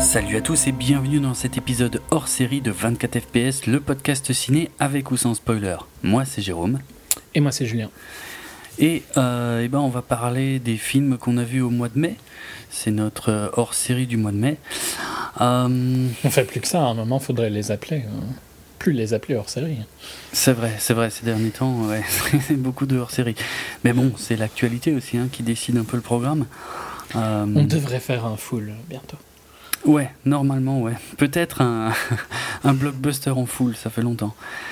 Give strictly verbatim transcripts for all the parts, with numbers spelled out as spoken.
Salut à tous et bienvenue dans cet épisode hors série de vingt-quatre F P S, le podcast ciné avec ou sans spoiler. Moi c'est Jérôme. Et moi c'est Julien. Et, euh, et ben on va parler des films qu'on a vus au mois de mai. C'est notre hors série du mois de mai. Euh... On fait plus que ça, à un moment faudrait les appeler. Euh, plus les appeler hors série. C'est vrai, c'est vrai, ces derniers temps, ouais, c'est beaucoup de hors série. Mais bon, c'est l'actualité aussi hein, qui décide un peu le programme. Euh... On devrait faire un full bientôt. Ouais, normalement, ouais. Peut-être un, un blockbuster en full, ça fait longtemps.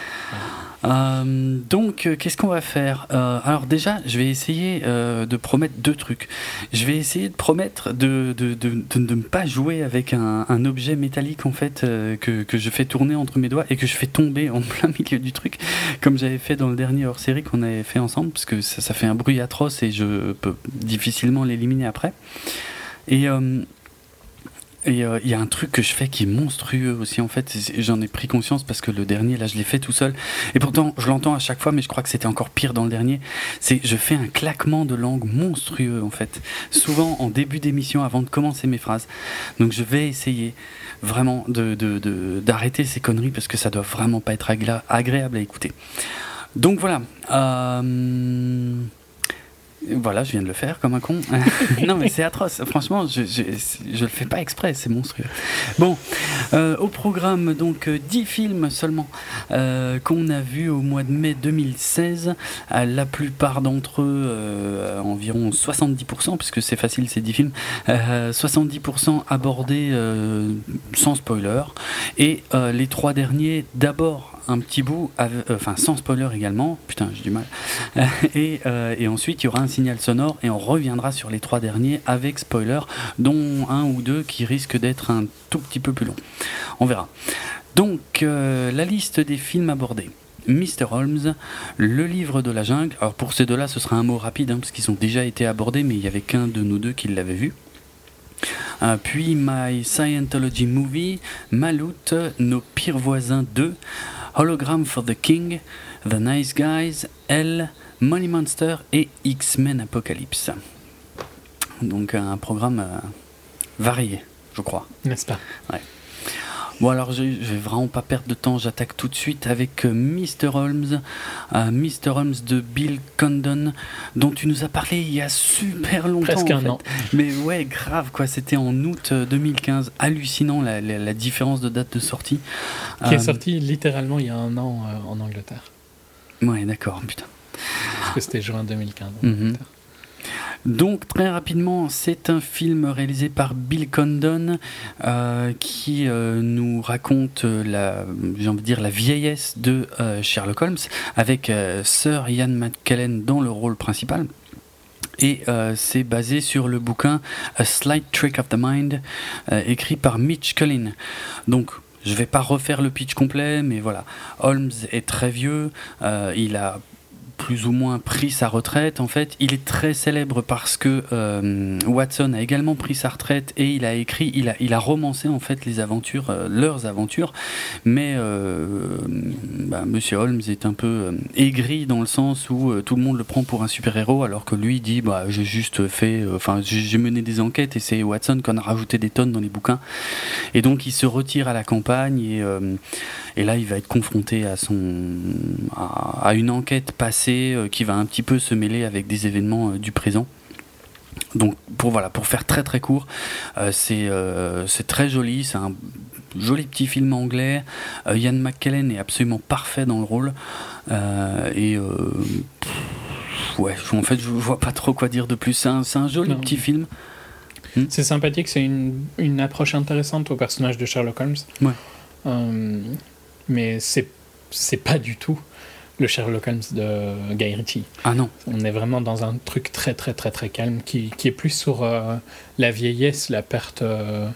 Euh, donc, euh, qu'est-ce qu'on va faire euh, Alors déjà, je vais essayer euh, de promettre deux trucs. Je vais essayer de promettre de, de, de, de, de ne pas jouer avec un, un objet métallique en fait euh, que, que je fais tourner entre mes doigts et que je fais tomber en plein milieu du truc, comme j'avais fait dans le dernier hors-série qu'on avait fait ensemble, parce que ça, ça fait un bruit atroce et je peux difficilement l'éliminer après. Et... Euh, Et il euh, y a un truc que je fais qui est monstrueux aussi en fait, j'en ai pris conscience parce que le dernier là je l'ai fait tout seul et pourtant je l'entends à chaque fois mais je crois que c'était encore pire dans le dernier, c'est je fais un claquement de langue monstrueux en fait, souvent en début d'émission avant de commencer mes phrases, donc je vais essayer vraiment de, de, de, d'arrêter ces conneries parce que ça doit vraiment pas être agré- agréable à écouter. Donc voilà, euh... Voilà, je viens de le faire comme un con. Non, mais c'est atroce. Franchement, je, je, je le fais pas exprès, c'est monstrueux. Bon, euh, au programme, donc, dix films seulement euh, qu'on a vus au mois de mai deux mille seize. Euh, la plupart d'entre eux, euh, environ soixante-dix pour cent, puisque c'est facile, c'est dix films, euh, soixante-dix pour cent abordés euh, sans spoiler. Et euh, les trois derniers, d'abord, un petit bout, avec, euh, enfin sans spoiler également, putain j'ai du mal, et, euh, et ensuite il y aura un signal sonore et on reviendra sur les trois derniers avec spoiler, dont un ou deux qui risquent d'être un tout petit peu plus longs. On verra. Donc euh, la liste des films abordés. mister Holmes, Le livre de la jungle. Alors pour ces deux-là ce sera un mot rapide hein, parce qu'ils ont déjà été abordés mais il n'y avait qu'un de nous deux qui l'avait vu. Euh, puis My Scientology Movie, Maloute, Nos pires voisins deux, Hologram for the King, The Nice Guys, Elle, Money Monster et X-Men Apocalypse. Donc un programme euh, varié, je crois. N'est-ce pas ? Ouais. Bon alors je, je vais vraiment pas perdre de temps, j'attaque tout de suite avec euh, mister Holmes, euh, mister Holmes de Bill Condon, dont tu nous as parlé il y a super longtemps. Presque en un fait. an. Mais ouais, grave quoi, c'était en août deux mille quinze, hallucinant la, la, la différence de date de sortie. Qui euh, est sorti littéralement il y a un an euh, en Angleterre. Ouais d'accord, putain. Parce que c'était juin deux mille quinze en Mm-hmm. Angleterre. Donc très rapidement, c'est un film réalisé par Bill Condon euh, qui euh, nous raconte la, j'ai envie de dire la vieillesse de euh, Sherlock Holmes avec euh, Sir Ian McKellen dans le rôle principal. Et euh, c'est basé sur le bouquin A Slight Trick of the Mind, euh, écrit par Mitch Collin. Donc je vais pas refaire le pitch complet, mais voilà, Holmes est très vieux, euh, il a plus ou moins pris sa retraite en fait, il est très célèbre parce que euh, Watson a également pris sa retraite et il a écrit, il a, il a romancé en fait les aventures, euh, leurs aventures, mais euh, bah, Monsieur Holmes est un peu euh, aigri dans le sens où euh, tout le monde le prend pour un super-héros alors que lui dit bah j'ai juste fait, enfin euh, j'ai, j'ai mené des enquêtes et c'est Watson qui en a rajouté des tonnes dans les bouquins et donc il se retire à la campagne et, euh, et là il va être confronté à son à, à une enquête passée qui va un petit peu se mêler avec des événements euh, du présent. Donc pour voilà, pour faire très très court, euh, c'est euh, c'est très joli, c'est un joli petit film anglais. Euh, Ian McKellen est absolument parfait dans le rôle euh, et euh, pff, ouais, en fait je vois pas trop quoi dire de plus. C'est un, c'est un joli non. petit film. Hmm. C'est sympathique, c'est une une approche intéressante au personnage de Sherlock Holmes. Ouais. Euh, mais c'est c'est pas du tout le Sherlock Holmes de Guy Ritchie. Ah non. On est vraiment dans un truc très très très très calme qui, qui est plus sur euh, la vieillesse, la perte, euh,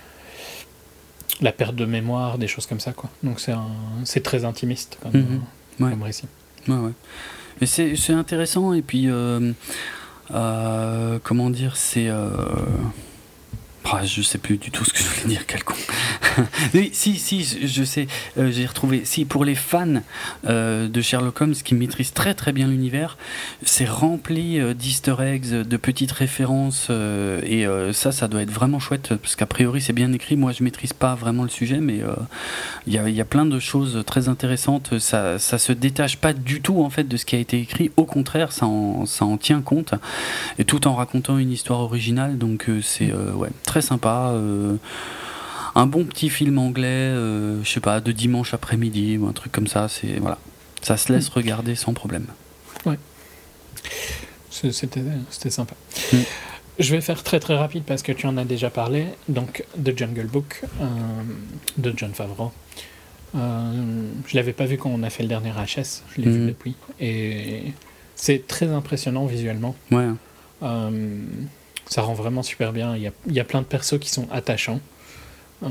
la perte de mémoire, des choses comme ça quoi. Donc c'est un, c'est très intimiste comme, mmh, euh, ouais. comme récit. Ouais ouais. Mais c'est c'est intéressant et puis euh, euh, comment dire c'est euh, Oh, je sais plus du tout ce que je voulais dire, quel con. Oui, si, si, je, je sais, euh, j'ai retrouvé. Si, pour les fans euh, de Sherlock Holmes qui maîtrisent très très bien l'univers, c'est rempli euh, d'easter eggs, de petites références, euh, et euh, ça, ça doit être vraiment chouette, parce qu'a priori c'est bien écrit. Moi, je maîtrise pas vraiment le sujet, mais il euh, y, y a plein de choses très intéressantes. Ça, ça se détache pas du tout en fait de ce qui a été écrit. Au contraire, ça en, ça en tient compte, et tout en racontant une histoire originale. Donc euh, c'est euh, ouais. Très sympa, euh, un bon petit film anglais, euh, je sais pas, de dimanche après-midi ou un truc comme ça. C'est voilà, ça se laisse regarder sans problème. Ouais, c'était c'était sympa. Mm. Je vais faire très très rapide parce que tu en as déjà parlé. Donc The Jungle Book euh, de Jon Favreau. Euh, je l'avais pas vu quand on a fait le dernier H S, je l'ai Mm. vu depuis, et c'est très impressionnant visuellement. Ouais. Euh, Ça rend vraiment super bien. Il y a, il y a plein de persos qui sont attachants. Euh,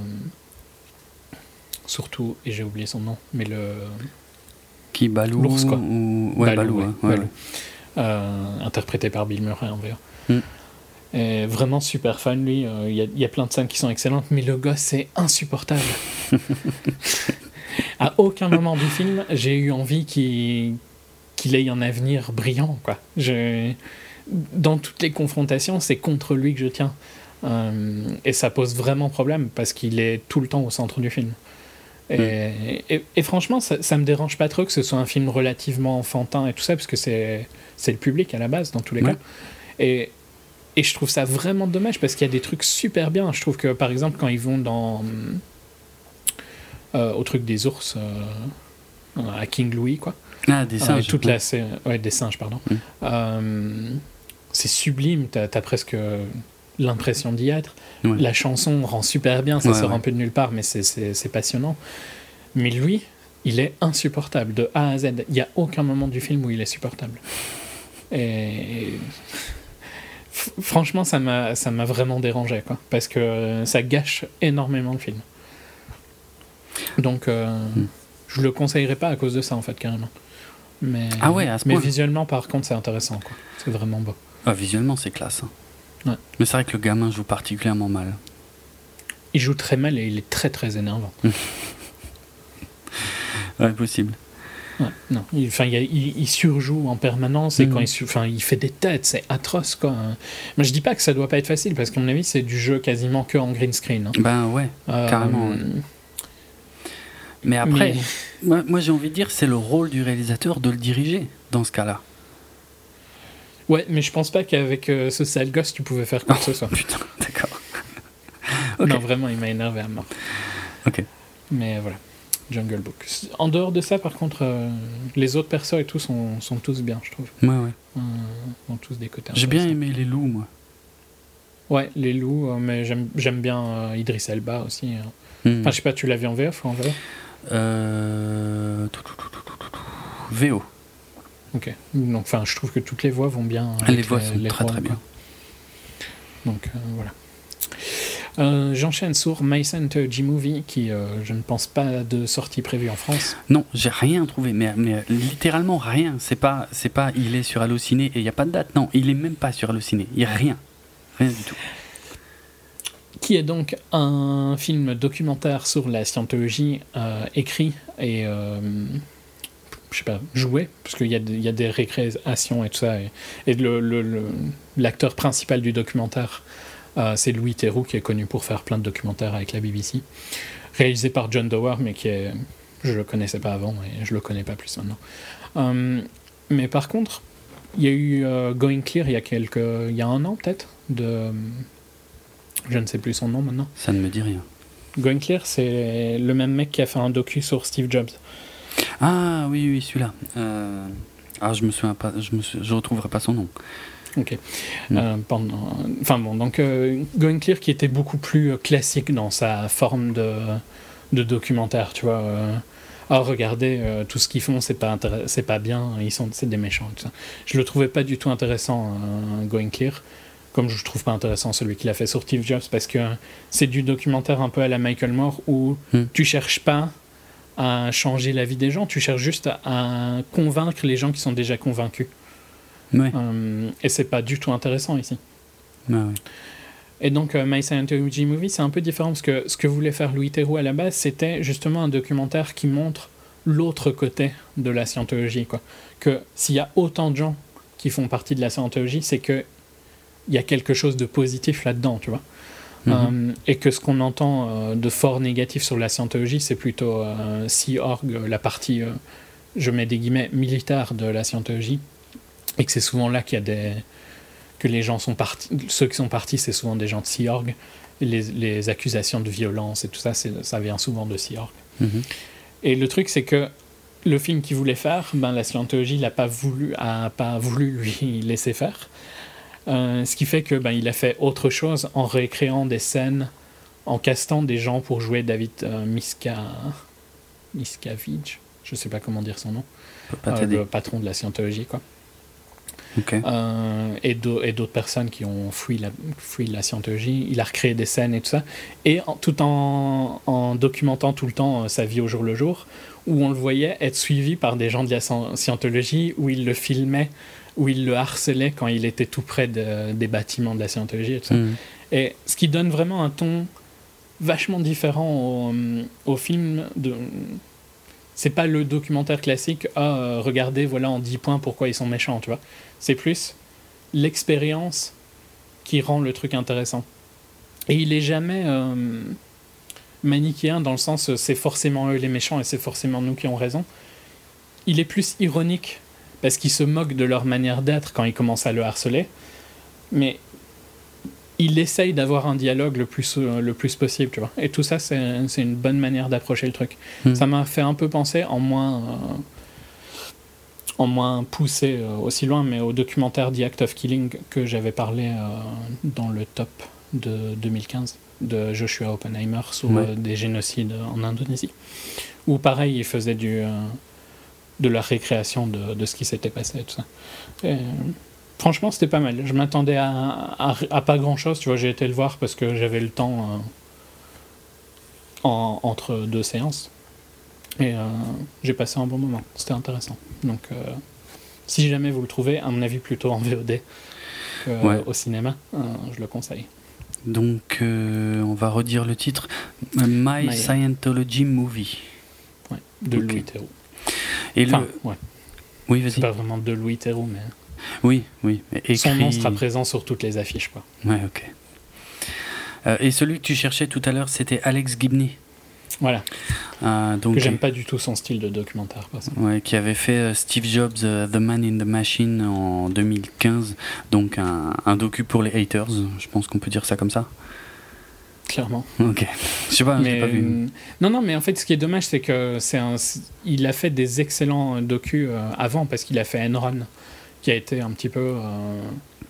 surtout, et j'ai oublié son nom, mais le... Qui, Balou L'ours, quoi. Ou... Ouais, Balou, Balou, ouais, ouais, ouais. Balou. Euh, interprété par Bill Murray en V O. Mm. Et vraiment super fun, lui. Il euh, y, a, y a plein de scènes qui sont excellentes, mais le gosse, c'est insupportable. À aucun moment du film, j'ai eu envie qu'il, qu'il ait un avenir brillant, quoi. Je... Dans toutes les confrontations, c'est contre lui que je tiens. Euh, et ça pose vraiment problème parce qu'il est tout le temps au centre du film. Et, mm. et, et franchement, ça, ça me dérange pas trop que ce soit un film relativement enfantin et tout ça, parce que c'est, c'est le public à la base, dans tous les ouais. cas. Et, et je trouve ça vraiment dommage parce qu'il y a des trucs super bien. Je trouve que, par exemple, quand ils vont dans... Euh, au truc des ours, euh, à King Louis, quoi. Ah, des singes. Euh, toute ouais. la... ouais, des singes, pardon. Mm. Euh, c'est sublime, t'as, t'as presque l'impression d'y être. Ouais. La chanson rend super bien, ça ouais, sort ouais. un peu de nulle part, mais c'est, c'est, c'est passionnant. Mais lui, il est insupportable, de A à Z. Il n'y a aucun moment du film où il est supportable. Et... F- franchement, ça m'a, ça m'a vraiment dérangé, quoi, parce que ça gâche énormément le film. Donc, euh, mm. je le conseillerais pas à cause de ça, en fait, carrément. Mais, ah ouais, à ce mais point. Visuellement, par contre, c'est intéressant, quoi. C'est vraiment beau. Ah, visuellement, c'est classe. Hein. Ouais. Mais c'est vrai que le gamin joue particulièrement mal. Il joue très mal et il est très très énervant. Ouais, possible. Ouais, non. Il, il, il, il surjoue en permanence et mmh. quand il, enfin, il fait des têtes, c'est atroce, quoi. Mais je dis pas que ça doit pas être facile parce qu'à mon avis, c'est du jeu quasiment que en green screen. Hein. Ben ouais, euh, carrément. Ouais. Mais après, mais... Moi, moi j'ai envie de dire, c'est le rôle du réalisateur de le diriger dans ce cas-là. Ouais, mais je pense pas qu'avec euh, ce sale gosse, tu pouvais faire quoi que oh, ce soit. Putain, d'accord. Okay. Non, vraiment, il m'a énervé à mort. Ok. Mais voilà, Jungle Book. En dehors de ça, par contre, euh, les autres persos et tout sont, sont tous bien, je trouve. Ouais, ouais. Euh, ont tous des côtés. J'ai bien aimé les loups, moi. Ouais, les loups, euh, mais j'aime, j'aime bien euh, Idris Elba aussi. Hein. Mm. Enfin, je sais pas, tu l'as vu en V F ou en V O ? Euh... V O. Ok. Donc, enfin, je trouve que toutes les voix vont bien. Les voix sont les très rôles, très bien. Quoi. Donc, euh, voilà. Euh, j'enchaîne sur My Scientology, qui euh, je ne pense pas de sortie prévue en France. Non, j'ai rien trouvé, mais, mais littéralement rien. C'est pas, c'est pas il est sur Allociné et il n'y a pas de date. Non, il est même pas sur Allociné. Il n'y a rien. Rien du tout. Qui est donc un film documentaire sur la scientologie euh, écrit et euh, je sais pas, joué, parce qu'il y a, y a des récréations et tout ça. Et, et le, le, le, l'acteur principal du documentaire, euh, c'est Louis Theroux, qui est connu pour faire plein de documentaires avec la B B C. Réalisé par John Dower, mais qui est... Je le connaissais pas avant et je le connais pas plus maintenant. Euh, mais par contre, il y a eu euh, Going Clear il y a quelques... Il y a un an, peut-être, de... Je ne sais plus son nom maintenant. Ça ne me dit rien. Going Clear, c'est le même mec qui a fait un docu sur Steve Jobs. Ah oui, oui, celui-là. Euh... Ah, je me souviens pas, je me sou... je retrouverai pas son nom. Ok. Mm. Euh, pendant... Enfin bon, donc euh, Going Clear qui était beaucoup plus classique dans sa forme de, de documentaire, tu vois. Euh... Ah, regardez, euh, tout ce qu'ils font, c'est pas, intér... c'est pas bien, ils sont... c'est des méchants, tout ça. Je le trouvais pas du tout intéressant, euh, Going Clear. Comme je trouve pas intéressant celui qu'il a fait sur Steve Jobs, parce que c'est du documentaire un peu à la Michael Moore où mm. tu cherches pas à changer la vie des gens, tu cherches juste à, à convaincre les gens qui sont déjà convaincus. Ouais. Euh, et c'est pas du tout intéressant ici. Ouais, ouais. Et donc, euh, My Scientology Movie, c'est un peu différent parce que ce que voulait faire Louis Theroux à la base, c'était justement un documentaire qui montre l'autre côté de la scientologie, quoi. Que s'il y a autant de gens qui font partie de la scientologie, c'est qu'il y a quelque chose de positif là-dedans, tu vois. Mm-hmm. Euh, et que ce qu'on entend euh, de fort négatif sur la scientologie, c'est plutôt euh, Sea Org, la partie, euh, je mets des guillemets, militaire de la scientologie, et que c'est souvent là qu'il y a des... que les gens sont partis, ceux qui sont partis, c'est souvent des gens de Sea Org. Les, les accusations de violence et tout ça, c'est, ça vient souvent de Sea Org. Mm-hmm. Et le truc, c'est que le film qu'il voulait faire, ben, la scientologie n'a pas voulu, a pas voulu lui laisser faire. Euh, ce qui fait que ben, il a fait autre chose en récréant des scènes, en castant des gens pour jouer David euh, Miska... Miscavige, je ne sais pas comment dire son nom, euh, le patron de la scientologie, quoi. Okay. Euh, et, d'au- et d'autres personnes qui ont fui la, fui la scientologie. Il a recréé des scènes et tout ça, et en, tout en, en documentant tout le temps euh, sa vie au jour le jour, où on le voyait être suivi par des gens de la scientologie, où il le filmait, où il le harcelait quand il était tout près de, des bâtiments de la scientologie et tout ça. Mmh. Et ce qui donne vraiment un ton vachement différent au, au film de... C'est pas le documentaire classique, ah, euh, regardez, voilà en dix points pourquoi ils sont méchants, tu vois. C'est plus l'expérience qui rend le truc intéressant. Et il est jamais euh, manichéen dans le sens c'est forcément eux les méchants et c'est forcément nous qui avons raison. Il est plus ironique parce qu'il se moque de leur manière d'être quand ils commencent à le harceler. Mais il essaye d'avoir un dialogue le plus, euh, le plus possible, tu vois. Et tout ça, c'est, c'est une bonne manière d'approcher le truc. Mmh. Ça m'a fait un peu penser, en moins, euh, en moins poussé euh, aussi loin, mais au documentaire The Act of Killing que j'avais parlé euh, dans le top de deux mille quinze, de Joshua Oppenheimer sur ouais. euh, des génocides en Indonésie. Où pareil, il faisait du, euh, de la récréation de, de ce qui s'était passé et tout ça. Et, franchement, c'était pas mal. Je m'attendais à, à, à pas grand-chose. Tu vois, j'ai été le voir parce que j'avais le temps euh, en, entre deux séances. Et euh, j'ai passé un bon moment. C'était intéressant. Donc, euh, si jamais vous le trouvez, à mon avis, plutôt en V O D qu'au ouais. cinéma, euh, je le conseille. Donc, euh, on va redire le titre. My, My Scientology Movie. Ouais, de okay. Louis Theroux. Et enfin, le... ouais. Oui, vas-y. C'est pas vraiment de Louis Theroux, mais... Oui, oui. Écrit... Son nom sera présent sur toutes les affiches, quoi. Ouais, ok. Euh, et celui que tu cherchais tout à l'heure, c'était Alex Gibney. Voilà. Euh, donc, que j'aime pas du tout son style de documentaire. Ouais, qui avait fait euh, Steve Jobs, uh, The Man in the Machine en deux mille quinze. Donc un, un docu pour les haters. Je pense qu'on peut dire ça comme ça. Clairement. Ok. Je sais pas, mais, je l'ai pas vu. Non, non, mais en fait, ce qui est dommage, c'est que c'est un, il a fait des excellents docus euh, avant, parce qu'il a fait Enron, qui a été un petit peu euh,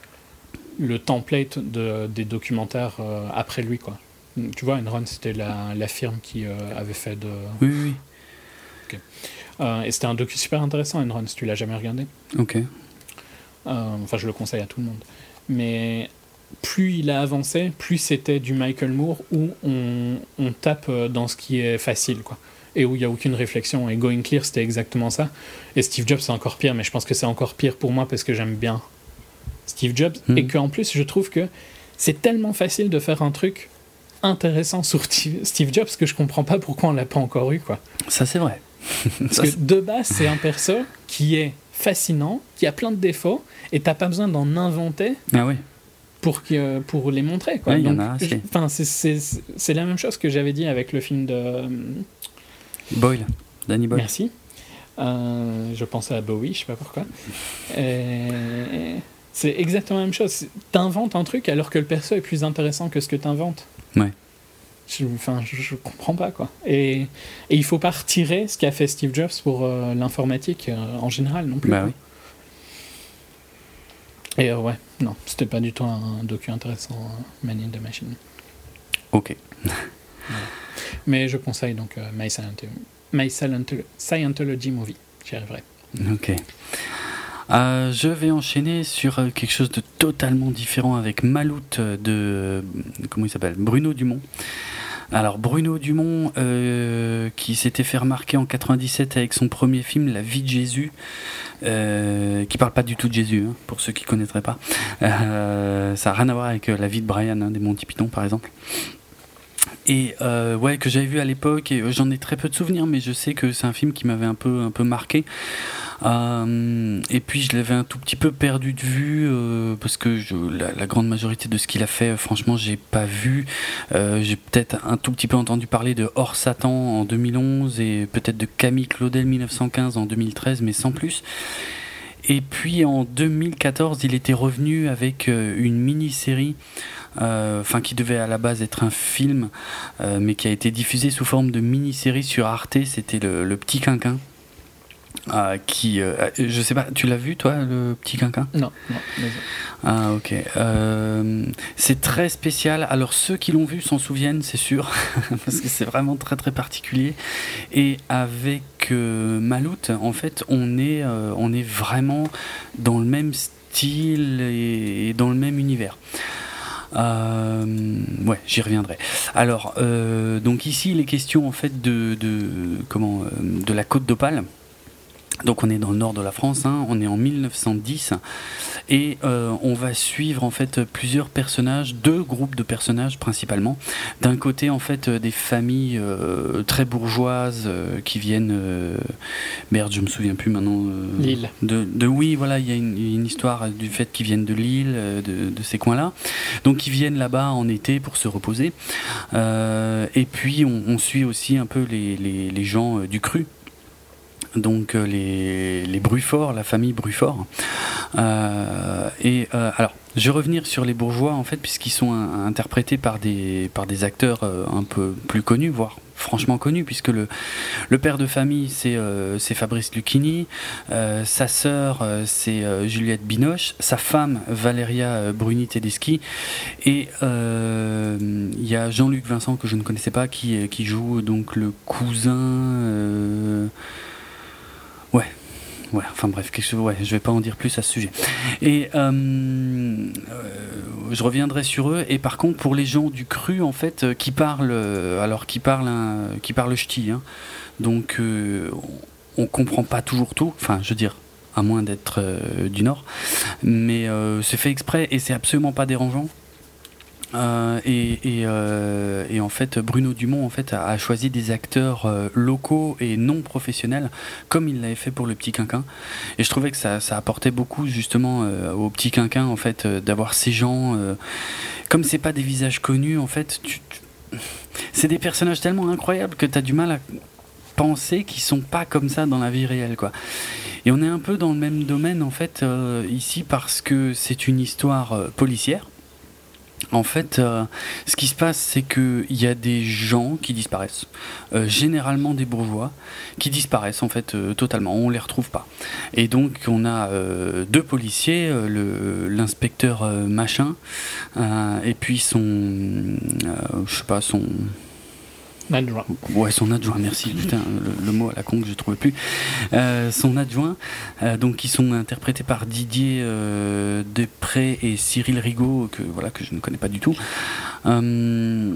le template de, des documentaires euh, après lui, quoi. Tu vois, Enron, c'était la, la firme qui euh, avait fait de... Oui, oui. Okay. Euh, et c'était un docu super intéressant, Enron, si tu l'as jamais regardé. Ok. Euh, enfin, je le conseille à tout le monde. Mais plus il a avancé, plus c'était du Michael Moore où on, on tape dans ce qui est facile, quoi. Et où il n'y a aucune réflexion. Et Going Clear, c'était exactement ça. Et Steve Jobs, c'est encore pire, mais je pense que c'est encore pire pour moi parce que j'aime bien Steve Jobs. Mmh. Et qu'en plus, je trouve que c'est tellement facile de faire un truc intéressant sur Steve Jobs que je comprends pas pourquoi on l'a pas encore eu, quoi. Ça, c'est vrai. Parce ça, que c'est... de base, c'est un perso qui est fascinant, qui a plein de défauts, et t'as pas besoin d'en inventer. Ah oui. Pour, que, pour les montrer, quoi. Ouais, Donc, y en a assez. Je, c'est, c'est, c'est la même chose que j'avais dit avec le film de... Boyle, Danny Boyle. Merci. Euh, je pensais à Bowie, je sais pas pourquoi. Et c'est exactement la même chose. T'inventes un truc alors que le perso est plus intéressant que ce que t'inventes. Ouais. Je, enfin, je, je comprends pas, quoi. Et, et il faut pas retirer ce qu'a fait Steve Jobs pour euh, l'informatique euh, en général non plus. Bah oui. Et euh, ouais, non, c'était pas du tout un docu intéressant, euh, Man in the Machine. Ok. Voilà. Mais je conseille donc euh, My, Scientology, My Scientology, Scientology Movie, j'y arriverai. Ok. Euh, je vais enchaîner sur euh, quelque chose de totalement différent avec Maloute de... Euh, comment il s'appelle ? Bruno Dumont. Alors Bruno Dumont, euh, qui s'était fait remarquer en quatre-vingt-dix-sept avec son premier film La vie de Jésus, euh, qui parle pas du tout de Jésus, hein, pour ceux qui connaîtraient pas. Euh, ça n'a rien à voir avec La vie de Brian, hein, des Monty Python par exemple. Et euh, ouais, que j'avais vu à l'époque, et j'en ai très peu de souvenirs, mais je sais que c'est un film qui m'avait un peu, un peu marqué. Euh, et puis je l'avais un tout petit peu perdu de vue euh, parce que je, la, la grande majorité de ce qu'il a fait, franchement, j'ai pas vu. Euh, j'ai peut-être un tout petit peu entendu parler de Hors Satan en deux mille onze et peut-être de Camille Claudel mille neuf cent quinze en deux mille treize, mais sans plus. Et puis en deux mille quatorze, il était revenu avec euh, une mini-série, euh, enfin qui devait à la base être un film, euh, mais qui a été diffusé sous forme de mini-série sur Arte. C'était le, le Petit Quinquin. Euh, qui, euh, je sais pas, tu l'as vu toi, le Petit Quinquin ? Non, non. Mais... Ah ok. Euh, c'est très spécial. Alors ceux qui l'ont vu s'en souviennent, c'est sûr, parce que c'est vraiment très très particulier. Et avec euh, Maloute, en fait, on est, euh, on est vraiment dans le même style et, et dans le même univers. Euh, ouais, j'y reviendrai. Alors, euh, donc ici, il est question en fait de, de comment, euh, de la Côte d'Opale. Donc on est dans le nord de la France, hein, on est en mille neuf cent dix et euh, on va suivre en fait plusieurs personnages, deux groupes de personnages principalement. D'un côté en fait des familles euh, très bourgeoises euh, qui viennent, euh, merde je me souviens plus maintenant. Euh, Lille. De, de oui voilà, il y a une, une histoire du fait qu'ils viennent de Lille, de, de ces coins-là. Donc ils viennent là-bas en été pour se reposer. Euh, et puis on, on suit aussi un peu les, les, les gens du cru. Donc euh, les, les Brufort, la famille Brufort. Euh, et euh, alors, je vais revenir sur les bourgeois en fait, puisqu'ils sont un, interprétés par des, par des acteurs euh, un peu plus connus, voire franchement connus, puisque le, le père de famille c'est, euh, c'est Fabrice Lucchini, euh, sa sœur euh, c'est euh, Juliette Binoche, sa femme Valéria Bruni Tedeschi, et il euh, y a Jean-Luc Vincent que je ne connaissais pas qui, qui joue donc le cousin. Euh, Ouais, ouais, enfin bref, quelque chose, ouais, je vais pas en dire plus à ce sujet. Et euh, euh, je reviendrai sur eux. Et par contre, pour les gens du cru, en fait, euh, qui parlent, euh, alors qui parlent, hein, qui parlent ch'ti, hein, donc euh, on, on comprend pas toujours tout. Enfin, je veux dire, à moins d'être euh, du Nord, mais euh, c'est fait exprès et c'est absolument pas dérangeant. Euh, et, et, euh, et en fait Bruno Dumont en fait a, a choisi des acteurs euh, locaux et non professionnels comme il l'avait fait pour le Petit Quinquin, et je trouvais que ça, ça apportait beaucoup justement euh, au Petit Quinquin en fait euh, d'avoir ces gens euh, comme c'est pas des visages connus en fait tu, tu... c'est des personnages tellement incroyables que t'as du mal à penser qu'ils sont pas comme ça dans la vie réelle quoi. Et on est un peu dans le même domaine en fait euh, ici parce que c'est une histoire euh, policière. En fait, euh, ce qui se passe, c'est qu'il y a des gens qui disparaissent, euh, généralement des bourgeois, qui disparaissent en fait euh, totalement, on les retrouve pas. Et donc on a euh, deux policiers, euh, le, l'inspecteur euh, machin, euh, et puis son, euh, je sais pas, son... adjoint. Ouais, son adjoint, merci. Putain, le, le mot à la con que je ne trouvais plus. Euh, son adjoint, euh, donc qui sont interprétés par Didier euh, Després et Cyril Rigaud, que voilà que je ne connais pas du tout. Euh,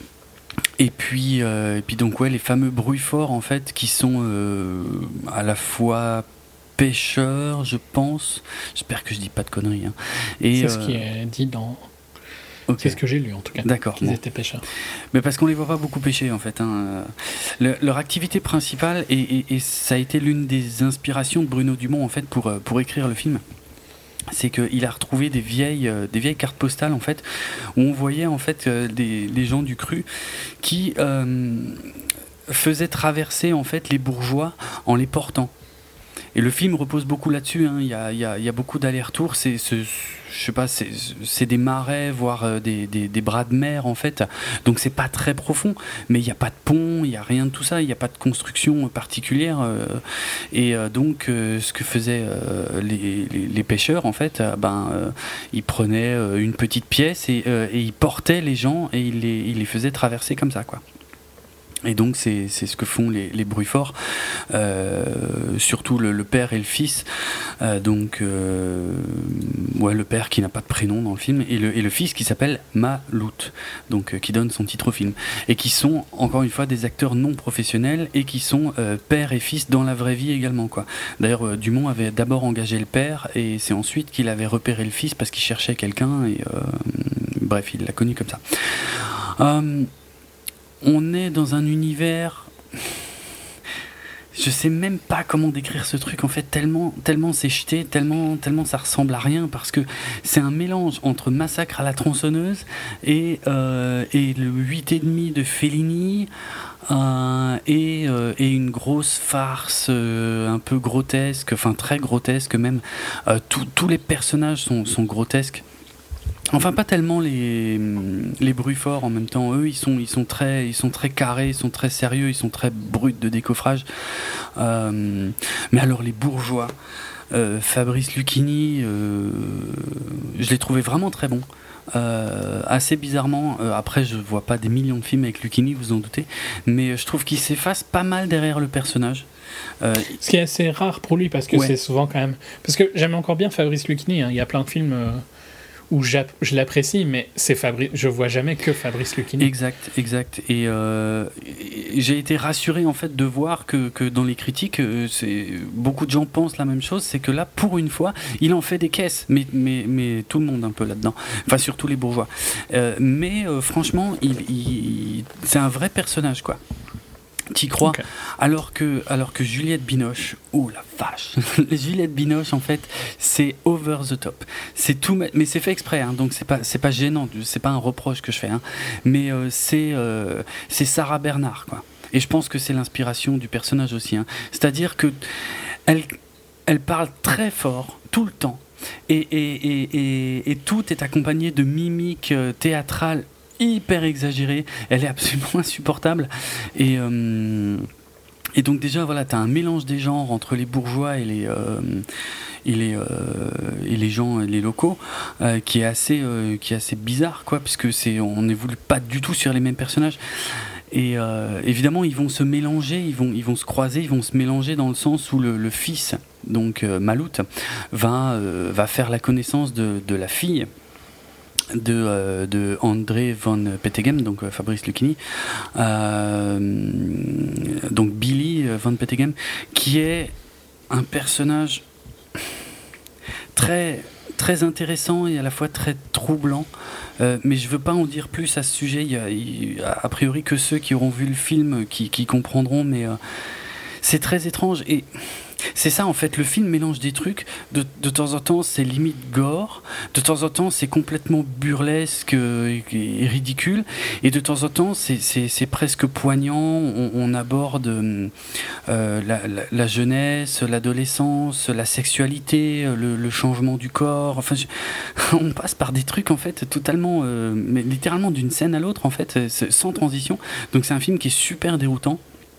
et puis, euh, et puis donc ouais, les fameux Brufort en fait, qui sont euh, à la fois pêcheurs, je pense. J'espère que je dis pas de conneries. Hein. Et, c'est euh, ce qui est dit dans. Okay. C'est ce que j'ai lu en tout cas. D'accord. Qu'ils bon. étaient pêcheurs. Mais parce qu'on les voit pas beaucoup pêcher en fait. Hein. Le, leur activité principale, et, et, et ça a été l'une des inspirations de Bruno Dumont en fait pour, pour écrire le film, c'est qu'il a retrouvé des vieilles, des vieilles cartes postales en fait, où on voyait en fait des, des gens du cru qui euh, faisaient traverser en fait les bourgeois en les portant. Et le film repose beaucoup là-dessus, hein. il, y a, il, y a, il y a beaucoup d'allers-retours, c'est, c'est, je sais pas, c'est, c'est des marais, voire des, des, des bras de mer en fait, donc c'est pas très profond, mais il n'y a pas de pont, il n'y a rien de tout ça, il n'y a pas de construction particulière, euh, et euh, donc euh, ce que faisaient euh, les, les, les pêcheurs en fait, euh, ben, euh, ils prenaient euh, une petite pièce et, euh, et ils portaient les gens et ils les, ils les faisaient traverser comme ça quoi. Et donc c'est, c'est ce que font les, les bruits forts, euh, surtout le, le père et le fils. Euh, donc euh, ouais, le père qui n'a pas de prénom dans le film et le, et le fils qui s'appelle Malout, donc euh, qui donne son titre au film, et qui sont encore une fois des acteurs non professionnels et qui sont euh, père et fils dans la vraie vie également, quoi. D'ailleurs euh, Dumont avait d'abord engagé le père et c'est ensuite qu'il avait repéré le fils parce qu'il cherchait quelqu'un et euh, bref il l'a connu comme ça. Euh, On est dans un univers, je sais même pas comment décrire ce truc en fait, tellement, tellement c'est jeté, tellement, tellement ça ressemble à rien, parce que c'est un mélange entre Massacre à la tronçonneuse et, euh, et le huit et demi de Fellini, euh, et, euh, et une grosse farce euh, un peu grotesque, enfin très grotesque même. Euh, tous les personnages sont, sont grotesques. Enfin, pas tellement les, les bruits forts en même temps. Eux, ils sont, ils sont très, ils sont très carrés, ils sont très sérieux, ils sont très bruts de décoffrage. Euh, mais alors, les bourgeois, euh, Fabrice Lucchini, euh, je l'ai trouvé vraiment très bon. Euh, assez bizarrement, euh, après je vois pas des millions de films avec Lucchini, vous en doutez, mais je trouve qu'il s'efface pas mal derrière le personnage. Euh, Ce qui est assez rare pour lui, parce que ouais. c'est souvent quand même... Parce que j'aime encore bien Fabrice Lucchini, hein. Il y a plein de films... Euh... où je l'apprécie, mais c'est Fabri... je vois jamais que Fabrice Lucchini. Exact, exact. Et, euh, et j'ai été rassuré en fait de voir que, que dans les critiques, c'est... beaucoup de gens pensent la même chose, c'est que là, pour une fois, il en fait des caisses, mais, mais, mais tout le monde un peu là-dedans, enfin surtout les bourgeois. Euh, mais euh, franchement, il, il... c'est un vrai personnage, quoi. T'y crois, okay. alors que alors que Juliette Binoche, oh la vache, Juliette Binoche en fait c'est over the top, c'est tout, mais c'est fait exprès, hein, donc c'est pas c'est pas gênant, c'est pas un reproche que je fais, hein, mais euh, c'est euh, c'est Sarah Bernard, quoi. Et je pense que c'est l'inspiration du personnage aussi, hein. C'est-à-dire que elle elle parle très fort tout le temps et et et et, et tout est accompagné de mimiques euh, théâtrales hyper exagérée, elle est absolument insupportable et, euh, et donc déjà voilà, t'as un mélange des genres entre les bourgeois et les, euh, et les, euh, et les gens, les locaux, euh, qui est assez, euh, qui est assez bizarre, quoi, parce que c'est, on n'évolue pas du tout sur les mêmes personnages. Et euh, évidemment, ils vont se mélanger, ils vont, ils vont se croiser, ils vont se mélanger dans le sens où le, le fils, donc euh, Malout, va, euh, va faire la connaissance de, de la fille de, euh, de André Van Petegem, donc euh, Fabrice Lucchini, euh, donc Billy Van Petegem, qui est un personnage très, très intéressant et à la fois très troublant. Euh, mais je veux pas en dire plus à ce sujet. Il y a, il, a priori que ceux qui auront vu le film qui, qui comprendront, mais euh, c'est très étrange et c'est ça en fait, le film mélange des trucs, de, de temps en temps c'est limite gore, de temps en temps c'est complètement burlesque et, et ridicule, et de temps en temps c'est, c'est, c'est presque poignant, on, on aborde euh, la, la, la jeunesse, l'adolescence, la sexualité, le, le changement du corps, enfin je, on passe par des trucs en fait totalement, euh, mais littéralement d'une scène à l'autre en fait, sans transition, donc c'est un film qui est super déroutant.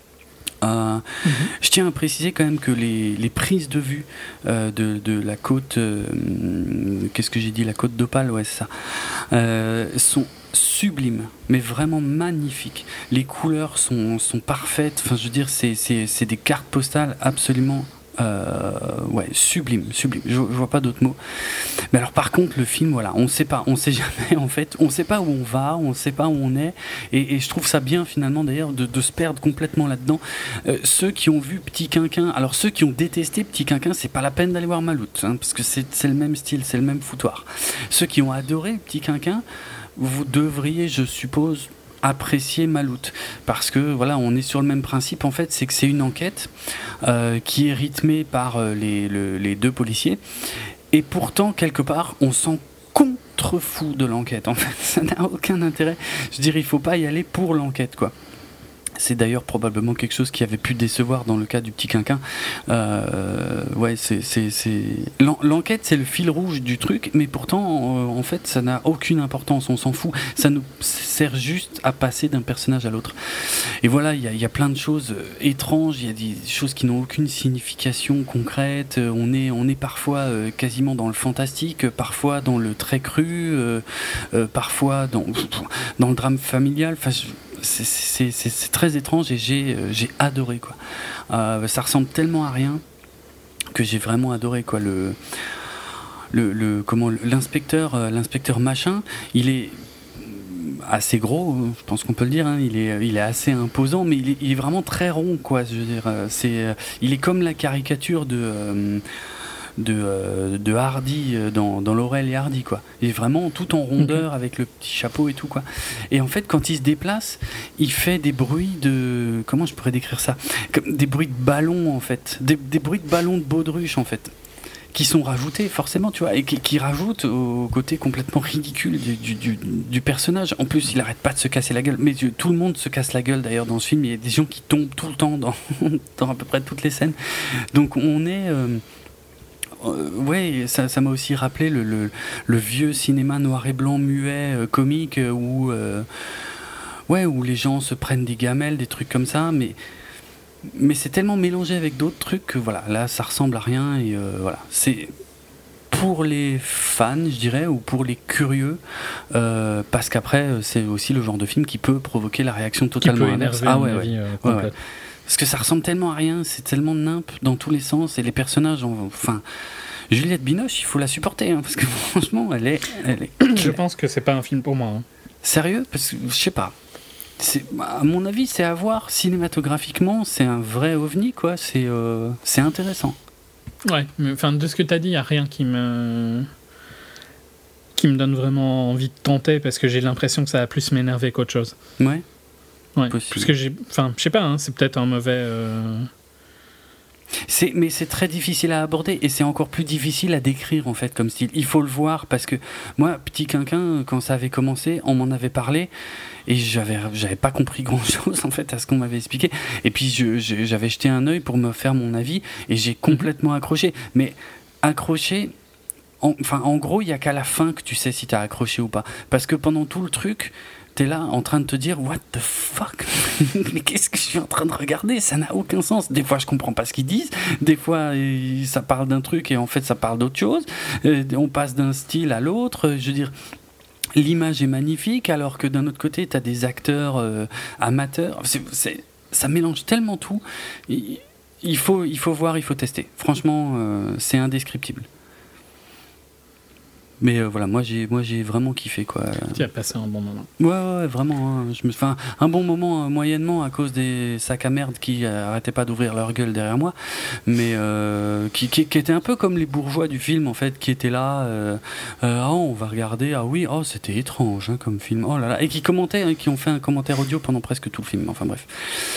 Euh, mm-hmm. Je tiens à préciser quand même que les, les prises de vue euh, de, de la côte, euh, qu'est-ce que j'ai dit, la côte d'Opale, ouais, c'est ça, euh, sont sublimes, mais vraiment magnifiques. Les couleurs sont, sont parfaites. Enfin, je veux dire, c'est, c'est, c'est des cartes postales absolument. Euh, ouais, sublime, sublime. Je, je vois pas d'autres mots. Mais alors, par contre, le film, voilà, on sait pas, on sait jamais en fait, on sait pas où on va, on sait pas où on est, et, et je trouve ça bien finalement d'ailleurs de, de se perdre complètement là-dedans. Euh, ceux qui ont vu Petit Quinquin, alors ceux qui ont détesté Petit Quinquin, c'est pas la peine d'aller voir Malout, hein, parce que c'est, c'est le même style, c'est le même foutoir. Ceux qui ont adoré Petit Quinquin, vous devriez, je suppose, apprécier Malout, parce que voilà, on est sur le même principe en fait, c'est que c'est une enquête euh, qui est rythmée par euh, les, le, les deux policiers, et pourtant quelque part on s'en contrefout de l'enquête en fait, ça n'a aucun intérêt. Je dirais, il faut pas y aller pour l'enquête, quoi. C'est d'ailleurs probablement quelque chose qui avait pu décevoir dans le cas du Petit Quinquin. Euh, ouais, c'est, c'est, c'est... L'en- l'enquête, c'est le fil rouge du truc, mais pourtant, euh, en fait, ça n'a aucune importance, on s'en fout. Ça nous sert juste à passer d'un personnage à l'autre. Et voilà, il y a, y a plein de choses étranges, il y a des choses qui n'ont aucune signification concrète. On est, on est parfois euh, quasiment dans le fantastique, parfois dans le très cru, euh, euh, parfois dans, dans le drame familial. Enfin, je... c'est, c'est, c'est, c'est très étrange et j'ai, euh, j'ai adoré, quoi. Euh, ça ressemble tellement à rien que j'ai vraiment adoré, quoi. Le, le, le comment l'inspecteur, euh, l'inspecteur machin, il est assez gros, je pense qu'on peut le dire, hein. il, est, il est assez imposant, mais il est, il est vraiment très rond, quoi. Je veux dire, c'est, il est comme la caricature de, euh, de, euh, de Hardy dans, dans Laurel et Hardy, quoi. Il est vraiment tout en rondeur, mmh. avec le petit chapeau et tout, quoi. Et en fait, quand il se déplace, il fait des bruits de... Comment je pourrais décrire ça ? Comme des bruits de ballons, en fait. Des, des bruits de ballons de baudruche, en fait. Qui sont rajoutés forcément, tu vois, et qui, qui rajoutent au côté complètement ridicule du, du, du, du personnage. En plus, il arrête pas de se casser la gueule, mais tout le monde se casse la gueule d'ailleurs dans ce film. Il y a des gens qui tombent tout le temps dans, dans à peu près toutes les scènes. Donc on est... Euh, euh, ouais, ça, ça m'a aussi rappelé le, le, le vieux cinéma noir et blanc muet, euh, comique, euh, où, euh, ouais, où les gens se prennent des gamelles, des trucs comme ça, mais... Mais c'est tellement mélangé avec d'autres trucs que voilà, là ça ressemble à rien et euh, voilà, c'est pour les fans, je dirais, ou pour les curieux, euh, parce qu'après c'est aussi le genre de film qui peut provoquer la réaction totalement inverse. Ah ouais, ouais. Euh, ouais, ouais. Parce que ça ressemble tellement à rien, c'est tellement nimp dans tous les sens et les personnages, enfin. Juliette Binoche, il faut la supporter, hein, parce que franchement, elle est, elle est. Je pense que c'est pas un film pour moi. Hein. Sérieux ? Parce que je sais pas. C'est, à mon avis, c'est à voir cinématographiquement, c'est un vrai ovni, quoi. C'est, euh, c'est intéressant. Ouais, mais enfin, de ce que tu as dit, il n'y a rien qui me... qui me donne vraiment envie de tenter, parce que j'ai l'impression que ça va plus m'énerver qu'autre chose. Ouais. Ouais. Possible. Parce que j'ai. Enfin, je sais pas, hein, c'est peut-être un mauvais. Euh... C'est, mais c'est très difficile à aborder et c'est encore plus difficile à décrire en fait comme style. Il faut le voir parce que moi, petit quinquin, quand ça avait commencé, on m'en avait parlé et j'avais, j'avais pas compris grand chose en fait à ce qu'on m'avait expliqué. Et puis je, je, j'avais jeté un œil pour me faire mon avis et j'ai complètement accroché. Mais accroché, en, enfin en gros, il y a qu'à la fin que tu sais si t'as accroché ou pas. Parce que pendant tout le truc, t'es là en train de te dire what the fuck, mais qu'est-ce que je suis en train de regarder, ça n'a aucun sens. Des fois je comprends pas ce qu'ils disent, des fois ça parle d'un truc et en fait ça parle d'autre chose, on passe d'un style à l'autre, je veux dire l'image est magnifique alors que d'un autre côté t'as des acteurs euh, amateurs, c'est, c'est, ça mélange tellement tout, il faut, il faut voir, il faut tester, franchement euh, c'est indescriptible. Mais euh, voilà, moi j'ai, moi j'ai vraiment kiffé, quoi. Tu as passé un bon moment. Ouais, ouais, vraiment. Hein. Je me, enfin, un bon moment euh, moyennement à cause des sacs à merde qui euh, arrêtaient pas d'ouvrir leur gueule derrière moi, mais euh, qui, qui, qui étaient un peu comme les bourgeois du film en fait, qui étaient là. Euh, euh, oh, on va regarder. Ah oui, oh c'était étrange hein, comme film. Oh là là, et qui commentaient, hein, qui ont fait un commentaire audio pendant presque tout le film. Enfin bref.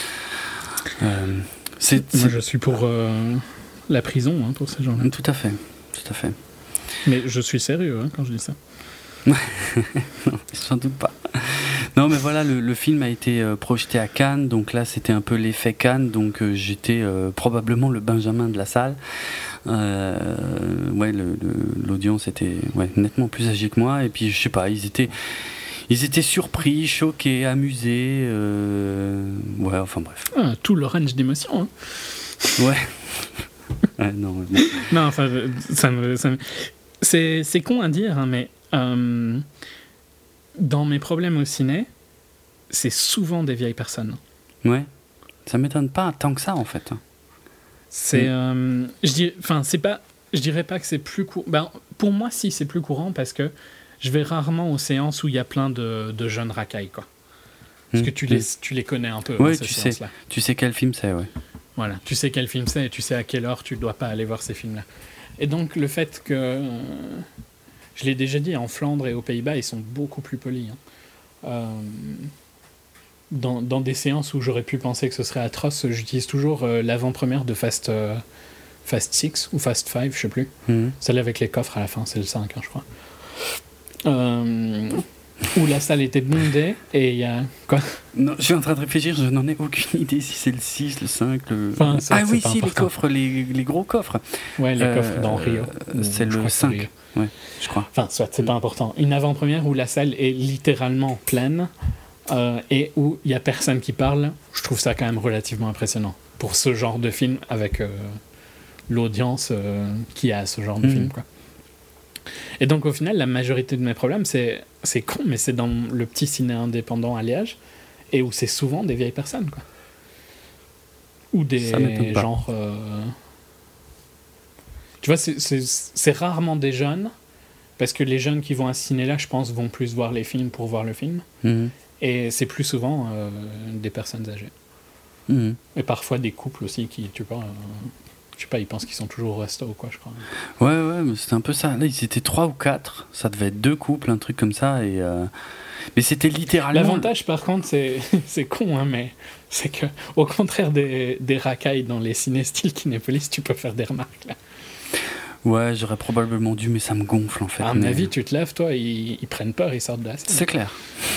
Euh, c'est, c'est... Moi je suis pour euh, la prison hein, pour ces gens-là. Tout à fait, tout à fait. Mais je suis sérieux hein, quand je dis ça. Non, sans doute pas. Non, mais voilà, le, le film a été euh, projeté à Cannes, donc là c'était un peu l'effet Cannes, donc euh, j'étais euh, probablement le Benjamin de la salle. Euh, ouais, le, le, l'audience était ouais, nettement plus âgée que moi, et puis je sais pas, ils étaient, ils étaient surpris, choqués, amusés. Euh, ouais, enfin bref. Ah, tout le range d'émotions. Hein. Ouais. ouais non, bon. non, enfin, ça me. Ça me... C'est, c'est con à dire, hein, mais euh, dans mes problèmes au ciné, c'est souvent des vieilles personnes. Ouais, ça m'étonne pas tant que ça en fait. C'est, euh, je dis, enfin, c'est pas, je dirais pas que c'est plus courant. Ben, pour moi, si c'est plus courant parce que je vais rarement aux séances où il y a plein de, de jeunes racailles, quoi. Parce mmh. que tu les, tu les connais un peu. Ouais, hein, ces tu sais, séances-là. Tu sais quel film c'est, ouais. Voilà, tu sais quel film c'est et tu sais à quelle heure tu dois pas aller voir ces films-là. Et donc, le fait que... Euh, je l'ai déjà dit, en Flandre et aux Pays-Bas, ils sont beaucoup plus polis. Hein. Euh, dans, dans des séances où j'aurais pu penser que ce serait atroce, j'utilise toujours euh, l'avant-première de Fast, euh, Fast six ou Fast five, je sais plus. Mm-hmm. Celle avec les coffres à la fin, c'est le cinq, hein, je crois. Euh, où la salle était bondée et il y a... Quoi ? Non, je suis en train de réfléchir, je n'en ai aucune idée si c'est le six, le cinq, le... Enfin, ça, ah oui, si, important. les coffres, les, les gros coffres. Ouais, les euh, coffres dans Rio. Euh, c'est le cinq, ouais, je crois. Enfin, soit, c'est mm. pas important. Une avant-première où la salle est littéralement pleine euh, et où il n'y a personne qui parle, je trouve ça quand même relativement impressionnant. Pour ce genre de film, avec euh, l'audience euh, qui a ce genre de mm. film, quoi. Et donc au final la majorité de mes problèmes c'est, c'est con mais c'est dans le petit ciné indépendant à Liège et où c'est souvent des vieilles personnes, quoi. Ou des genres... Euh... Tu vois, c'est, c'est, c'est rarement des jeunes, parce que les jeunes qui vont à ce ciné-là, je pense, vont plus voir les films pour voir le film. Mmh. Et c'est plus souvent euh, des personnes âgées. Mmh. Et parfois des couples aussi qui, tu vois... Euh... Je sais pas, ils pensent qu'ils sont toujours au resto ou quoi, je crois. Ouais, ouais, mais c'était un peu ça. Là, ils étaient trois ou quatre. Ça devait être deux couples, un truc comme ça. Et euh... Mais c'était littéralement... L'avantage, par contre, c'est, c'est con, hein, mais c'est que, au contraire des, des racailles dans les ciné style Kinépolis, tu peux faire des remarques, là. Ouais, j'aurais probablement dû, mais ça me gonfle, en fait. À mon mais... avis, tu te lèves, toi, ils, ils prennent peur, ils sortent de la scène. C'est clair.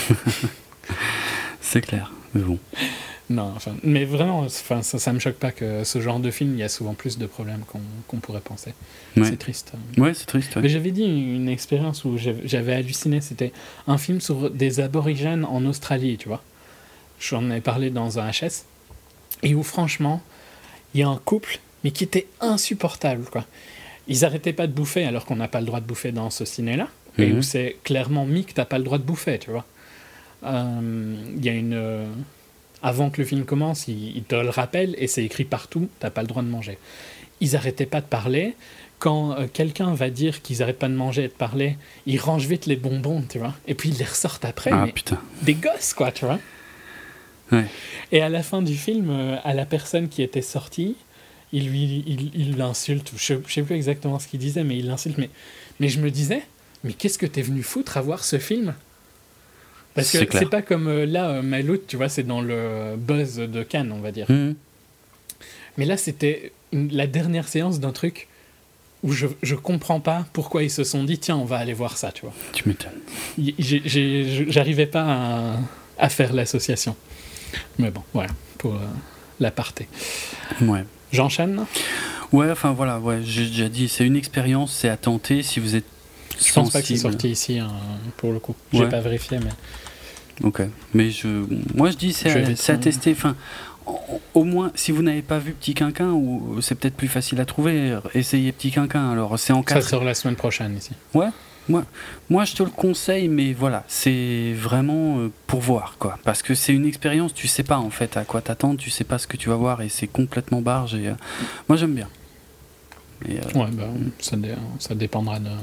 C'est clair, mais bon... Non, enfin, mais vraiment, enfin, ça, ça me choque pas que ce genre de film, il y a souvent plus de problèmes qu'on, qu'on pourrait penser. Ouais. C'est triste. Ouais, c'est triste. Ouais. Mais j'avais dit une expérience où j'avais, j'avais halluciné, c'était un film sur des aborigènes en Australie, tu vois. J'en ai parlé dans un H S, et où franchement, il y a un couple, mais qui était insupportable, quoi. Ils arrêtaient pas de bouffer alors qu'on n'a pas le droit de bouffer dans ce ciné-là, mm-hmm. et où c'est clairement mis que t'as pas le droit de bouffer, tu vois. Il euh, y a une... Euh, Avant que le film commence, il, il te le rappelle et c'est écrit partout, t'as pas le droit de manger. Ils arrêtaient pas de parler. Quand euh, quelqu'un va dire qu'ils arrêtent pas de manger et de parler, ils rangent vite les bonbons, tu vois. Et puis ils les ressortent après. Ah mais putain. Des gosses, quoi, tu vois. Ouais. Et à la fin du film, euh, à la personne qui était sortie, il lui, il, il l'insulte. Je, je sais plus exactement ce qu'il disait, mais il l'insulte. Mais, mais je me disais, mais qu'est-ce que t'es venu foutre à voir ce film ? Parce que c'est, c'est pas comme euh, là, euh, Malout, tu vois, c'est dans le buzz de Cannes, on va dire. Mmh. Mais là, c'était une, la dernière séance d'un truc où je, je comprends pas pourquoi ils se sont dit, tiens, on va aller voir ça, tu vois. Tu m'étonnes. J'ai, j'ai, j'arrivais pas à, à faire l'association. Mais bon, voilà, pour euh, l'aparté. Ouais. J'enchaîne ? Ouais, enfin voilà, ouais, j'ai déjà dit, c'est une expérience, c'est à tenter si vous êtes Je pense pas que c'est sorti ici, hein, pour le coup. J'ai ouais. pas vérifié, mais... Ok. Mais je... moi, je dis, c'est, je à, c'est à tester. Enfin, au moins, si vous n'avez pas vu Petit Quinquin, ou c'est peut-être plus facile à trouver, essayez Petit Quinquin. Alors, c'est en quatre... Ça sort la semaine prochaine, ici. Ouais. Moi, moi, je te le conseille, mais voilà, c'est vraiment pour voir, quoi. Parce que c'est une expérience, tu sais pas, en fait, à quoi t'attendre, tu sais pas ce que tu vas voir, et c'est complètement barge. Et, euh, moi, j'aime bien. Et, euh, ouais, bah, ça, dé- ça dépendra de...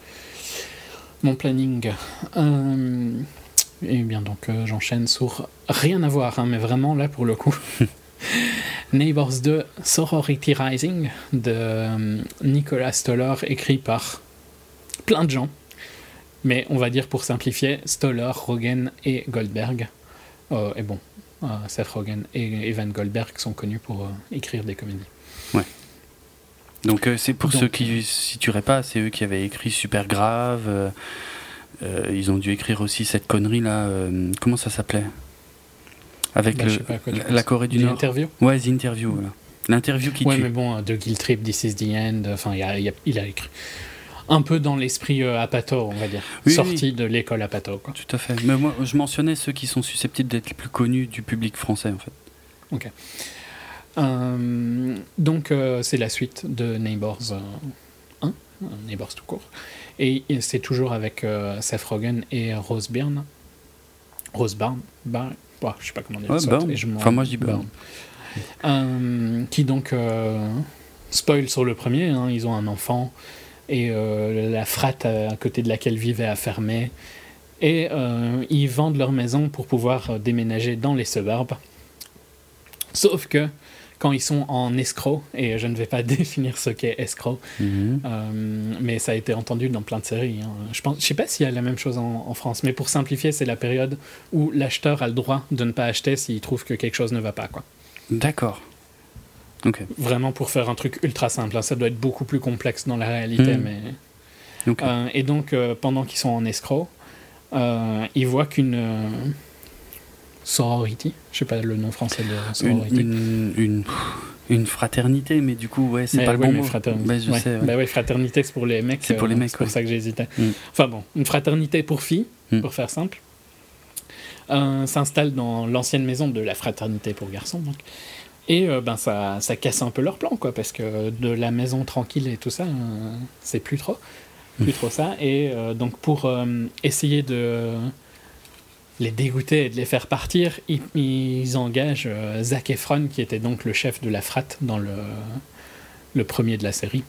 mon planning. Euh, et bien donc euh, j'enchaîne sur rien à voir, hein, mais vraiment là pour le coup. Neighbours deux Sorority Rising de euh, Nicolas Stoller, écrit par plein de gens, mais on va dire pour simplifier Stoller, Rogen et Goldberg. Euh, et bon, euh, Seth Rogen et Evan Goldberg sont connus pour euh, écrire des comédies. Ouais. Donc euh, c'est pour Donc, ceux qui ne situeraient pas, c'est eux qui avaient écrit Super Grave. Euh, euh, ils ont dû écrire aussi cette connerie là. Euh, comment ça s'appelait ? Avec bah, le, pas, la, la Corée du The Nord. Interview ? Ouais, The Interview. Voilà. L'interview qui ouais, tue. Ouais, mais bon, The Guilt Trip, This Is the End. Enfin, il a, il a, il a écrit un peu dans l'esprit euh, Apatow, on va dire, oui, sorti oui. de l'école Apatow, quoi. Tout à fait. Mais moi, je mentionnais ceux qui sont susceptibles d'être les plus connus du public français, en fait. Ok. Euh, donc euh, c'est la suite de Neighbours euh, un, Neighbours tout court, et, et c'est toujours avec euh, Seth Rogen et Rose Byrne, Rose Byrne, Byrne oh, je sais pas comment dire, ouais, sorte, je enfin moi je dis Byrne, euh, qui donc euh, spoil sur le premier, hein, ils ont un enfant et euh, la frate à, à côté de laquelle vivaient a fermé et euh, ils vendent leur maison pour pouvoir euh, déménager dans les suburbs, sauf que quand ils sont en escroc, et je ne vais pas définir ce qu'est escroc, mmh. euh, mais ça a été entendu dans plein de séries. Hein. Je ne sais pas s'il y a la même chose en, en France, mais pour simplifier, c'est la période où l'acheteur a le droit de ne pas acheter s'il trouve que quelque chose ne va pas, quoi. D'accord. Okay. Vraiment pour faire un truc ultra simple. Hein. Ça doit être beaucoup plus complexe dans la réalité. Mmh. Mais... Okay. Euh, et donc, euh, pendant qu'ils sont en escroc, euh, ils voient qu'une... Euh, sorority, je sais pas le nom français de sorority. Une, une, une, une fraternité, mais du coup, ouais, c'est mais pas ouais, le bon mot. Fraternité. Bah, je ouais. sais, ouais. Bah ouais, fraternité, c'est pour les mecs. C'est pour les euh, mecs, c'est pour ouais. ça que j'hésitais. Mm. Enfin bon, une fraternité pour filles, mm. pour faire simple, euh, s'installe dans l'ancienne maison de la fraternité pour garçons. Donc. Et euh, ben ça, ça casse un peu leur plan, quoi, parce que de la maison tranquille et tout ça, euh, c'est plus trop, plus mm. trop ça. Et euh, donc pour euh, essayer de les dégoûter et de les faire partir, ils, ils engagent euh, Zac Efron, qui était donc le chef de la F R A T dans le, le premier de la série.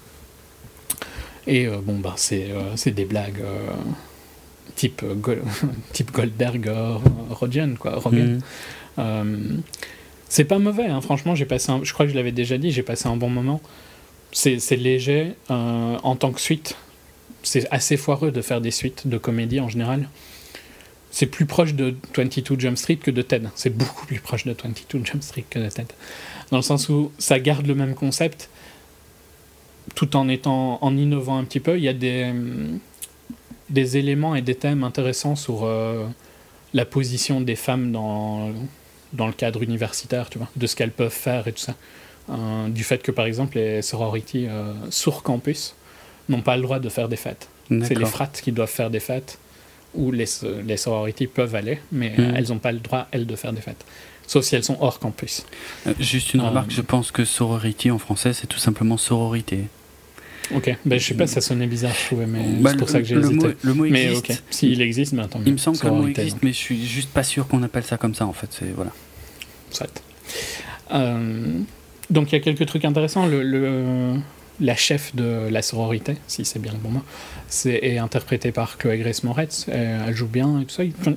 Et euh, bon, bah, c'est, euh, c'est des blagues euh, type, euh, Go- type Goldberg, euh, Rogan, quoi. Rogan. Mmh. Euh, c'est pas mauvais, hein. Franchement, j'ai passé un, je crois que je l'avais déjà dit, j'ai passé un bon moment. C'est, c'est léger euh, en tant que suite. C'est assez foireux de faire des suites de comédie en général. C'est plus proche de vingt-deux Jump Street que de Ted. C'est beaucoup plus proche de vingt-deux Jump Street que de Ted. Dans le sens où ça garde le même concept, tout en étant, en innovant un petit peu. Il y a des, des éléments et des thèmes intéressants sur euh, la position des femmes dans, dans le cadre universitaire, tu vois, de ce qu'elles peuvent faire et tout ça. Euh, du fait que, par exemple, les sororities euh, sur campus n'ont pas le droit de faire des fêtes. D'accord. C'est les frats qui doivent faire des fêtes, où les, les sororities peuvent aller, mais Mmh. elles n'ont pas le droit, elles, de faire des fêtes. Sauf si elles sont hors campus. Euh, juste une Euh, remarque, je pense que sorority en français, c'est tout simplement sororité. Ok, ben, je sais pas, ça sonnait bizarre, je trouvais, mais Bah, c'est pour le, ça que j'ai le hésité. mot, le mot Mais existe. ok, s'il existe, ben tant mieux. Il me semble que le mot Sororité, existe, mais je suis juste pas sûr qu'on appelle ça comme ça en fait. C'est, voilà. soit. Euh, donc il y a quelques trucs intéressants. Le, le, la chef de la sororité, si c'est bien le bon mot, c'est, est interprétée par Chloé Grace Moretz. Elle, elle joue bien et tout ça. Enfin,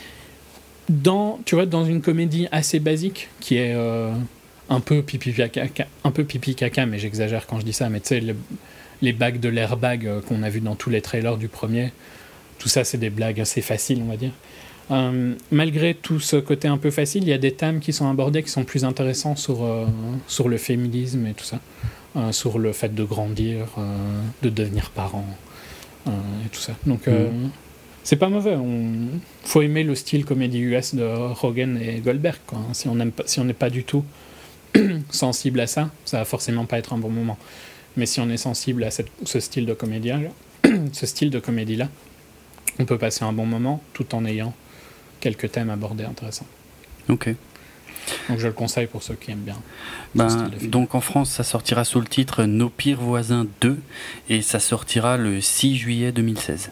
dans, tu vois, dans une comédie assez basique qui est euh, un peu pipi caca, un peu pipi caca, mais j'exagère quand je dis ça. Mais tu sais, le, les bagues de l'airbag euh, qu'on a vu dans tous les trailers du premier, tout ça, c'est des blagues assez faciles, on va dire. Euh, malgré tout ce côté un peu facile, il y a des thèmes qui sont abordés qui sont plus intéressants sur, euh, sur le féminisme et tout ça, euh, sur le fait de grandir, euh, de devenir parent euh, et tout ça. Donc euh, mmh. c'est pas mauvais. On faut aimer le style comédie U S de Rogen et Goldberg, quoi. Si on aime pas, si on n'est pas du tout sensible à ça, ça va forcément pas être un bon moment. Mais si on est sensible à cette, ce style de comédie là, ce style de comédie là, on peut passer un bon moment tout en ayant quelques thèmes abordés intéressants. Ok. Donc je le conseille pour ceux qui aiment bien. Ben, donc en France, ça sortira sous le titre Nos pires voisins deux et ça sortira le six juillet deux mille seize.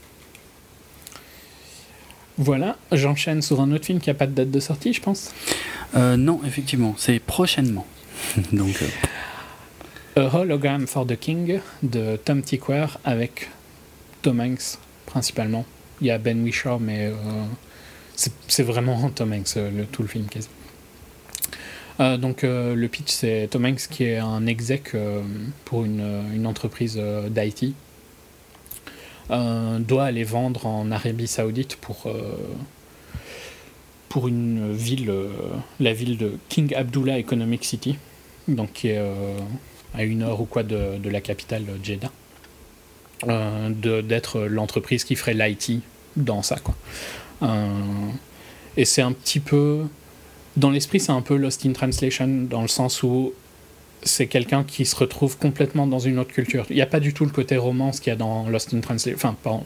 Voilà, j'enchaîne sur un autre film qui n'a pas de date de sortie, je pense. Euh, non, effectivement, c'est prochainement. donc, euh... A Hologram for the King de Tom Tykwer avec Tom Hanks principalement. Il y a Ben Whishaw, mais euh, c'est, c'est vraiment Tom Hanks, le, tout le film quasi. Euh, donc euh, le pitch, c'est Tom Hanks qui est un exec euh, pour une, une entreprise euh, d'I T. Euh, doit aller vendre en Arabie Saoudite pour, euh, pour une ville, euh, la ville de King Abdullah Economic City, donc qui est euh, à une heure ou quoi de, de la capitale Jeddah. Euh, de, d'être l'entreprise qui ferait l'I T dans ça, quoi. Euh, et c'est un petit peu... Dans l'esprit, c'est un peu Lost in Translation, dans le sens où c'est quelqu'un qui se retrouve complètement dans une autre culture. Il n'y a pas du tout le côté romance qu'il y a dans Lost in Translation. Enfin, pas...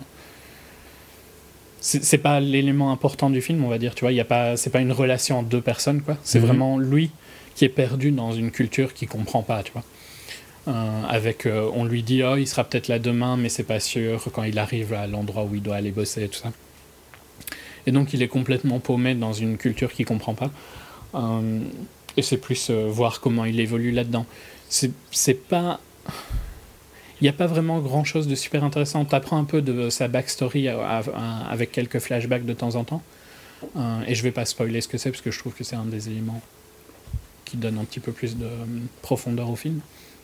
C'est, c'est pas l'élément important du film, on va dire. Tu vois, il y a pas... c'est pas une relation entre deux personnes, quoi. C'est mm-hmm. vraiment lui qui est perdu dans une culture qu'il comprend pas, tu vois. Euh, avec, euh, on lui dit, oh, il sera peut-être là demain, mais c'est pas sûr, quand il arrive à l'endroit où il doit aller bosser et tout ça. Et donc, il est complètement paumé dans une culture qu'il comprend pas. Euh, et c'est plus euh, voir comment il évolue là-dedans. C'est, c'est pas... Il n'y a pas vraiment grand-chose de super intéressant. Tu apprends un peu de sa backstory à, à, à, avec quelques flashbacks de temps en temps. Euh, et je vais pas spoiler ce que c'est, parce que je trouve que c'est un des éléments qui donne un petit peu plus de euh, profondeur au film.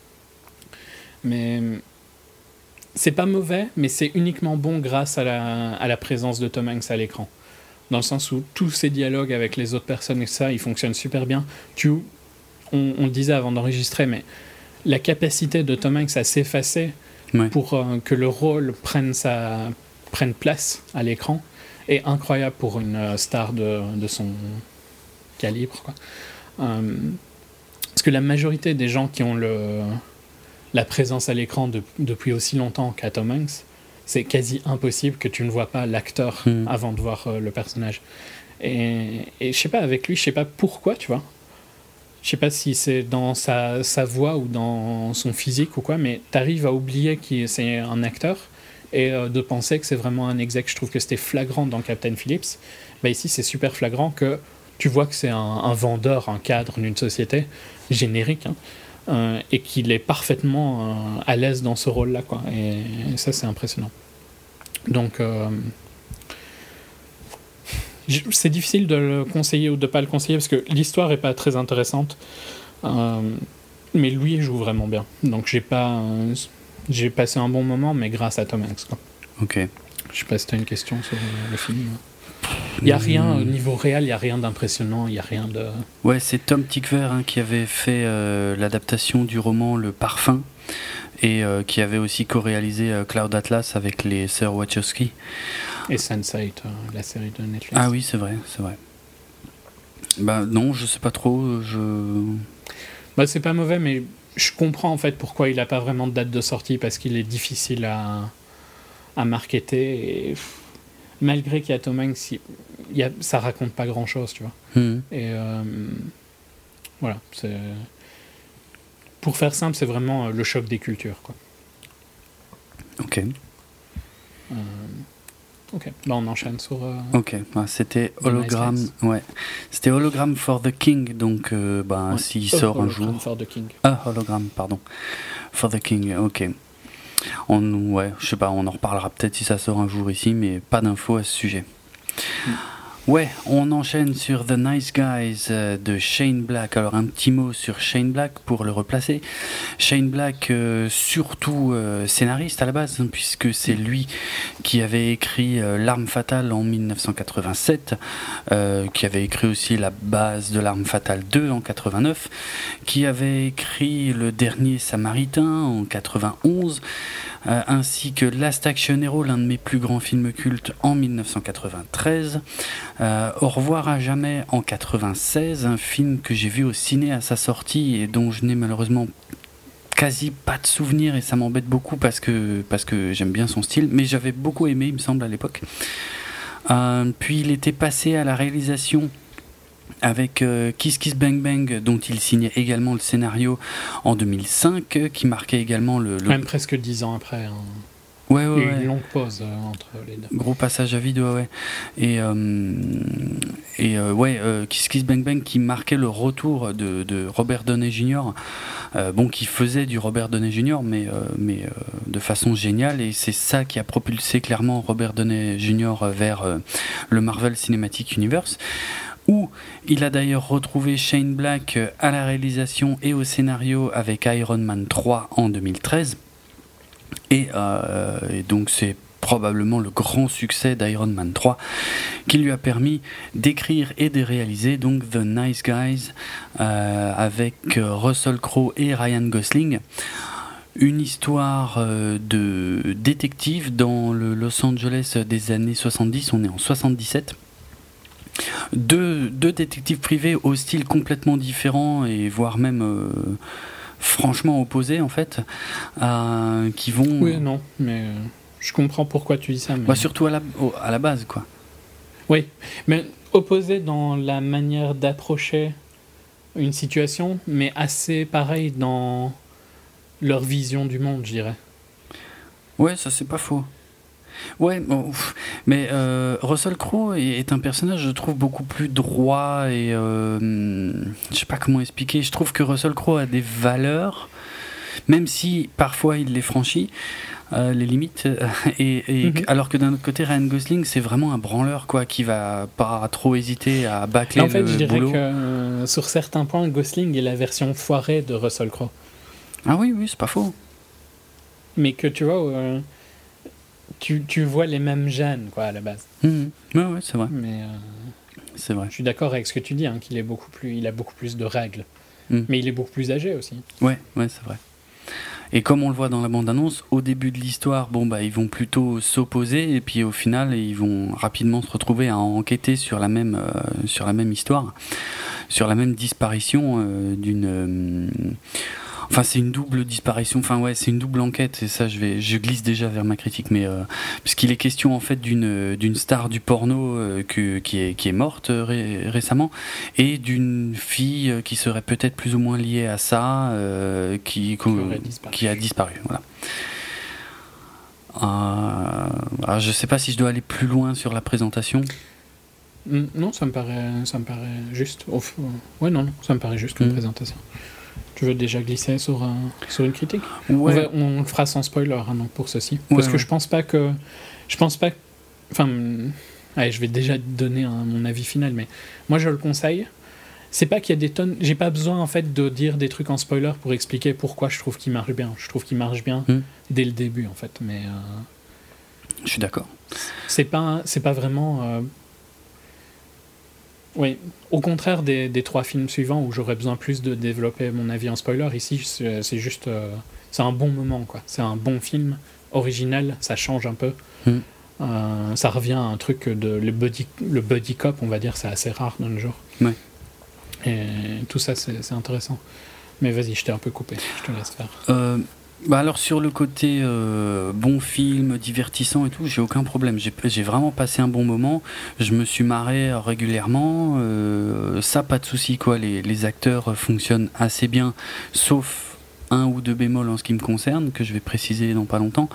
Mais c'est pas mauvais, mais c'est uniquement bon grâce à la, à la présence de Tom Hanks à l'écran. Dans le sens où tous ces dialogues avec les autres personnes et ça, ils fonctionnent super bien. Tu, on, on le disait avant d'enregistrer, mais la capacité de Tom Hanks à s'effacer ouais. pour euh, que le rôle prenne, sa, prenne place à l'écran est incroyable pour une euh, star de, de son calibre, quoi. Euh, parce que la majorité des gens qui ont le... la présence à l'écran de, depuis aussi longtemps qu'à Tom Hanks, c'est quasi impossible que tu ne vois pas l'acteur mmh. avant de voir euh, le personnage. Et, et je sais pas, avec lui, je sais pas pourquoi, tu vois. Je sais pas si c'est dans sa, sa voix ou dans son physique ou quoi, mais t'arrives à oublier que c'est un acteur, et euh, de penser que c'est vraiment un exec. Je trouve que c'était flagrant dans Captain Phillips. Bah, ici, c'est super flagrant que tu vois que c'est un, un vendeur, un cadre d'une société générique, hein, euh, et qu'il est parfaitement euh, à l'aise dans ce rôle-là, quoi. Et, et ça, c'est impressionnant. Donc, euh, c'est difficile de le conseiller ou de ne pas le conseiller, parce que l'histoire n'est pas très intéressante. Euh, mais lui, il joue vraiment bien. Donc, j'ai pas... Euh, j'ai passé un bon moment, mais grâce à Tom Hanks, quoi. Ok. Je sais pas si tu as une question sur le film. Il n'y a rien, au niveau réel, il n'y a rien d'impressionnant, il n'y a rien de... Ouais, c'est Tom Tykwer hein, qui avait fait euh, l'adaptation du roman Le Parfum, et euh, qui avait aussi co-réalisé euh, Cloud Atlas avec les sœurs Wachowski. Et sense eight, euh, la série de Netflix. Ah oui, c'est vrai, c'est vrai. Bah non, je sais pas trop, je... Bah c'est pas mauvais, mais je comprends en fait pourquoi il n'a pas vraiment de date de sortie, parce qu'il est difficile à, à marketer, et malgré qu'il y a Tom Hanks, il y a, ça raconte pas grand chose, tu vois. Mmh. Et euh, voilà, c'est... Pour faire simple, c'est vraiment le choc des cultures, quoi. Ok. Euh, ok, bah on enchaîne sur... Euh, ok, bah, c'était Hologram, nice ouais. C'était Hologram for the King, donc euh, bah, ouais. s'il oh, sort un jour... for the King. Ah, Hologram, pardon. For the King, ok. On, ouais, je sais pas, on en reparlera peut-être si ça sort un jour ici, mais pas d'infos à ce sujet. Mm. Ouais, on enchaîne sur The Nice Guys euh, de Shane Black. Alors un petit mot sur Shane Black pour le replacer. Shane Black, euh, surtout euh, scénariste à la base, hein, puisque c'est lui qui avait écrit euh, L'Arme Fatale en dix-neuf cent quatre-vingt-sept, euh, qui avait écrit aussi la base de L'Arme Fatale deux en quatre-vingt-neuf, qui avait écrit Le Dernier Samaritain en quatre-vingt-onze, euh, ainsi que Last Action Hero, l'un de mes plus grands films cultes, en dix-neuf cent quatre-vingt-treize. Euh, Au revoir à jamais en quatre-vingt-seize, un film que j'ai vu au ciné à sa sortie et dont je n'ai malheureusement quasi pas de souvenir, et ça m'embête beaucoup parce que, parce que j'aime bien son style, mais j'avais beaucoup aimé, il me semble, à l'époque. Euh, puis il était passé à la réalisation avec euh, Kiss Kiss Bang Bang, dont il signait également le scénario en deux mille cinq, euh, qui marquait également le... le... Même presque dix ans après, hein. Ouais, ouais, il y a eu ouais. une longue pause euh, entre les deux. Gros passage à vide, ouais, ouais. Et, euh, et euh, ouais, euh, Kiss Kiss Bang Bang qui marquait le retour de, de Robert Downey junior Euh, bon, qui faisait du Robert Downey junior, mais, euh, mais euh, de façon géniale. Et c'est ça qui a propulsé clairement Robert Downey junior vers euh, le Marvel Cinematic Universe, où il a d'ailleurs retrouvé Shane Black à la réalisation et au scénario avec Iron Man trois en deux mille treize. Et, euh, et donc c'est probablement le grand succès d'Iron Man trois qui lui a permis d'écrire et de réaliser donc The Nice Guys euh, avec Russell Crowe et Ryan Gosling. Une histoire euh, de détective dans le Los Angeles des années soixante-dix, on est en soixante-dix-sept. Deux, deux détectives privés au style complètement différent et voire même... Euh, franchement opposés en fait, euh, qui vont... Oui, non, mais euh, je comprends pourquoi tu dis ça. Mais... Bah, surtout à la, au, à la base, quoi. Oui, mais opposés dans la manière d'approcher une situation, mais assez pareil dans leur vision du monde, je dirais. Ouais, ça c'est pas faux. Ouais, bon, mais euh, Russell Crowe est, est un personnage, je trouve, beaucoup plus droit et euh, je sais pas comment expliquer. Je trouve que Russell Crowe a des valeurs, même si parfois il les franchit, euh, les limites. Et, et mm-hmm. Alors que d'un autre côté, Ryan Gosling, c'est vraiment un branleur, quoi, qui va pas trop hésiter à bâcler le boulot. En fait, je dirais boulot. que euh, sur certains points, Gosling est la version foirée de Russell Crowe. Ah oui, oui, c'est pas faux. Mais que tu vois. Euh, Tu, tu vois les mêmes gènes, quoi, à la base. Mmh. Ouais, ouais, c'est vrai. Mais euh, c'est vrai. Je suis d'accord avec ce que tu dis, hein, qu'il est beaucoup plus, il a beaucoup plus de règles. Mmh. Mais il est beaucoup plus âgé aussi. Ouais, ouais, c'est vrai. Et comme on le voit dans la bande-annonce, au début de l'histoire, bon, bah, ils vont plutôt s'opposer, et puis au final, ils vont rapidement se retrouver à enquêter sur la même, euh, sur la même histoire, sur la même disparition euh, d'une... Euh, Enfin, c'est une double disparition. Enfin, ouais, c'est une double enquête. Et ça, je vais, je glisse déjà vers ma critique. Mais euh, puisqu'il est question en fait d'une d'une star du porno euh, que, qui est qui est morte euh, ré, récemment, et d'une fille qui serait peut-être plus ou moins liée à ça, euh, qui qui, qui a disparu. Voilà. Euh, Alors, je sais pas si je dois aller plus loin sur la présentation. Mm, non, ça me paraît, ça me paraît juste. Oh, ouais, non, non, ça me paraît juste comme mm. présentation. Tu veux déjà glisser sur, un, sur une critique? Ouais. On, va, on le fera sans spoiler hein, donc pour ceci. Ouais, Parce que ouais. je pense pas que. Je pense pas. Enfin. Allez, je vais déjà donner un, mon avis final, mais moi je le conseille. C'est pas qu'il y a des tonnes. J'ai pas besoin en fait de dire des trucs en spoiler pour expliquer pourquoi je trouve qu'il marche bien. Je trouve qu'il marche bien mm. dès le début en fait. Mais. Euh, je suis d'accord. C'est pas, c'est pas vraiment. Euh, Oui, au contraire des, des trois films suivants où j'aurais besoin plus de développer mon avis en spoiler, ici c'est, c'est juste, euh, c'est un bon moment quoi. C'est un bon film, original, ça change un peu. Mm. Euh, ça revient à un truc de le buddy, le buddy cop, on va dire, c'est assez rare dans le genre. Ouais. Et tout ça c'est, c'est intéressant. Mais vas-y, je t'ai un peu coupé, je te laisse faire. Euh... Bah alors sur le côté euh, bon film, divertissant et tout, j'ai aucun problème. J'ai, j'ai vraiment passé un bon moment. Je me suis marré régulièrement. Euh, ça, pas de souci quoi. Les, les acteurs fonctionnent assez bien, sauf un ou deux bémols en ce qui me concerne, que je vais préciser dans pas longtemps.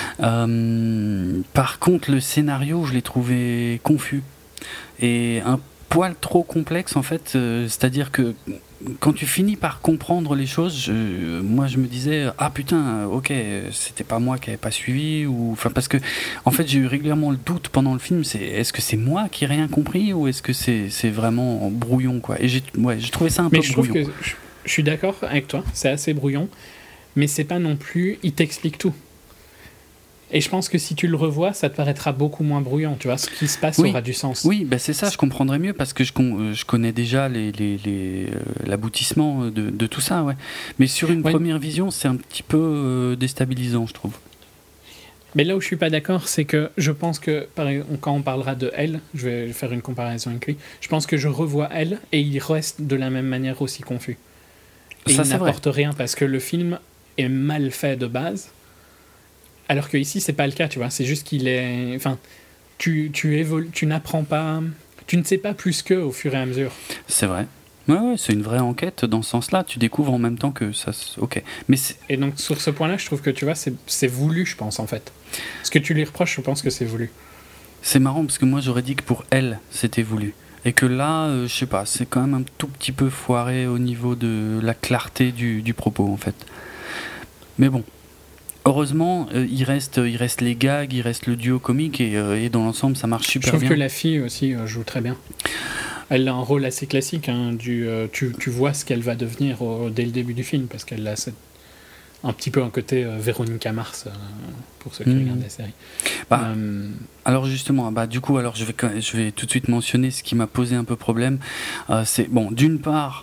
Euh, par contre, le scénario, je l'ai trouvé confus et un poil trop complexe en fait. Euh, c'est-à-dire que quand tu finis par comprendre les choses, je, moi je me disais ah putain ok c'était pas moi qui avais pas suivi ou enfin parce que en fait j'ai eu régulièrement le doute pendant le film, c'est est-ce que c'est moi qui ai rien compris ou est-ce que c'est c'est vraiment brouillon quoi. Et j'ai ouais j'ai trouvé ça un mais peu je brouillon. Trouve que je, je suis d'accord avec toi, c'est assez brouillon, mais c'est pas non plus il t'explique tout. Et je pense que si tu le revois, ça te paraîtra beaucoup moins brouillant, tu vois, ce qui se passe oui. aura du sens. Oui, bah c'est ça, je comprendrais mieux parce que je, con, je connais déjà les, les, les, euh, l'aboutissement de, de tout ça, ouais. Mais sur une ouais. première vision, c'est un petit peu euh, déstabilisant, je trouve. Mais là où je suis pas d'accord, c'est que je pense que, par exemple, quand on parlera de Elle, je vais faire une comparaison avec lui, je pense que je revois Elle et il reste de la même manière aussi confus. Et ça, il n'apporte vrai. rien parce que le film est mal fait de base. Alors que ici c'est pas le cas, tu vois, c'est juste qu'il est, enfin, tu tu évolues, tu n'apprends pas, tu ne sais pas plus qu'eux au fur et à mesure. C'est vrai. Ouais, ouais, c'est une vraie enquête dans ce sens-là. Tu découvres en même temps que ça. Ok. Mais c'est... Et donc sur ce point-là, je trouve que tu vois, c'est c'est voulu, je pense en fait. Ce que tu lui reproches, je pense que c'est voulu. C'est marrant parce que moi j'aurais dit que pour Elle c'était voulu. Et que là, euh, je sais pas, c'est quand même un tout petit peu foiré au niveau de la clarté du, du propos en fait. Mais bon. Heureusement, euh, il, reste, il reste les gags, il reste le duo comique et, euh, et dans l'ensemble, ça marche super bien. Je trouve bien. Que la fille aussi euh, joue très bien. Elle a un rôle assez classique. Hein, du, euh, tu, tu vois ce qu'elle va devenir au, dès le début du film parce qu'elle a cette, un petit peu un côté euh, Véronica Mars euh, pour ceux qui mmh. regardent la série. Bah, euh, alors justement, bah, du coup, alors je vais, je vais tout de suite mentionner ce qui m'a posé un peu problème. Euh, c'est bon, d'une part.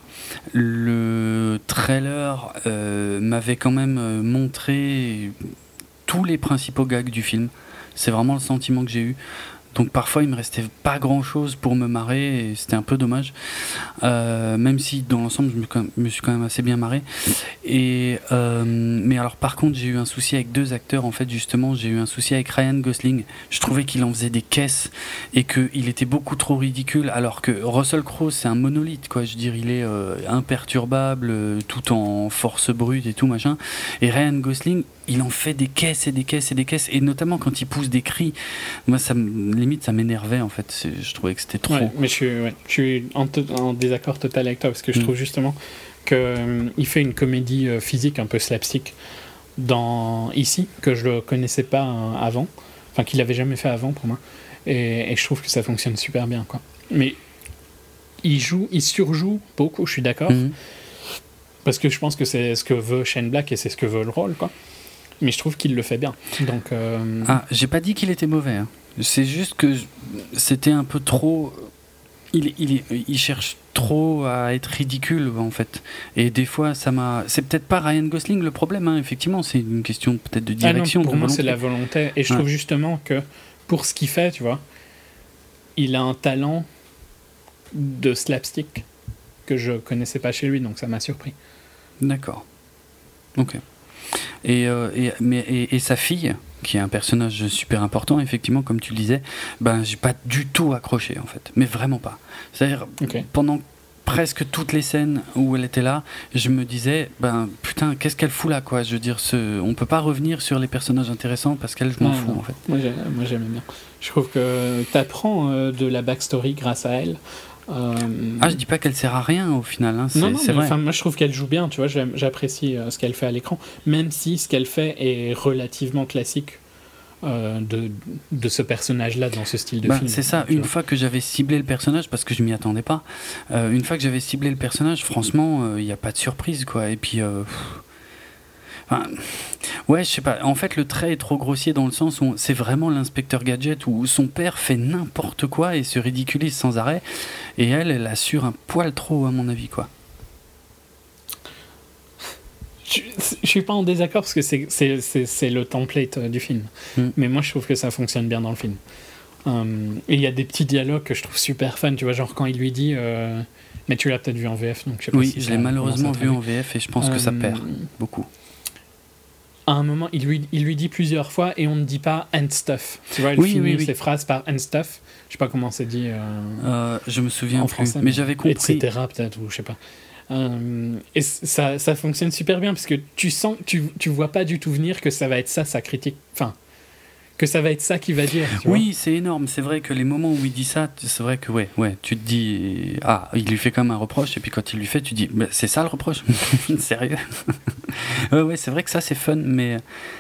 Le trailer euh, m'avait quand même euh, montré tous les principaux gags du film. C'est vraiment le sentiment que j'ai eu. Donc parfois il me restait pas grand chose pour me marrer et c'était un peu dommage. Euh, même si dans l'ensemble je me, me suis quand même assez bien marré. Et euh, mais alors par contre j'ai eu un souci avec deux acteurs en fait justement j'ai eu un souci avec Ryan Gosling. Je trouvais qu'il en faisait des caisses et qu'il était beaucoup trop ridicule alors que Russell Crowe c'est un monolithe quoi. Je veux dire il est euh, imperturbable euh, tout en force brute et tout machin. Et Ryan Gosling il en fait des caisses et des caisses et des caisses et notamment quand il pousse des cris. Moi ça limite ça m'énervait en fait, c'est, je trouvais que c'était trop. Ouais, mais je suis, ouais, je suis en, te, en désaccord total avec toi parce que je mmh. trouve justement qu'il euh, fait une comédie euh, physique un peu slapstick dans ici que je le connaissais pas euh, avant, enfin qu'il avait jamais fait avant pour moi et, et je trouve que ça fonctionne super bien quoi. Mais il joue, il surjoue beaucoup, je suis d'accord mmh. parce que je pense que c'est ce que veut Shane Black et c'est ce que veut le rôle quoi. Mais je trouve qu'il le fait bien. Donc euh... ah, j'ai pas dit qu'il était mauvais. Hein. C'est juste que c'était un peu trop. Il, il, il cherche trop à être ridicule en fait. Et des fois, ça m'a. C'est peut-être pas Ryan Gosling le problème. Hein. Effectivement, c'est une question peut-être de direction. Ah non, pour de moi, volonté. c'est la volonté. Et je ouais. trouve justement que pour ce qu'il fait, tu vois, il a un talent de slapstick que je connaissais pas chez lui, donc ça m'a surpris. D'accord. Ok. Et, euh, et, mais, et, et sa fille, qui est un personnage super important, effectivement, comme tu le disais, ben, j'ai pas du tout accroché, en fait. Mais vraiment pas. C'est-à-dire, okay. pendant presque toutes les scènes où elle était là, je me disais, ben putain, qu'est-ce qu'elle fout là, quoi. Je veux dire, ce... on peut pas revenir sur les personnages intéressants parce qu'elle, je m'en Ouais, fous, non. en fait. Moi, j'ai- moi j'aimais bien. Je trouve que t'apprends euh, de la backstory grâce à elle. Euh, Ah, je dis pas qu'elle sert à rien au final, hein, c'est, non, non, c'est mais vrai. enfin, moi je trouve qu'elle joue bien, tu vois, j'aime- j'apprécie euh, ce qu'elle fait à l'écran, même si ce qu'elle fait est relativement classique euh, de, de ce personnage-là dans ce style de Bah, film. c'est ça, tu une vois. fois que j'avais ciblé le personnage, parce que je m'y attendais pas, euh, une fois que j'avais ciblé le personnage, franchement, il n'y a pas de surprise, quoi. Et puis, euh, pff, enfin, ouais, je sais pas, en fait, le trait est trop grossier dans le sens où c'est vraiment l'inspecteur Gadget où son père fait n'importe quoi et se ridiculise sans arrêt, et elle, elle assure un poil trop, à mon avis, quoi. Je, je suis pas en désaccord parce que c'est, c'est, c'est, c'est le template euh, du film. Mm. Mais moi je trouve que ça fonctionne bien dans le film. Euh, et il y a des petits dialogues que je trouve super fun, tu vois, genre quand il lui dit. Euh, mais tu l'as peut-être vu en V F, donc je sais pas Oui, si je ça l'ai commence à malheureusement vu traduire. en V F et je pense que ça Euh, perd beaucoup. À un moment, il lui, il lui dit plusieurs fois et on ne dit pas and stuff. Tu vois, il Oui, finit oui, oui. ses phrases par and stuff. Je sais pas comment c'est dit euh, Euh, je me souviens en plus, français, mais j'avais compris. et cetera peut-être, ou je sais pas. Euh, et ça, ça fonctionne super bien parce que tu sens, tu, tu vois pas du tout venir que ça va être ça sa critique. Enfin, que ça va être ça qu'il va dire. Tu Oui, vois. c'est énorme. C'est vrai que les moments où il dit ça, c'est vrai que ouais, ouais, tu te dis ah, il lui fait comme un reproche et puis quand il lui fait, tu dis bah, c'est ça le reproche. Sérieux. Ouais, ouais, c'est vrai que ça c'est fun, mais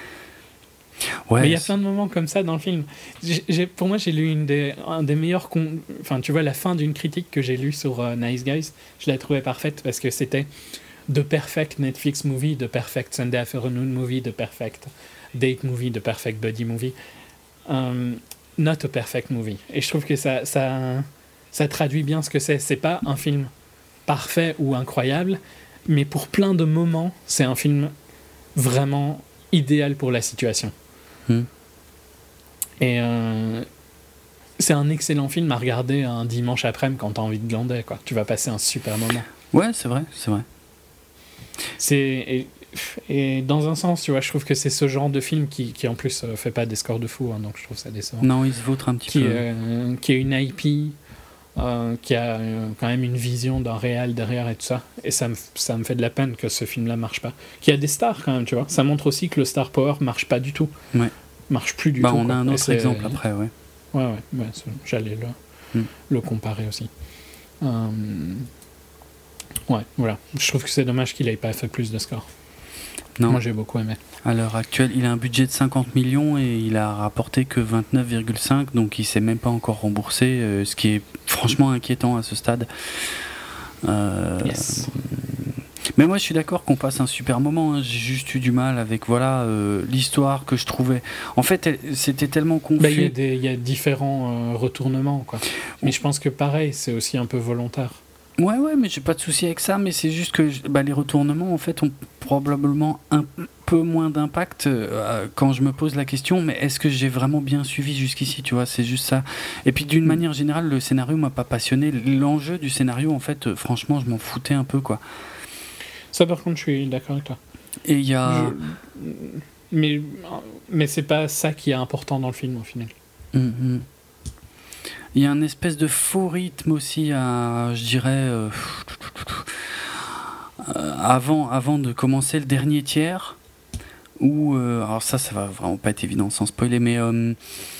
ouais. Mais il y a plein de moments comme ça dans le film. J'ai, j'ai- pour moi, j'ai lu une des, un des meilleurs. Con... Enfin, tu vois, la fin d'une critique que j'ai lue sur euh, Nice Guys, je l'ai trouvée parfaite parce que c'était The Perfect Netflix Movie, The Perfect Sunday Afternoon Movie, The Perfect Date Movie, The Perfect Buddy Movie. Um, not a Perfect Movie. Et je trouve que ça, ça, ça traduit bien ce que c'est. C'est pas un film parfait ou incroyable, mais pour plein de moments, c'est un film vraiment idéal pour la situation. Hmm. Et euh, c'est un excellent film à regarder un dimanche après-midi quand t'as envie de glander, quoi. Tu vas passer un super moment. Ouais, c'est vrai, c'est vrai. C'est et, et dans un sens, tu vois, je trouve que c'est ce genre de film qui, qui en plus euh, fait pas des scores de fou, hein, donc je trouve ça décevant. Non, il se vautre un petit Qui, peu. euh, qui est une I P, euh, qui a euh, quand même une vision d'un réal derrière et tout ça. Et ça me, ça me fait de la peine que ce film-là marche pas. Qui a des stars quand même, tu vois. Ça montre aussi que le star power marche pas du tout. Ouais. Marche plus du Bah, tout. on quoi. a un Et autre c'est- exemple après, ouais. Ouais, ouais, ouais, c'est- j'allais le, Mm. le comparer aussi. Euh, ouais, voilà. Je trouve que c'est dommage qu'il ait pas fait plus de scores. Non. Moi, j'ai beaucoup aimé. À l'heure actuelle, il a un budget de cinquante millions et il a rapporté que vingt-neuf virgule cinq, donc il s'est même pas encore remboursé, euh, ce qui est franchement inquiétant à ce stade. Euh, Yes. Mais moi, je suis d'accord qu'on passe un super moment. hein. J'ai juste eu du mal avec voilà euh, l'histoire que je trouvais. En fait, elle- c'était tellement confus. Bah, il y a des- il y a différents euh, retournements, quoi. Mais je pense que pareil, c'est aussi un peu volontaire. Ouais, ouais, mais j'ai pas de souci avec ça. Mais c'est juste que je- bah, les retournements, en fait, ont probablement un peu moins d'impact euh, quand je me pose la question. Mais est-ce que j'ai vraiment bien suivi jusqu'ici, tu vois? C'est juste ça. Et puis, d'une Mm. manière générale, le scénario m'a pas passionné. L'enjeu du scénario, en fait, euh, franchement, je m'en foutais un peu, quoi. Ça, par contre, je suis d'accord avec toi. Et il y a. Je- Mais, mais c'est pas ça qui est important dans le film, au final. Hum, hum. Il y a un espèce de faux rythme aussi à, je dirais, euh, euh, avant, avant de commencer le dernier tiers, où, euh, alors ça, ça va vraiment pas être évident sans spoiler, mais euh,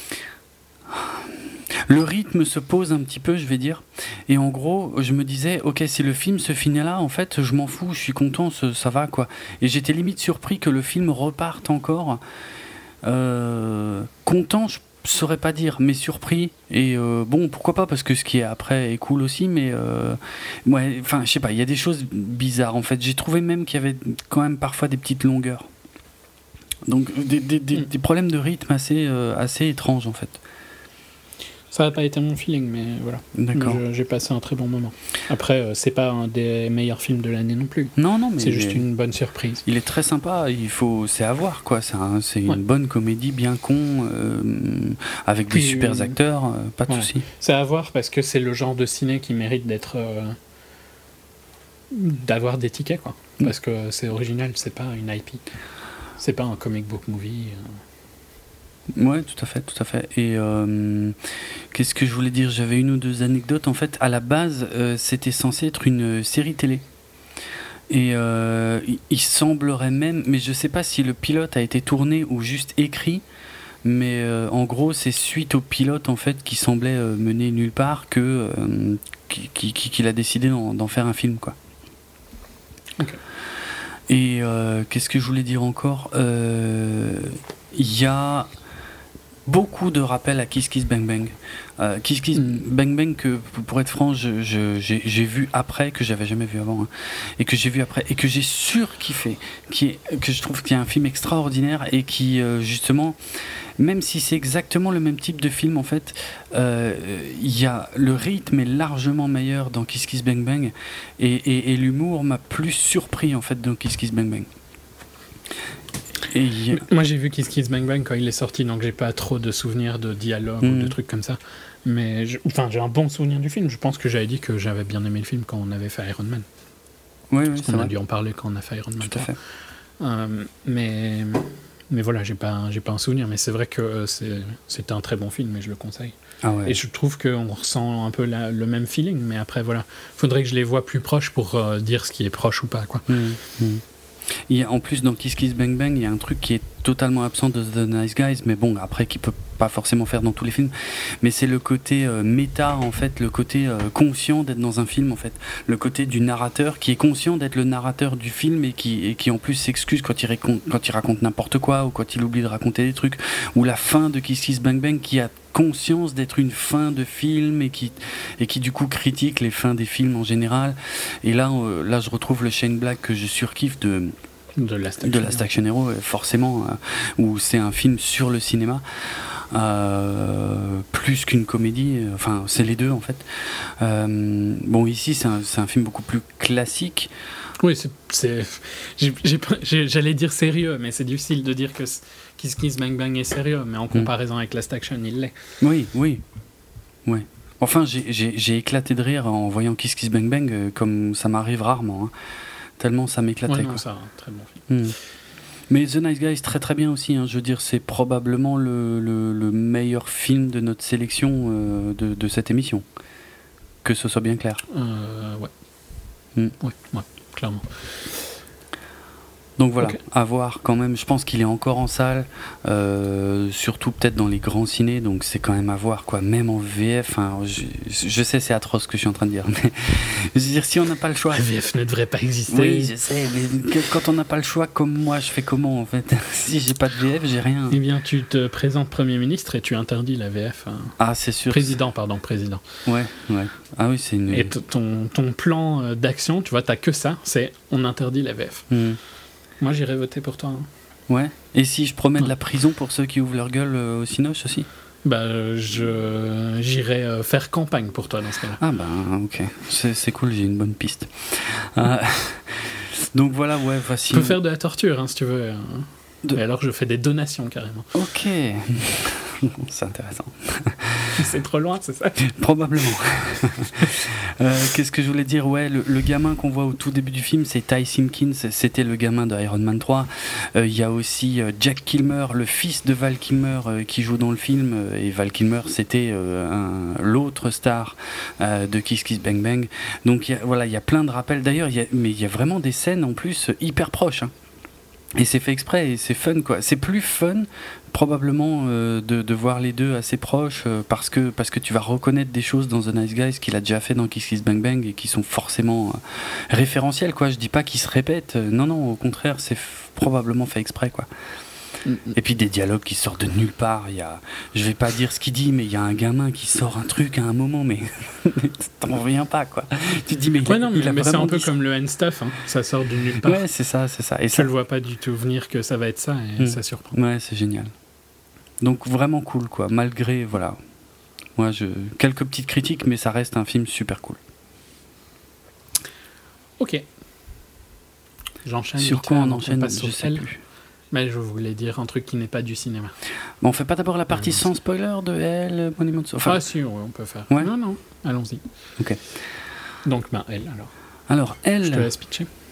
le rythme se pose un petit peu, je vais dire, et en gros, je me disais, ok, si le film se finit là, en fait, je m'en fous, je suis content, ça, ça va, quoi. Et j'étais limite surpris que le film reparte encore, euh, content, je saurais pas dire, mais surpris. Et euh, bon, pourquoi pas, parce que ce qui est après est cool aussi, mais euh, ouais, enfin, je sais pas, il y a des choses bizarres en fait. J'ai trouvé même qu'il y avait quand même parfois des petites longueurs. Donc des, des, des, Mm. des problèmes de rythme assez, euh, assez étranges en fait. Ça n'a pas été mon feeling, mais voilà. D'accord. Je- J'ai passé un très bon moment. Après, euh, c'est pas un des meilleurs films de l'année non plus. Non, non, mais C'est juste une bonne surprise. il est très sympa. Il faut, c'est à voir quoi. C'est, un- c'est Ouais. une bonne comédie bien con euh, avec des Puis, super euh, acteurs. euh, pas de ouais. souci. C'est à voir parce que c'est le genre de ciné qui mérite d'être. euh, d'avoir des tickets, quoi. Mm. Parce que c'est original, c'est pas une I P. C'est pas un comic book movie. euh. Ouais, tout à fait, tout à fait. Et euh, qu'est-ce que je voulais dire? J'avais une ou deux anecdotes. En fait, à la base, euh, c'était censé être une série télé. Et euh, il, il semblerait même, mais je sais pas si le pilote a été tourné ou juste écrit, mais euh, en gros, c'est suite au pilote en fait qui semblait euh, mener nulle part que euh, qui, qui, qui, qu'il a décidé d'en, d'en faire un film, quoi. Ok. Et euh, qu'est-ce que je voulais dire encore? Il euh, y a beaucoup de rappels à Kiss Kiss Bang Bang. Euh, Kiss Kiss mm. Bang Bang, que pour être franc, je, je, j'ai, j'ai vu après, que j'avais jamais vu avant, hein, et que j'ai vu après, et que j'ai surkiffé, qui est, que je trouve qu'il y a un film extraordinaire, et qui, euh, justement, même si c'est exactement le même type de film, en fait, euh, y a, le rythme est largement meilleur dans Kiss Kiss Bang Bang, et, et, et l'humour m'a plus surpris, en fait, dans Kiss Kiss Bang Bang. Et a... Moi j'ai vu Kiss Kiss Bang Bang quand il est sorti, donc j'ai pas trop de souvenirs de dialogue mmh. ou de trucs comme ça. Mais je... enfin, j'ai un bon souvenir du film. Je pense que j'avais dit que j'avais bien aimé le film quand on avait fait Iron Man. Oui, oui, Parce qu'on a dû en parler quand on a fait Iron Man. Tout à fait. Euh, mais... mais voilà, j'ai pas, j'ai pas un souvenir. Mais c'est vrai que c'est... c'était un très bon film et je le conseille. Ah ouais. Et je trouve qu'on ressent un peu la... le même feeling. Mais après, voilà, faudrait que je les vois plus proches pour euh, dire ce qui est proche ou pas, quoi. Mmh. Mmh. Il y a, en plus, dans Kiss Kiss Bang Bang, il y a un truc qui est totalement absent de The Nice Guys, mais bon, après, qui peut pas forcément faire dans tous les films, mais c'est le côté euh, méta, en fait, le côté euh, conscient d'être dans un film, en fait, le côté du narrateur qui est conscient d'être le narrateur du film et qui, et qui en plus s'excuse quand il, raconte, quand il raconte n'importe quoi ou quand il oublie de raconter des trucs, ou la fin de Kiss Kiss Bang Bang qui a conscience d'être une fin de film et qui, et qui du coup critique les fins des films en général. Et là, euh, là je retrouve le Shane Black que je surkiffe de de Last Action, de Last Action Hero, forcément, euh, où c'est un film sur le cinéma, euh, plus qu'une comédie, euh, enfin c'est les deux en fait. Euh, bon, ici c'est un, c'est un film beaucoup plus classique. Oui, c'est, c'est j'ai, j'ai, j'ai, j'allais dire sérieux, mais c'est difficile de dire que Kiss Kiss Bang Bang est sérieux, mais en comparaison mmh. avec Last Action, il l'est. Oui, oui, oui. Enfin, j'ai, j'ai, j'ai éclaté de rire en voyant Kiss Kiss Bang Bang, euh, comme ça m'arrive rarement, hein. Tellement ça m'éclatait. Ouais, non, quoi. ça, très bon film. Mmh. Mais The Nice Guys, très très bien aussi, hein. Je veux dire, c'est probablement le, le, le meilleur film de notre sélection euh, de, de cette émission. Que ce soit bien clair. Euh, ouais. Mmh. Ouais, ouais, clairement. Donc voilà, okay. à voir quand même. Je pense qu'il est encore en salle, euh, surtout peut-être dans les grands cinés, donc c'est quand même à voir, quoi. Même en V F, hein, je, je sais, c'est atroce ce que je suis en train de dire, mais je veux dire, si on n'a pas le choix. La V F ne devrait pas exister. Oui, je sais, mais que, quand on n'a pas le choix, comme moi, je fais comment en fait? Si j'ai pas de V F, j'ai rien. Eh bien, tu te présentes Premier ministre et tu interdis la V F. Hein. Ah, c'est sûr. Président, pardon, président. Ouais, ouais. Ah oui, c'est une. Et t- ton, ton plan d'action, tu vois, t'as que ça, c'est on interdit la V F. Mmh. Moi, j'irai voter pour toi. Hein. Ouais. Et si je promets de la prison pour ceux qui ouvrent leur gueule euh, au Cinoche aussi? Bah, je, j'irai euh, faire campagne pour toi dans ce cas-là. Ah bah, ok. C'est, c'est cool, j'ai une bonne piste. euh, donc voilà, ouais, voici. Tu peux faire de la torture, hein, si tu veux. Hein. De... Et alors, je fais des donations, carrément. Ok. C'est intéressant. C'est trop loin, c'est ça? Probablement. euh, qu'est-ce que je voulais dire? Ouais, le, le gamin qu'on voit au tout début du film, c'est Ty Simpkins. C'était le gamin de Iron Man trois. Il euh, y a aussi euh, Jack Kilmer, le fils de Val Kilmer, euh, qui joue dans le film. Et Val Kilmer, c'était euh, un, l'autre star euh, de Kiss Kiss Bang Bang. Donc y a, voilà, il y a plein de rappels. D'ailleurs, y a, mais il y a vraiment des scènes en plus hyper proches. Hein. Et c'est fait exprès et c'est fun, quoi. C'est plus fun probablement euh, de, de voir les deux assez proches euh, parce que parce que tu vas reconnaître des choses dans The Nice Guys qu'il a déjà fait dans Kiss Kiss Bang Bang et qui sont forcément euh, référentielles, quoi. Je dis pas qu'ils se répètent, euh, non non, au contraire, c'est f- probablement fait exprès, quoi. Et puis des dialogues qui sortent de nulle part. Il y a, je vais pas dire ce qu'il dit, mais il y a un gamin qui sort un truc à un moment, mais t'en reviens pas, quoi. Tu te dis mais, ouais, non, mais, il a mais c'est un peu dit... comme le hand stuff, hein. Ça sort de nulle part. Ouais, c'est ça, c'est ça. Et tu ça... le vois pas du tout venir que ça va être ça et mmh. ça surprend. Ouais, c'est génial. Donc vraiment cool, quoi. Malgré voilà, moi je quelques petites critiques, mais ça reste un film super cool. Ok. J'enchaîne. Sur quoi on on enchaîne? passe Je sais elle. plus. Mais je voulais dire un truc qui n'est pas du cinéma. Bon, on fait pas d'abord la partie allons-y. sans spoiler de Elle, Monument de... enfin, ah si, ouais, on peut faire. Ouais. Non, non, allons-y. Ok. Donc, ben, Elle, alors. Alors, Elle... Je te laisse pitcher.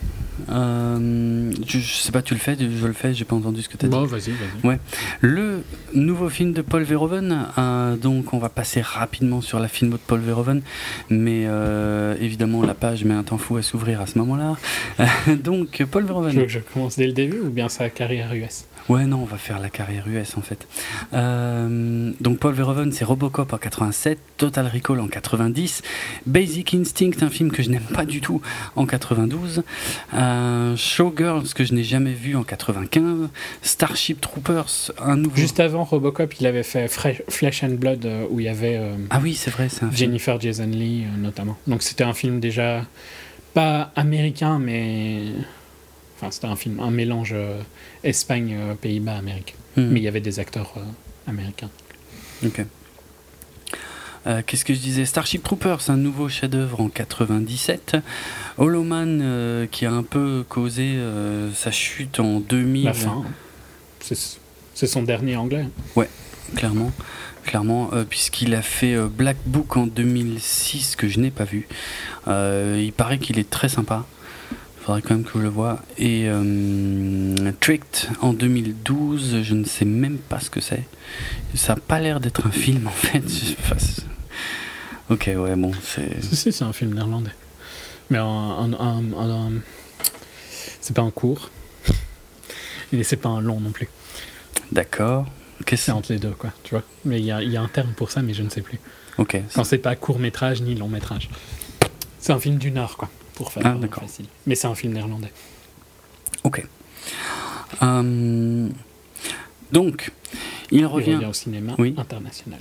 Euh, je, je sais pas, tu le fais, je le fais, j'ai pas entendu ce que tu as dit. Bon, vas-y, vas-y. Ouais. Le nouveau film de Paul Verhoeven, euh, donc on va passer rapidement sur la filmo de Paul Verhoeven, mais euh, évidemment la page met un temps fou à s'ouvrir à ce moment-là. Donc Paul Verhoeven. Tu veux que je commence dès le début ou bien sa carrière U S? Ouais, non, on va faire la carrière U S en fait. Euh, donc Paul Verhoeven, c'est Robocop en quatre-vingt-sept, Total Recall en quatre-vingt-dix, Basic Instinct, un film que je n'aime pas du tout, en quatre-vingt-douze, euh, Showgirls que je n'ai jamais vu en quatre-vingt-quinze, Starship Troopers, un nouveau... Juste avant Robocop, il avait fait Fre- Flesh and Blood euh, où il y avait euh, Ah oui, c'est vrai, c'est un film. Jennifer Jason Leigh euh, notamment. Donc c'était un film déjà pas américain, mais enfin c'était un film, un mélange euh, Espagne, euh, Pays-Bas, Amérique. Hmm. Mais il y avait des acteurs euh, américains. Ok. Euh, qu'est-ce que je disais? Starship Troopers, un nouveau chef-d'œuvre en quatre-vingt-dix-sept. Hollow Man, euh, qui a un peu causé euh, sa chute en deux mille. La fin, c'est, c'est son dernier anglais. Ouais, clairement. Clairement, euh, puisqu'il a fait euh, Black Book en deux mille six, que je n'ai pas vu. Euh, il paraît qu'il est très sympa. Il faudrait quand même que je le voie. Et euh, Tricked en deux mille douze, je ne sais même pas ce que c'est. Ça n'a pas l'air d'être un film en fait. Enfin, c'est... Ok, ouais, bon, c'est. Si, si, c'est un film néerlandais. Mais un, un, un, un, un... c'est pas un court. Et c'est pas un long non plus. D'accord. Qu'est-ce... C'est entre les deux, quoi, tu vois. Mais il y a, y a un terme pour ça, mais je ne sais plus. Ok. Quand c'est pas court métrage ni long métrage. C'est un film d'une heure, quoi, pour faire Ah, euh, d'accord. facile. Mais c'est un film néerlandais. Ok. Euh, Donc, il revient... Il revient au cinéma Oui. international.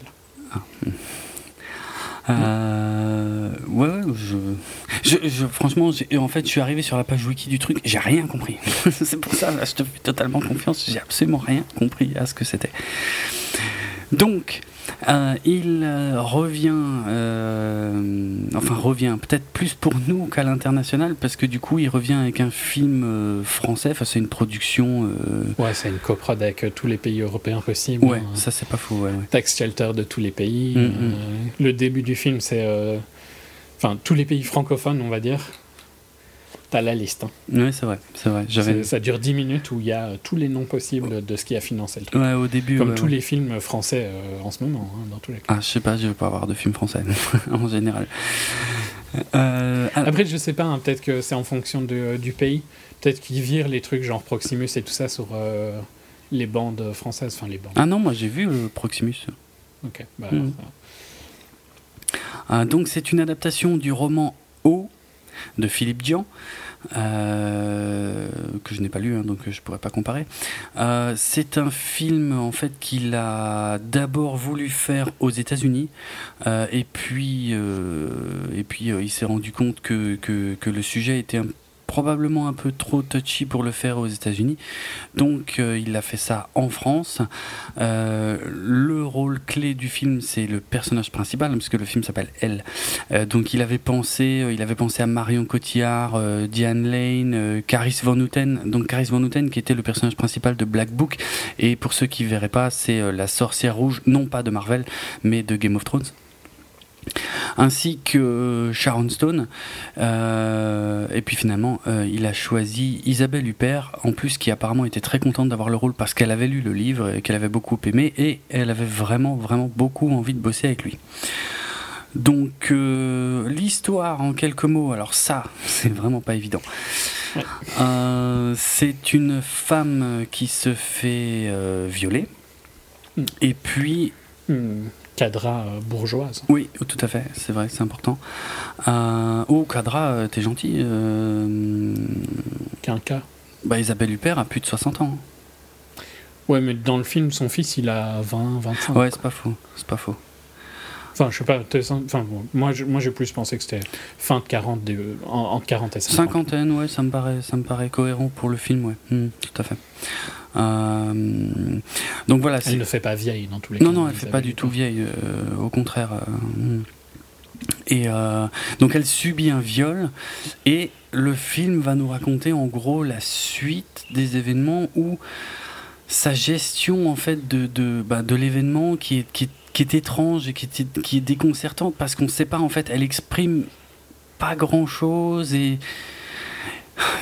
Euh, ouais, ouais, je, je, je franchement, j'ai, en fait, je suis arrivé sur la page wiki du truc, j'ai rien compris. C'est pour ça, là, je te fais totalement confiance, j'ai absolument rien compris à ce que c'était. Donc, euh, il euh, revient, euh, enfin revient, peut-être plus pour nous qu'à l'international, parce que du coup, il revient avec un film euh, français, enfin c'est une production... Euh... Ouais, c'est une coprod avec euh, tous les pays européens possibles. Ouais, hein. ça c'est pas faux, ouais, ouais. Tax Shelter de tous les pays. Mm, euh, mm. Le début du film, c'est... euh, Enfin, tous les pays francophones, on va dire. T'as la liste. Hein. Ouais, c'est vrai, c'est vrai. J'avais... C'est- ça dure dix minutes où il y a euh, tous les noms possibles de ce qui a financé le truc. Ouais, au début... Comme ouais, tous ouais. les films français euh, en ce moment, hein, dans tous les cas. Ah, je sais pas, je veux pas avoir de film français, en général. Euh, alors- Après, je sais pas, hein, peut-être que c'est en fonction de, du pays. Peut-être qu'ils virent les trucs genre Proximus et tout ça sur euh, les bandes françaises. Enfin, les bandes. Ah non, moi j'ai vu euh, Proximus. Ok, bah, Mm. alors, ça va. Ah, donc c'est une adaptation du roman O de Philippe Dian, euh, que je n'ai pas lu, hein, donc je pourrais pas comparer. Euh, c'est un film en fait qu'il a d'abord voulu faire aux États-Unis, euh, et puis euh, et puis euh, il s'est rendu compte que, que que le sujet était un probablement un peu trop touchy pour le faire aux États-Unis, donc euh, il a fait ça en France. Euh, le rôle clé du film, c'est le personnage principal, parce que le film s'appelle Elle. Euh, donc il avait pensé, euh, il avait pensé à Marion Cotillard, euh, Diane Lane, euh, Caris Van Houten. Donc Caris Van Houten qui était le personnage principal de Black Book. Et pour ceux qui verraient pas, c'est euh, la sorcière rouge, non pas de Marvel, mais de Game of Thrones. Ainsi que Sharon Stone, euh, et puis finalement euh, il a choisi Isabelle Huppert, en plus qui apparemment était très contente d'avoir le rôle parce qu'elle avait lu le livre et qu'elle avait beaucoup aimé, et elle avait vraiment vraiment beaucoup envie de bosser avec lui. Donc euh, l'histoire en quelques mots, alors ça c'est vraiment pas évident. Euh, c'est une femme qui se fait euh, violer, Mm. et puis Hmm, cadra euh, bourgeoise. oui, tout à fait, c'est vrai, c'est important. Euh, oh, Cadra, euh, t'es gentil. Euh, Qu'un cas. bah, Isabelle Huppert a plus de soixante ans. Ouais, mais dans le film, son fils, il a vingt, vingt-cinq. Ouais, c'est pas faux, c'est pas faux. Enfin, je sais pas. t'es- Enfin, bon, moi, je- moi, j'ai plus pensé que c'était fin de quarante, de- en- entre quarante et cinquante. Cinquantaine, ouais, ça me paraît, ça me paraît cohérent pour le film, ouais. Hmm, tout à fait. Euh, donc voilà. Elle c'est... ne fait pas vieille dans tous les Non, cas. non, elle vous fait avez pas dit, du tout quoi. vieille, euh, au contraire. euh, hmm. Et euh, donc elle subit un viol, et le film va nous raconter en gros la suite des événements, où sa gestion en fait de, de, bah, de l'événement qui est, qui, est, qui est étrange et qui est, qui est déconcertante, parce qu'on ne sait pas en fait, elle exprime pas grand chose, et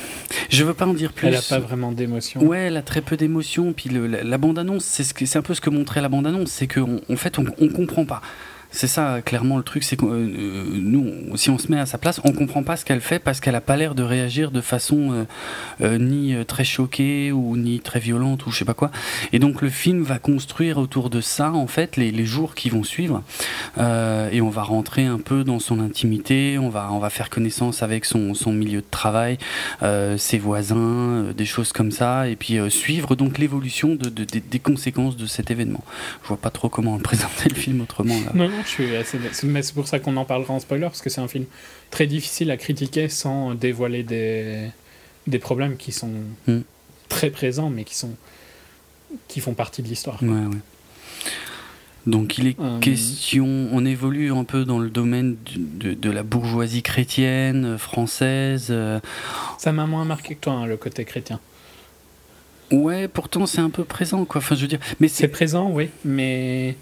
Je veux pas en dire plus. Elle a pas vraiment d'émotion. Ouais, elle a très peu d'émotion. Puis le, la, la bande-annonce, c'est, ce que, c'est un peu ce que montrait la bande-annonce, c'est qu'en en fait, on, on comprend pas. C'est ça, clairement, le truc, c'est que euh, nous, si on se met à sa place, on comprend pas ce qu'elle fait parce qu'elle a pas l'air de réagir de façon euh, euh, ni euh, très choquée ou ni très violente ou je sais pas quoi. Et donc le film va construire autour de ça, en fait, les, les jours qui vont suivre. Euh, et on va rentrer un peu dans son intimité, on va, on va faire connaissance avec son, son milieu de travail, euh, ses voisins, euh, des choses comme ça, et puis euh, suivre donc l'évolution de, de, de, des conséquences de cet événement. Je vois pas trop comment présenter le film autrement, là. Non, non, je suis assez... Mais c'est pour ça qu'on en parlera en spoiler, parce que c'est un film très difficile à critiquer sans dévoiler des, des problèmes qui sont mm. très présents, mais qui, sont... qui font partie de l'histoire. Ouais, ouais. Donc il est euh... question, on évolue un peu dans le domaine de, de la bourgeoisie chrétienne, française. Euh... Ça m'a moins marqué que toi, hein, le côté chrétien. Ouais, pourtant c'est un peu présent, quoi. Enfin, je veux dire, mais c'est, c'est présent, oui, mais...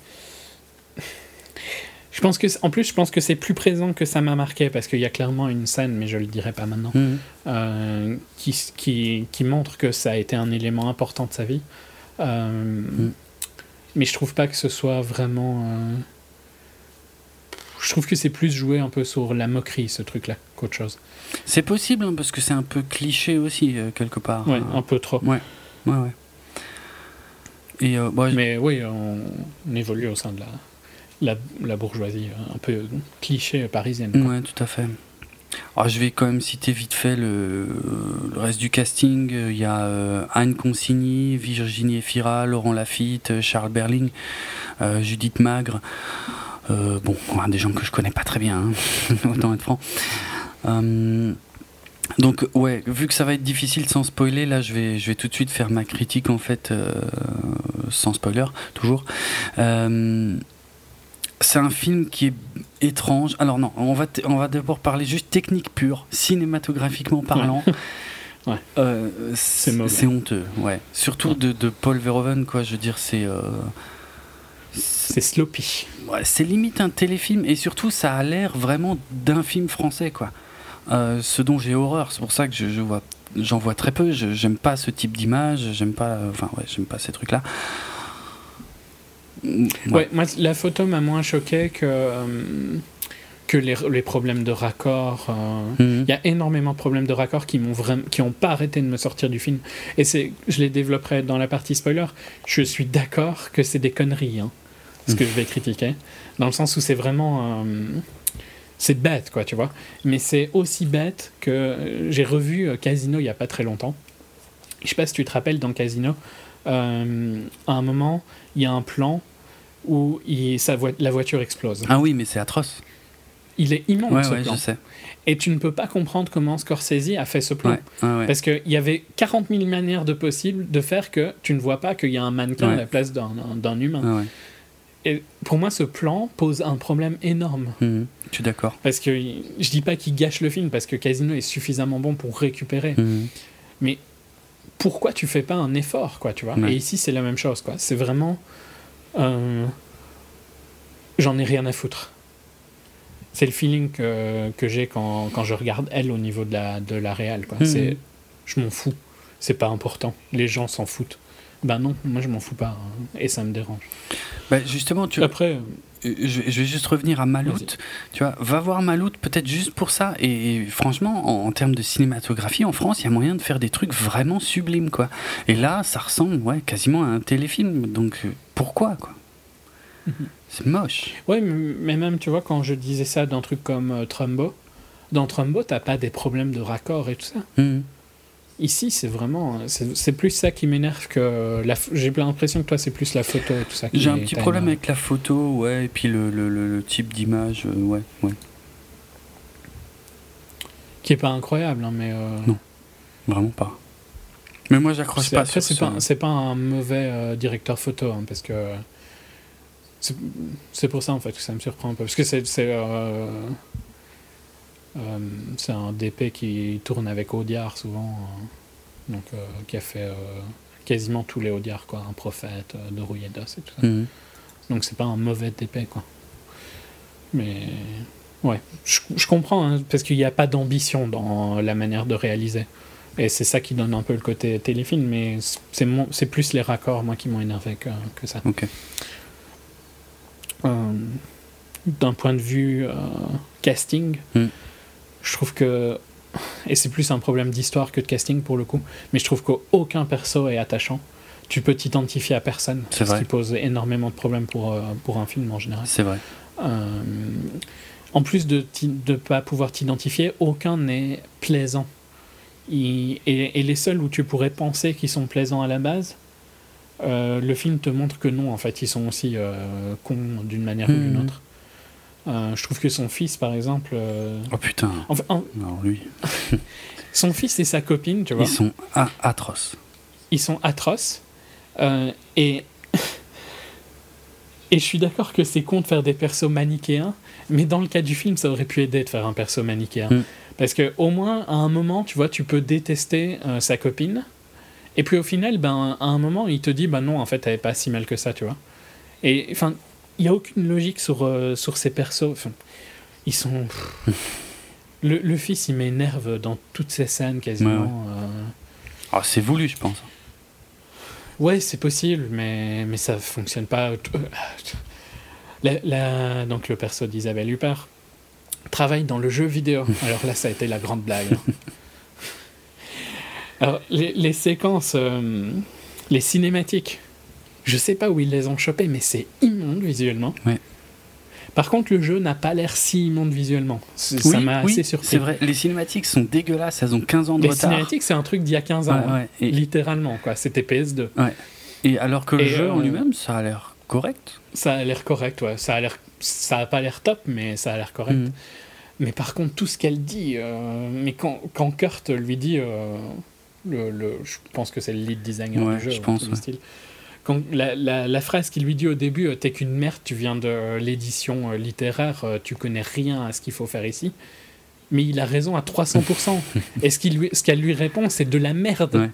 Je pense que, en plus, je pense que c'est plus présent que ça m'a marqué, parce qu'il y a clairement une scène, mais je ne le dirai pas maintenant, mmh. euh, qui, qui, qui montre que ça a été un élément important de sa vie. Euh, mmh. Mais je trouve pas que ce soit vraiment... Euh... Je trouve que c'est plus joué un peu sur la moquerie, ce truc-là, qu'autre chose. C'est possible, hein, parce que c'est un peu cliché aussi, euh, quelque part. Ouais, euh... un peu trop. Ouais, ouais, ouais. Et, euh, bah, mais je... oui, on, on évolue au sein de la... La, la bourgeoisie un peu cliché parisienne. Quoi. Ouais, tout à fait. Alors, je vais quand même citer vite fait le, le reste du casting. Il y a euh, Anne Consigny, Virginie Efira, Laurent Lafitte, Charles Berling, euh, Judith Magre. Euh, bon, des gens que je connais pas très bien, hein, autant être franc. Euh, donc, ouais, vu que ça va être difficile sans spoiler, là, je vais, je vais tout de suite faire ma critique, en fait, euh, sans spoiler, toujours. Euh, C'est un film qui est étrange. Alors non, on va, t- on va d'abord parler juste technique pure, cinématographiquement parlant. Ouais. Ouais. Euh, c'est, c'est, c'est honteux, ouais. Surtout ouais. de, de Paul Verhoeven, quoi. Je veux dire, c'est... Euh, c'est sloppy. Ouais, c'est limite un téléfilm. Et surtout, ça a l'air vraiment d'un film français, quoi. Euh, ce dont j'ai horreur. C'est pour ça que je, je vois, j'en vois très peu. Je, j'aime pas ce type d'image. J'aime pas... Enfin, ouais, j'aime pas ces trucs-là. Ouais. Ouais, moi, la photo m'a moins choqué que, euh, que les, les problèmes de raccord. Il euh, mm-hmm. y a énormément de problèmes de raccord qui m'ont vraiment, qui n'ont pas arrêté de me sortir du film. Et c'est, je les développerai dans la partie spoiler. Je suis d'accord que c'est des conneries, hein, ce mm. que je vais critiquer. Dans le sens où c'est vraiment... Euh, c'est bête, quoi, tu vois. Mais c'est aussi bête que... Euh, j'ai revu Casino il n'y a pas très longtemps. Je ne sais pas si tu te rappelles, dans Casino, euh, à un moment, il y a un plan où il, sa vo- la voiture explose. Ah oui, mais c'est atroce. Il est immonde, ouais, ce ouais, plan. Je sais. Et tu ne peux pas comprendre comment Scorsese a fait ce plan. Ouais, ouais, ouais. Parce qu'il y avait quarante mille manières de possibles de faire que tu ne vois pas qu'il y a un mannequin ouais. à la place d'un, d'un humain. Ah ouais. Et pour moi, ce plan pose un problème énorme. Mmh, je suis d'accord. Parce que je dis pas qu'il gâche le film, parce que Casino est suffisamment bon pour récupérer. Mmh. Mais pourquoi tu fais pas un effort, quoi, tu vois ? Ouais. Et ici, c'est la même chose, quoi. C'est vraiment... Euh... J'en ai rien à foutre. C'est le feeling que, que j'ai quand, quand je regarde elle au niveau de la, de la réal, quoi. Mmh. C'est... Je m'en fous. C'est pas important. Les gens s'en foutent. Ben non, moi je m'en fous pas. Hein, et ça me dérange. Bah justement, tu... Après... Je, je vais juste revenir à Malout. Vas-y. Tu vois, va voir Malout peut-être juste pour ça. Et, et franchement, en, en termes de cinématographie, en France, il y a moyen de faire des trucs vraiment sublimes, quoi. Et là, ça ressemble, ouais, quasiment à un téléfilm. Donc pourquoi, quoi ? Mm-hmm. C'est moche. Ouais, mais même, tu vois, quand je disais ça d'un truc comme euh, Trumbo, dans Trumbo, t'as pas des problèmes de raccord et tout ça. Mm-hmm. Ici, c'est vraiment... C'est, c'est plus ça qui m'énerve que... La, j'ai l'impression que toi, c'est plus la photo et tout ça. Qui j'ai un petit problème énervé. Avec la photo, ouais, et puis le, le, le, le type d'image, euh, ouais, ouais. Qui est pas incroyable, hein, mais... Euh... Non, vraiment pas. Mais moi, j'accroche c'est, pas après, sur c'est ce... pas, c'est pas un mauvais euh, directeur photo, hein, parce que... C'est, c'est pour ça, en fait, que ça me surprend un peu. Parce que c'est... c'est euh... Euh, c'est un D P qui tourne avec Audiard souvent, euh, donc, euh, qui a fait euh, quasiment tous les Audiard, quoi, Un prophète, euh, de Rouillet-Dos et tout ça. Mm-hmm. Donc c'est pas un mauvais D P, quoi. Mais ouais, je, je comprends, hein, parce qu'il n'y a pas d'ambition dans la manière de réaliser. Et c'est ça qui donne un peu le côté téléfilm, mais c'est, mon, c'est plus les raccords, moi, qui m'ont énervé que, que ça. Ok. Euh, d'un point de vue euh, casting, mm. je trouve que, et c'est plus un problème d'histoire que de casting pour le coup, mais je trouve qu'aucun perso est attachant. Tu peux t'identifier à personne, c'est ce vrai. qui pose énormément de problèmes pour, euh, pour un film en général. C'est vrai. Euh, en plus de ne pas pouvoir t'identifier, aucun n'est plaisant. Il, et, et les seuls où tu pourrais penser qu'ils sont plaisants à la base, euh, le film te montre que non, en fait, ils sont aussi euh, cons d'une manière mmh. ou d'une autre. Euh, je trouve que son fils, par exemple... Euh, oh putain, enfin, en, non, lui. son fils et sa copine, tu vois. Ils sont a- atroces. Ils sont atroces. Euh, et... et je suis d'accord que c'est con de faire des persos manichéens, mais dans le cas du film, ça aurait pu aider de faire un perso manichéen. Mmh. Parce qu'au moins, à un moment, tu vois, tu peux détester euh, sa copine, et puis au final, ben, à un moment, il te dit, ben non, en fait, elle n'est pas si mal que ça, tu vois. Et enfin, il n'y a aucune logique sur, euh, sur ces persos. Enfin, ils sont... le, le fils, il m'énerve dans toutes ces scènes, quasiment. Ouais, ouais. Euh... Oh, c'est voulu, je pense. Ouais, c'est possible, mais, mais ça ne fonctionne pas. La, la... Donc, le perso d'Isabelle Huppert travaille dans le jeu vidéo. Alors là, ça a été la grande blague. Hein. Alors, les, les séquences, euh, les cinématiques, je sais pas où ils les ont chopées, mais c'est immonde visuellement. Ouais. Par contre, le jeu n'a pas l'air si immonde visuellement. C'est, oui, ça m'a oui, assez surpris. C'est vrai, les cinématiques sont dégueulasses, elles ont quinze ans de les retard. Les cinématiques, c'est un truc d'il y a quinze ans, ouais, ouais. Et... littéralement, quoi. C'était P S deux. Ouais. Et alors que le et jeu euh, en lui-même, ça a l'air correct. Ça a l'air correct, ouais. Ça a l'air, ça a pas l'air top, mais ça a l'air correct. Mmh. Mais par contre, tout ce qu'elle dit, euh, mais quand, quand Kurt lui dit, euh, le, le, je pense que c'est le lead designer ouais, du jeu, je pense, ouais. ouais. Quand la, la, la phrase qu'il lui dit au début, t'es qu'une merde, tu viens de l'édition littéraire, tu connais rien à ce qu'il faut faire ici. Mais il a raison à trois cents pour cent. Et ce, qu'il lui, ce qu'elle lui répond, c'est de la merde. Ouais.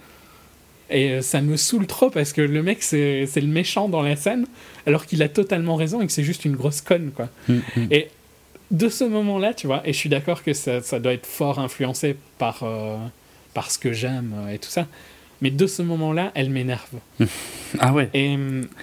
Et ça me saoule trop parce que le mec, c'est, c'est le méchant dans la scène, alors qu'il a totalement raison et que c'est juste une grosse conne, quoi. Mm-hmm. Et de ce moment-là, tu vois, et je suis d'accord que ça, ça doit être fort influencé par, euh, par ce que j'aime et tout ça, mais de ce moment-là, elle m'énerve. Ah ouais. Et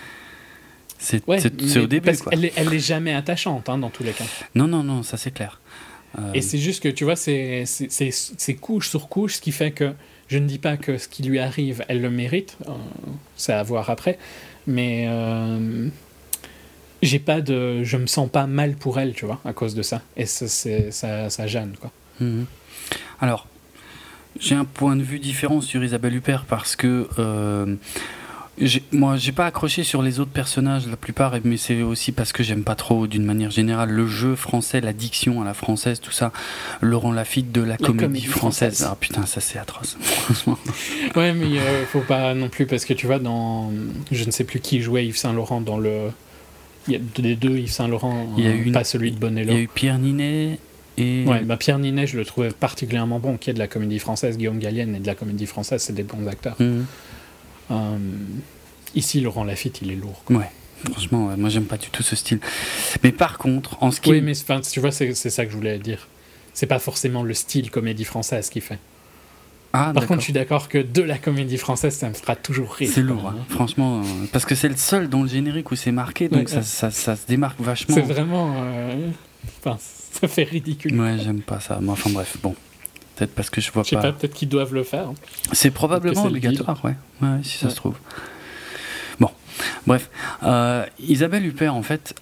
c'est, ouais, c'est, c'est au début, parce quoi. Elle est, elle est jamais attachante, hein, dans tous les cas. Non, non, non, ça c'est clair. Euh... Et c'est juste que, tu vois, c'est, c'est, c'est, c'est couche sur couche, ce qui fait que je ne dis pas que ce qui lui arrive, elle le mérite, euh, c'est à voir après, mais euh, j'ai pas de, je me sens pas mal pour elle, tu vois, à cause de ça. Et ça, c'est, ça, ça gêne, quoi. Mmh. Alors, j'ai un point de vue différent sur Isabelle Huppert parce que euh, j'ai, moi, j'ai pas accroché sur les autres personnages, la plupart, mais c'est aussi parce que j'aime pas trop, d'une manière générale, le jeu français, la diction à la française, tout ça. Laurent Lafitte de la, la comédie, comédie française. française. Ah putain, ça c'est atroce, franchement. Ouais, mais euh, faut pas non plus, parce que tu vois, dans. Je ne sais plus qui jouait Yves Saint-Laurent dans le. Il y a des deux Yves Saint-Laurent, il y a euh, une... pas celui de Bonello. Il y a eu Pierre Ninet. Et... Ouais, bah Pierre Ninet, je le trouvais particulièrement bon, qui est de la comédie française. Guillaume Gallienne est de la comédie française, c'est des bons acteurs. Mmh. Euh, ici, Laurent Lafitte, il est lourd, quoi. Ouais, franchement, ouais, moi j'aime pas du tout ce style. Mais par contre, en ce qui. Oui, mais tu vois, c'est, c'est ça que je voulais dire. C'est pas forcément le style comédie française qu'il fait. Ah, Par d'accord. contre, je suis d'accord que de la comédie française, ça me fera toujours rire. C'est lourd, hein, franchement. Euh, parce que c'est le seul dans le générique où c'est marqué, donc ouais, ça, ça, ça se démarque vachement. C'est vraiment. Euh... Enfin, ça fait ridicule. Ouais, j'aime pas ça. Mais enfin, bref, bon. Peut-être parce que je vois je sais pas. pas, peut-être qu'ils doivent le faire. C'est probablement c'est obligatoire, ouais. Ouais, si ça ouais. se trouve. Bon, bref. Euh, Isabelle Huppert, en fait,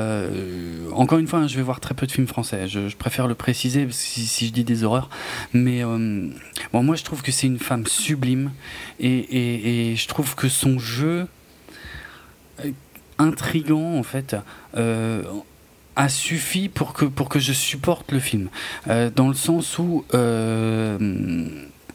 euh, encore une fois, hein, je vais voir très peu de films français. Je, je préfère le préciser si, si je dis des horreurs. Mais euh, bon, moi, je trouve que c'est une femme sublime. Et, et, et je trouve que son jeu euh, intriguant, en fait, euh, a suffi pour que, pour que je supporte le film. Euh, dans le sens où... Euh,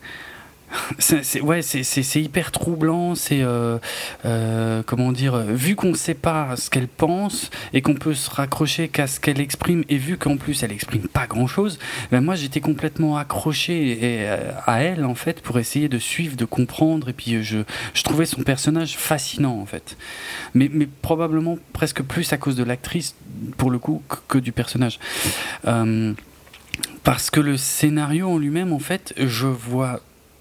C'est, c'est, ouais, c'est, c'est, c'est hyper troublant. C'est euh, euh, comment dire, vu qu'on ne sait pas ce qu'elle pense et qu'on peut se raccrocher qu'à ce qu'elle exprime, et vu qu'en plus elle exprime pas grand-chose, ben moi j'étais complètement accroché et, et, à elle en fait pour essayer de suivre, de comprendre. Et puis je, je trouvais son personnage fascinant en fait, mais, mais probablement presque plus à cause de l'actrice pour le coup que, que du personnage. Euh, parce que le scénario en lui-même en fait, je vois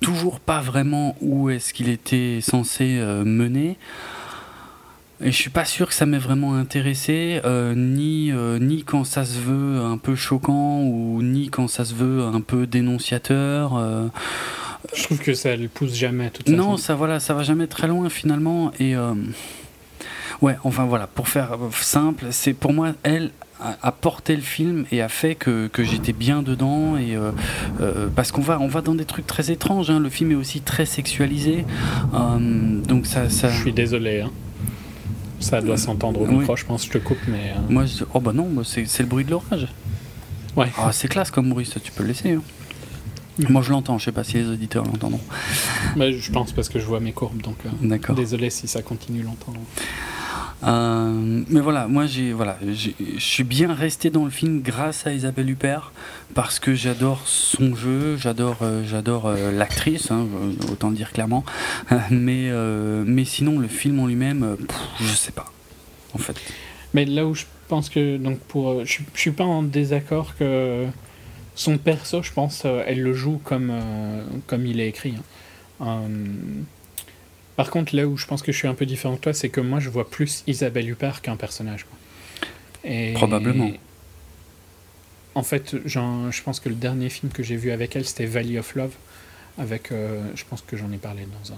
toujours pas vraiment où est-ce qu'il était censé euh, mener. Et je suis pas sûr que ça m'ait vraiment intéressé, euh, ni, euh, ni quand ça se veut un peu choquant, ou ni quand ça se veut un peu dénonciateur. Euh, Je trouve que ça le pousse jamais, de toute non, façon. ça, voilà, ça va jamais très loin finalement. Et euh, ouais, enfin voilà, pour faire simple, c'est pour moi, elle a, a porté le film et a fait que, que j'étais bien dedans. Et, euh, euh, parce qu'on va, on va dans des trucs très étranges, hein. Le film est aussi très sexualisé. Euh, donc ça, ça... Je suis désolé, hein. Ça doit s'entendre au Oui. micro, je pense, je te coupe, mais... Euh... Moi, je... oh bah non, bah c'est, c'est le bruit de l'orage. Ouais. Ah, c'est classe comme bruit, ça, tu peux le laisser. Hein. Moi, je l'entends, je sais pas si les auditeurs l'entendront. Bah, je pense parce que je vois mes courbes, donc euh, D'accord. Désolé si ça continue longtemps. Euh, mais voilà, moi, j'ai, voilà, j'ai, je suis bien resté dans le film grâce à Isabelle Huppert, parce que j'adore son jeu, j'adore, euh, j'adore euh, l'actrice, hein, autant le dire clairement. mais, euh, mais sinon, le film en lui-même, euh, pff, je sais pas, en fait. Mais là où je pense que, donc pour, euh, je, je suis pas en désaccord que son perso, je pense, euh, elle le joue comme, euh, comme il est écrit. Hein. Euh, par contre, là où je pense que je suis un peu différent de toi, c'est que moi, je vois plus Isabelle Huppert qu'un personnage. Quoi. Et Probablement. En fait, genre, je pense que le dernier film que j'ai vu avec elle, c'était Valley of Love. Avec, euh, je pense que j'en ai parlé dans un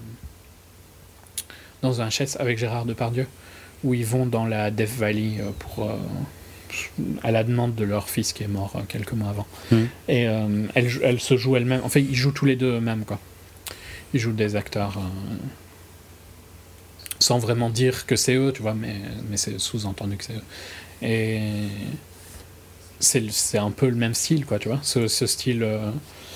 dans un chess avec Gérard Depardieu, où ils vont dans la Death Valley euh, pour euh, à la demande de leur fils qui est mort euh, quelques mois avant. Mmh. Et euh, elle, elle se joue elle-même. En fait, ils jouent tous les deux eux-mêmes, quoi. Ils jouent des acteurs euh, sans vraiment dire que c'est eux, tu vois, mais, mais c'est sous-entendu que c'est eux. Et c'est, c'est un peu le même style, quoi, tu vois, ce, ce style euh,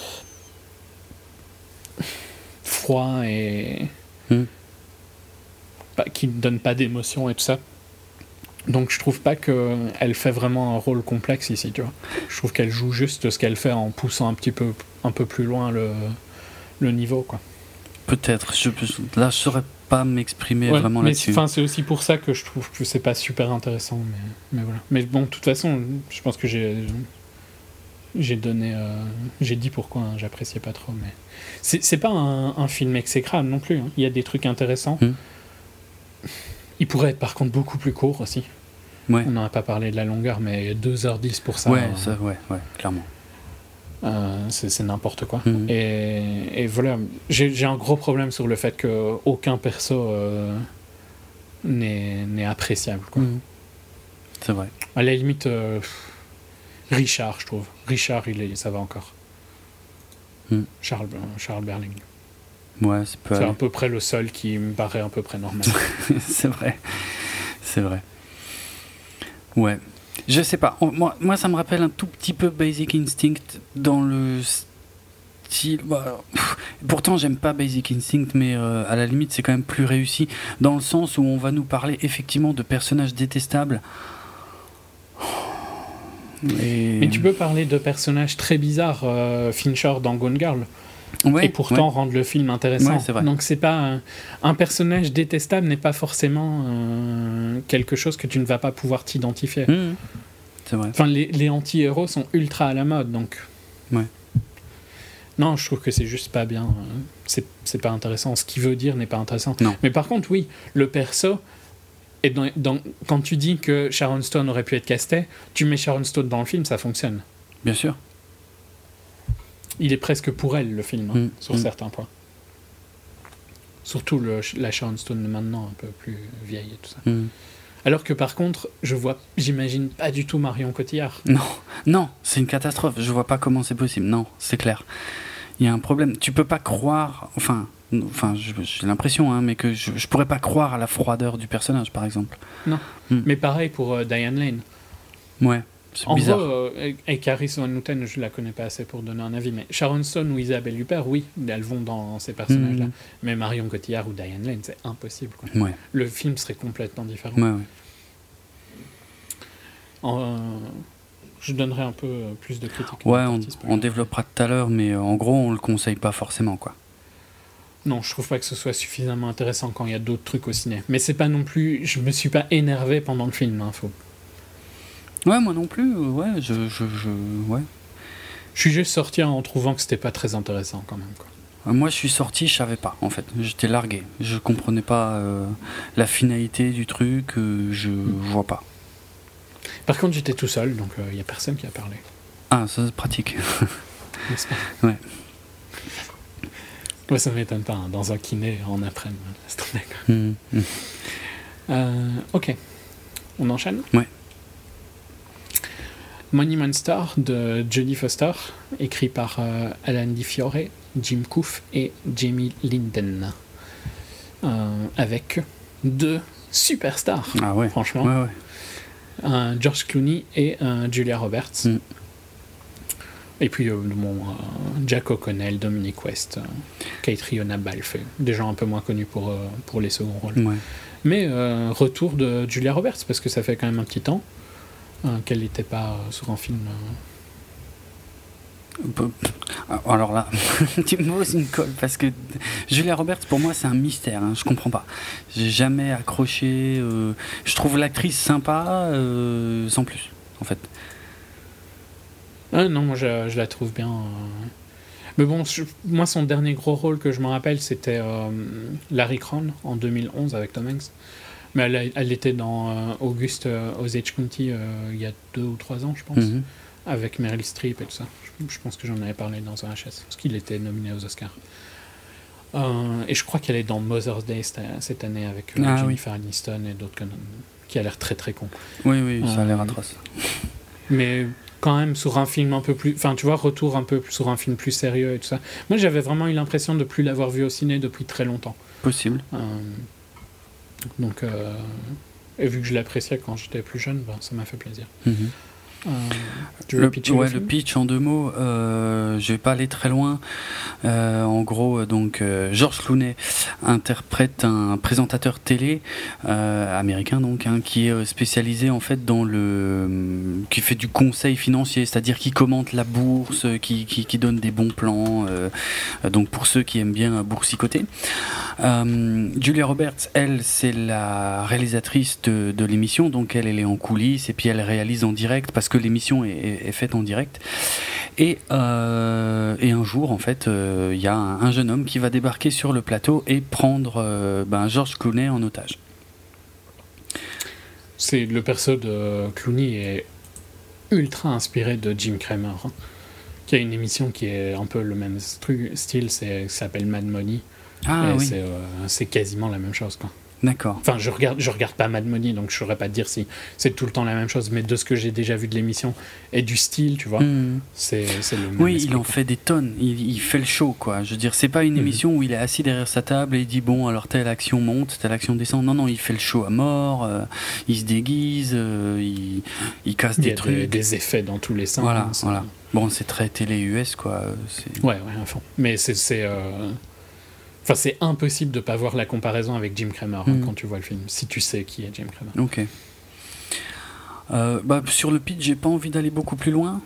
froid et mmh. bah, qui ne donne pas d'émotion et tout ça. Donc je trouve pas qu'elle fait vraiment un rôle complexe ici, tu vois. Je trouve qu'elle joue juste ce qu'elle fait en poussant un petit peu, un peu plus loin le, le niveau, quoi. Peut-être. Je, là, je saurais pas m'exprimer ouais, vraiment mais là-dessus. C'est, c'est aussi pour ça que je trouve que c'est pas super intéressant, mais, mais voilà. Mais bon, de toute façon, je pense que j'ai, j'ai donné, euh, j'ai dit pourquoi hein, j'appréciais pas trop, mais c'est, c'est pas un, un film exécrable non plus. Hein. Il y a des trucs intéressants. Hum. Il pourrait être par contre beaucoup plus court aussi. Ouais. On n'en a pas parlé de la longueur, mais deux heures dix pour ça. Ouais, euh, ça, ouais, ouais, clairement. Euh, c'est, c'est n'importe quoi. Mmh. Et, et voilà, j'ai, j'ai un gros problème sur le fait qu'aucun perso euh, n'est, n'est appréciable. Quoi. Mmh. C'est vrai. À la limite, euh, Richard, je trouve. Richard, il est, ça va encore. Mmh. Charles, Charles Berling. Ouais, c'est, c'est à peu près le seul qui me paraît à peu près normal. C'est vrai. C'est vrai. Ouais. Je sais pas. Moi, moi, ça me rappelle un tout petit peu Basic Instinct dans le style. Bah, pourtant, j'aime pas Basic Instinct, mais euh, à la limite, c'est quand même plus réussi dans le sens où on va nous parler effectivement de personnages détestables. Et... Mais tu peux parler de personnages très bizarres, euh, Fincher dans Gone Girl. Ouais, et pourtant ouais. rendre le film intéressant. Ouais, c'est vrai. Donc c'est pas un, un personnage détestable n'est pas forcément euh, quelque chose que tu ne vas pas pouvoir t'identifier. Mmh, c'est vrai. Enfin, les, les anti-héros sont ultra à la mode, donc. Ouais. Non, je trouve que c'est juste pas bien. C'est, c'est pas intéressant. Ce qu'il veut dire n'est pas intéressant. Non. Mais par contre, oui, le perso. Et dans, dans, quand tu dis que Sharon Stone aurait pu être castée, tu mets Sharon Stone dans le film, ça fonctionne. Bien sûr. Il est presque pour elle, le film, hein, mmh, sur mmh. certains points. Surtout le, la Sharon Stone de maintenant, un peu plus vieille et tout ça. Mmh. Alors que par contre, je vois, j'imagine pas du tout Marion Cotillard. Non, non, c'est une catastrophe. Je vois pas comment c'est possible. Non, c'est clair. Il y a un problème. Tu peux pas croire... Enfin, enfin j'ai l'impression, hein, mais que je, je pourrais pas croire à la froideur du personnage, par exemple. Non, mmh. mais pareil pour euh, Diane Lane. Ouais. C'est en bizarre. gros, euh, et Caris Van Houten, je la connais pas assez pour donner un avis, mais Sharon Stone ou Isabelle Huppert, oui, elles vont dans ces personnages-là. Mmh. Mais Marion Cotillard ou Diane Lane, c'est impossible. Quoi. Ouais. Le film serait complètement différent. Ouais, ouais. En, euh, je donnerai un peu plus de critiques. Ouais, on, on développera tout à l'heure, mais en gros, on le conseille pas forcément, quoi. Non, je trouve pas que ce soit suffisamment intéressant quand il y a d'autres trucs au ciné. Mais c'est pas non plus... Je me suis pas énervé pendant le film, hein, faut... Ouais, moi non plus, ouais, je, je, je, ouais. Je suis juste sorti en trouvant que c'était pas très intéressant quand même, quoi. Moi, je suis sorti, je savais pas, en fait. J'étais largué. Je comprenais pas euh, la finalité du truc. Euh, je vois pas. Par contre, j'étais tout seul, donc il euh, y a personne qui a parlé. Ah, ça c'est pratique. N'est-ce pas ? Ouais. Ouais, ça m'étonne pas. Hein, dans un kiné en après-midi, c'est trop d'accord. Mmh, mmh. Euh, ok. On enchaîne ? Ouais. Money Monster de Jodie Foster, écrit par euh, Alan Di Fiore, Jim Koof et Jamie Linden, euh, avec deux superstars, ah ouais. franchement, ouais, ouais. Un George Clooney et un Julia Roberts, mm. et puis euh, bon, euh, Jack O'Connell, Dominic West, euh, Caitriona Balfe, des gens un peu moins connus pour, euh, pour les seconds rôles. Ouais. Mais euh, retour de Julia Roberts, parce que ça fait quand même un petit temps Euh, qu'elle n'était pas euh, sur un film. Euh... Alors là, tu me poses une colle parce que Julia Roberts, pour moi, c'est un mystère. Hein, je comprends pas. J'ai jamais accroché. Euh... Je trouve l'actrice sympa, euh... sans plus, en fait. Ah non, moi je, je la trouve bien. Euh... Mais bon, je... moi son dernier gros rôle que je me rappelle, c'était euh, Larry Crowne en deux mille onze avec Tom Hanks. Mais elle, elle était dans euh, Auguste euh, Osage County euh, il y a deux ou trois ans, je pense, mm-hmm. avec Meryl Streep et tout ça. Je, je pense que j'en avais parlé dans un H S, parce qu'il était nominé aux Oscars. Euh, et je crois qu'elle est dans Mother's Day cette, cette année avec euh, ah, Jennifer oui. Aniston et d'autres connes, qui a l'air très très con. Oui, oui, ça euh, a l'air atroce. Mais quand même sur un film un peu plus... Enfin, tu vois, retour un peu sur un film plus sérieux et tout ça. Moi, j'avais vraiment eu l'impression de ne plus l'avoir vu au ciné depuis très longtemps. Possible. Euh, Donc, euh, et vu que je l'appréciais quand j'étais plus jeune, ben, ça m'a fait plaisir. Mmh. Euh, tu veux le, le pitcher ouais, le, le pitch en deux mots, euh, je vais pas aller très loin. Euh, en gros, donc euh, George Clooney interprète un présentateur télé euh, américain, donc hein, qui est spécialisé en fait dans le, qui fait du conseil financier, c'est-à-dire qui commente la bourse, qui qui, qui donne des bons plans. Euh, donc pour ceux qui aiment bien boursicoter. Euh, Julia Roberts, elle, c'est la réalisatrice de, de l'émission, donc elle, elle est en coulisses et puis elle réalise en direct parce que l'émission est, est, est faite en direct. Et, euh, et un jour, en fait, il euh, y a un, un jeune homme qui va débarquer sur le plateau et prendre euh, ben, George Clooney en otage. C'est le perso de Clooney est ultra inspiré de Jim Cramer, hein, qui a une émission qui est un peu le même style, c'est, ça s'appelle Mad Money. Ah, oui. c'est, euh, c'est quasiment la même chose, quoi. D'accord. Enfin, je regarde, je regarde pas Mad Money, donc je saurais pas te dire si c'est tout le temps la même chose, mais de ce que j'ai déjà vu de l'émission et du style, tu vois, mmh. c'est, c'est le même. Oui, esprit, il en quoi. fait des tonnes. Il, il fait le show, quoi. Je veux dire, c'est pas une mmh. émission où il est assis derrière sa table et il dit bon, alors telle action monte, telle action descend. Non, non, il fait le show à mort. Euh, il se déguise, euh, il, il casse il des y a trucs. Des, des effets dans tous les sens. Voilà, hein, voilà. Bon, c'est très télé U S, quoi. C'est... Ouais, ouais, enfin. Mais c'est, c'est euh... Enfin, c'est impossible de ne pas voir la comparaison avec Jim Cramer mmh. hein, quand tu vois le film, si tu sais qui est Jim Cramer. Ok. Euh, bah, sur le pitch, j'ai pas envie d'aller beaucoup plus loin.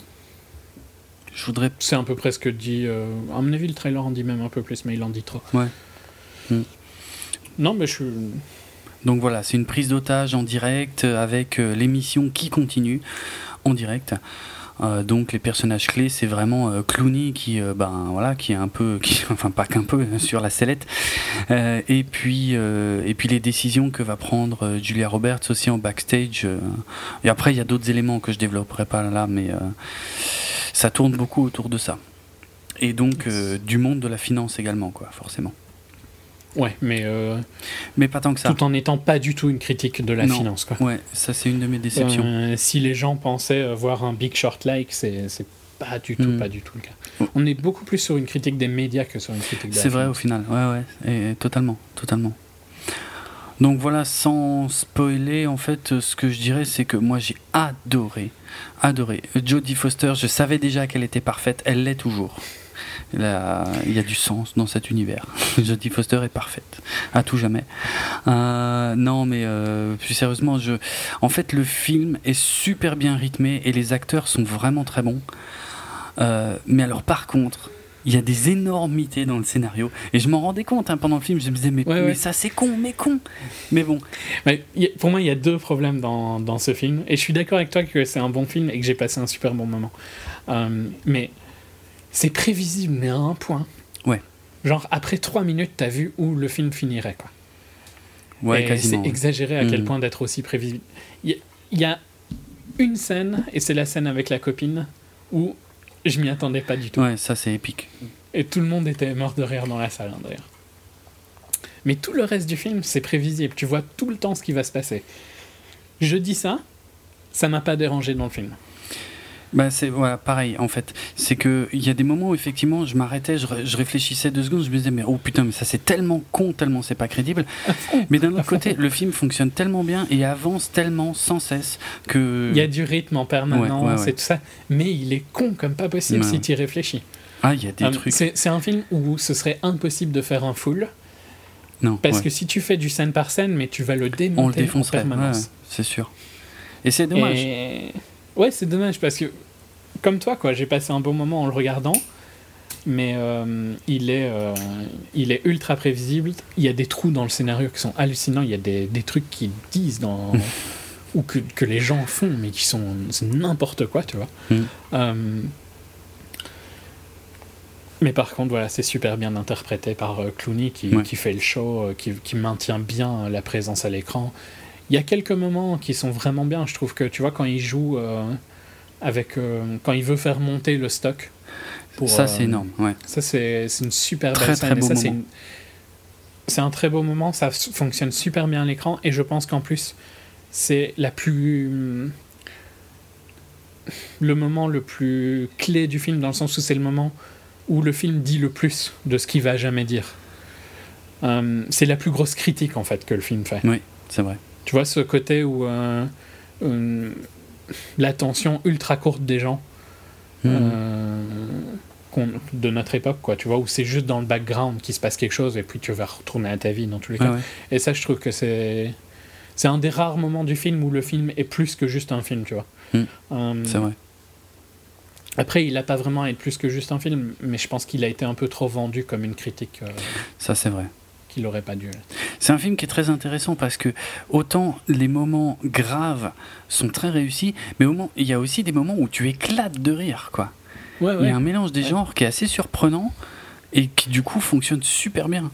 Je voudrais... C'est un peu près ce que dit... Euh... À mon avis, le trailer en dit même un peu plus, mais il en dit trop. Ouais. Mmh. Non, mais je suis... Donc voilà, c'est une prise d'otage en direct avec euh, l'émission qui continue en direct. Euh, donc les personnages clés, c'est vraiment euh, Clooney qui, euh, ben voilà, qui est un peu, qui, enfin pas qu'un peu sur la sellette, euh, et puis euh, et puis les décisions que va prendre euh, Julia Roberts aussi en backstage. Euh, et après il y a d'autres éléments que je développerai pas là, mais euh, ça tourne beaucoup autour de ça. Et donc euh, du monde de la finance également, quoi, forcément. Ouais, mais euh, mais pas tant que ça. Tout en n'étant pas du tout une critique de la non. finance, quoi. Ouais, ça c'est une de mes déceptions. Euh, si les gens pensaient voir un Big Short-like, c'est, c'est pas du tout, mmh. pas du tout le cas. Oh. On est beaucoup plus sur une critique des médias que sur une critique de c'est la vrai finance. Au final, ouais, ouais, et, et, totalement, totalement. Donc voilà, sans spoiler, en fait, ce que je dirais, c'est que moi j'ai adoré, adoré. Jodie Foster, je savais déjà qu'elle était parfaite, elle l'est toujours. Là, il y a du sens dans cet univers. Jodie Foster est parfaite, à tout jamais. Euh, non, mais euh, plus sérieusement, je... en fait, le film est super bien rythmé et les acteurs sont vraiment très bons. Euh, mais alors, par contre, il y a des énormités dans le scénario et je m'en rendais compte hein, pendant le film. Je me disais, mais, ouais, mais ouais. ça, c'est con, mais con. Mais bon. Mais, y a, pour moi, il y a deux problèmes dans, dans ce film. Et je suis d'accord avec toi que c'est un bon film et que j'ai passé un super bon moment. Euh, mais. C'est prévisible, mais à un point. Ouais. genre après trois minutes, t'as vu où le film finirait, quoi. Ouais, et quasiment. C'est ouais. exagéré à quel Mmh. point d'être aussi prévisible. Il y, il y a une scène, et c'est la scène avec la copine, où je m'y attendais pas du tout. Ouais, ça c'est épique. Et tout le monde était mort de rire dans la salle, hein, d'ailleurs. Mais tout le reste du film, c'est prévisible. Tu vois tout le temps ce qui va se passer. Je dis ça, ça m'a pas dérangé dans le film. Bah c'est voilà, pareil en fait. C'est que il y a des moments où effectivement je m'arrêtais, je, ré- je réfléchissais deux secondes, je me disais mais oh putain mais ça c'est tellement con, tellement c'est pas crédible. Mais d'un autre côté, le film fonctionne tellement bien et avance tellement sans cesse que Il y a du rythme en permanence Ouais, ouais, ouais. et tout ça, mais il est con comme pas possible Ouais, si ouais. tu y réfléchis. ah il y a des Euh, trucs. c'est, c'est un film où ce serait impossible de faire un full, Non. parce ouais. que si tu fais du scène par scène, mais tu vas le démonter On le en défoncerait, ouais, permanence. ouais, c'est sûr. Et c'est dommage. Et... Ouais, c'est dommage parce que, comme toi, quoi, j'ai passé un bon moment en le regardant, mais euh, il, est, euh, il est ultra prévisible. Il y a des trous dans le scénario qui sont hallucinants. Il y a des, des trucs qu'ils disent dans. ou que, que les gens font, mais qui sont c'est n'importe quoi, tu vois. Mm. Euh, mais par contre, voilà, c'est super bien interprété par euh, Clooney qui, Ouais. qui fait le show, euh, qui, qui maintient bien la présence à l'écran. Il y a quelques moments qui sont vraiment bien. Je trouve que, tu vois, quand il joue euh, avec. euh, quand il veut faire monter le stock. Pour, Ça euh, c'est énorme, ouais. Ça, c'est, c'est une super Très, belle très scène. Et beau ça, c'est, moment. une- c'est un très beau moment. Ça s- fonctionne super bien à l'écran. Et je pense qu'en plus, c'est la plus. Le moment le plus clé du film, dans le sens où c'est le moment où le film dit le plus de ce qu'il va jamais dire. Euh, c'est la plus grosse critique, en fait, que le film fait. Oui, c'est vrai. Tu vois, ce côté où euh, euh, l'attention ultra courte des gens Mm. euh, qu'on- de notre époque, quoi, tu vois, où c'est juste dans le background qu'il se passe quelque chose et puis tu vas retourner à ta vie dans tous les Ouais, cas. ouais. Et ça, je trouve que c'est c'est un des rares moments du film où le film est plus que juste un film, tu vois. Mm. Euh, C'est vrai. Après, il n'a pas vraiment à être plus que juste un film, mais je pense qu'il a été un peu trop vendu comme une critique euh, Ça c'est vrai. qu'il n'aurait pas dû. C'est un film qui est très intéressant parce que autant les moments graves sont très réussis, mais au moment- il y a aussi des moments où tu éclates de rire, quoi. Ouais, Il y a un mélange des Ouais. genres qui est assez surprenant et qui du coup fonctionne super bien.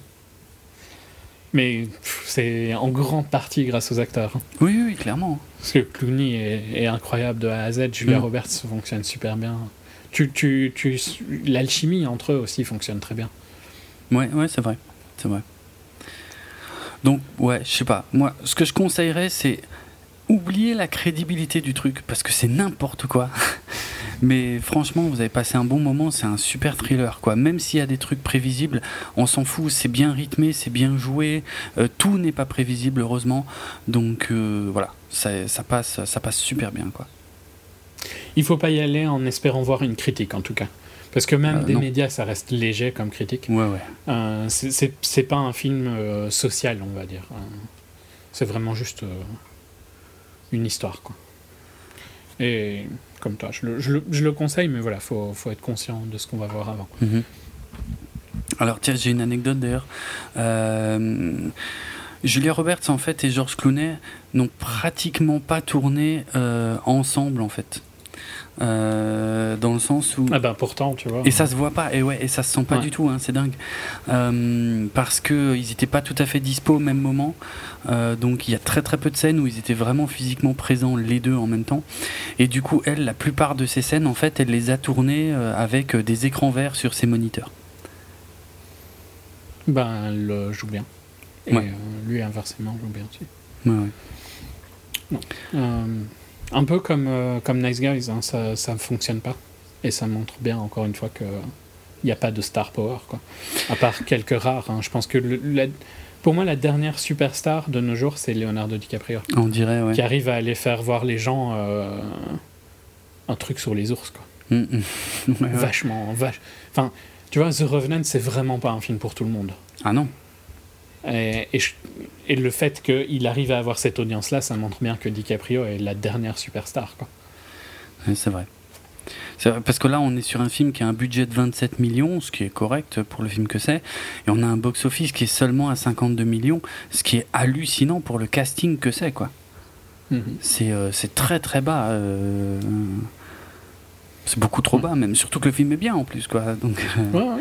Mais pff, c'est en grande partie grâce aux acteurs. hein. Oui, oui, oui, clairement. Parce que Clooney est, est incroyable de A à Z, Julia Mm. Roberts fonctionne super bien. Tu, tu, tu, l'alchimie entre eux aussi fonctionne très bien. Ouais, ouais, c'est vrai, c'est vrai. Donc, ouais, je sais pas. Moi, ce que je conseillerais, c'est oublier la crédibilité du truc parce que c'est n'importe quoi. Mais franchement, vous avez passé un bon moment, c'est un super thriller, quoi. Même s'il y a des trucs prévisibles, on s'en fout, c'est bien rythmé, c'est bien joué, euh, tout n'est pas prévisible, heureusement. Donc euh, voilà, ça, ça, passe, ça passe super bien, quoi. Il faut pas y aller en espérant voir une critique, en tout cas. Parce que même Euh, des non. médias, ça reste léger comme critique. Ouais, ouais. Euh, c'est, c'est, c'est pas un film euh, social, on va dire. Euh, c'est vraiment juste euh, une histoire, quoi. Et comme toi, je le, je le, je le conseille, mais voilà, faut, faut être conscient de ce qu'on va voir avant. Mhm. Alors tiens, j'ai une anecdote d'ailleurs. Euh, Julia Roberts en fait et George Clooney n'ont pratiquement pas tourné euh, ensemble en fait. Euh, dans le sens où Ah ben pourtant, tu vois. et ça se voit pas et ouais et ça se sent pas Ouais. du tout hein, c'est dingue euh, parce que ils étaient pas tout à fait dispo au même moment euh, donc il y a très très peu de scènes où ils étaient vraiment physiquement présents les deux en même temps et du coup elle la plupart de ces scènes en fait elle les a tournées euh, avec euh, des écrans verts sur ses moniteurs. Ben, elle euh, joue bien. Et Ouais. euh, lui, inversement, joue bien aussi. Ouais, ouais. Euh, un peu comme, euh, comme Nice Guys, hein, ça ça ne fonctionne pas. Et ça montre bien, encore une fois, qu'il n'y a pas de star power, quoi. À part quelques rares. hein. Je pense que le- la- pour moi, la dernière superstar de nos jours, c'est Leonardo DiCaprio. On dirait ouais. Qui arrive à aller faire voir les gens euh, un truc sur les ours, quoi. Mm, mm. Ouais, ouais. Vachement, vache. Enfin, tu vois, The Revenant, c'est vraiment pas un film pour tout le monde. Ah non. Et, et, je- et le fait qu'il arrive à avoir cette audience-là, ça montre bien que DiCaprio est la dernière superstar, quoi. Ouais, c'est vrai. C'est vrai, parce que là, on est sur un film qui a un budget de vingt-sept millions, ce qui est correct pour le film que c'est, et on a un box-office qui est seulement à cinquante-deux millions, ce qui est hallucinant pour le casting que c'est, quoi. Mhm. C'est euh, c'est très très bas. euh, C'est beaucoup trop bas, même. Surtout que le film est bien en plus, quoi. Donc, euh, Ouais, ouais.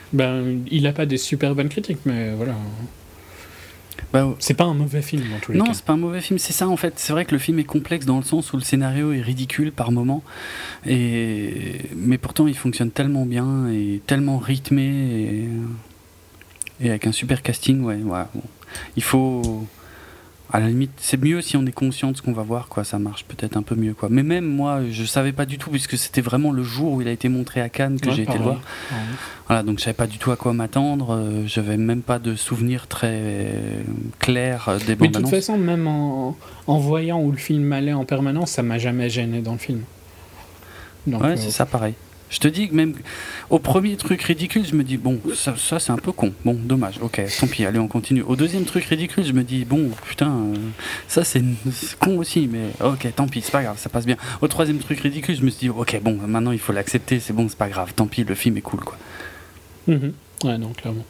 Ben, il a pas des super bonnes critiques, mais voilà. Bah, c'est pas un mauvais film dans tous les non, cas. Non, c'est pas un mauvais film, c'est ça en fait. C'est vrai que le film est complexe dans le sens où le scénario est ridicule par moments, et... mais pourtant il fonctionne tellement bien et tellement rythmé et, et avec un super casting. Ouais, ouais, bon. Il faut. À la limite, c'est mieux si on est conscient de ce qu'on va voir, quoi. Ça marche peut-être un peu mieux, quoi. Mais même moi, je savais pas du tout, puisque c'était vraiment le jour où il a été montré à Cannes que ouais, j'ai été le voir. Ouais. Voilà, donc je savais pas du tout à quoi m'attendre. Euh, j'avais même pas de souvenir très clair des bandes annonces. Mais de toute façon, même en, en voyant où le film allait en permanence, ça m'a jamais gêné dans le film. Donc, ouais, euh... c'est ça, pareil. Je te dis que même au premier truc ridicule, je me dis, bon, ça, ça c'est un peu con. Bon, dommage, ok, tant pis, allez, on continue. Au deuxième truc ridicule, je me dis, bon, putain, euh, ça c'est, c'est con aussi, mais ok, tant pis, c'est pas grave, ça passe bien. Au troisième truc ridicule, je me suis dit, ok, bon, maintenant il faut l'accepter, c'est bon, c'est pas grave, tant pis, le film est cool, quoi. Mmh. Ouais, non, clairement.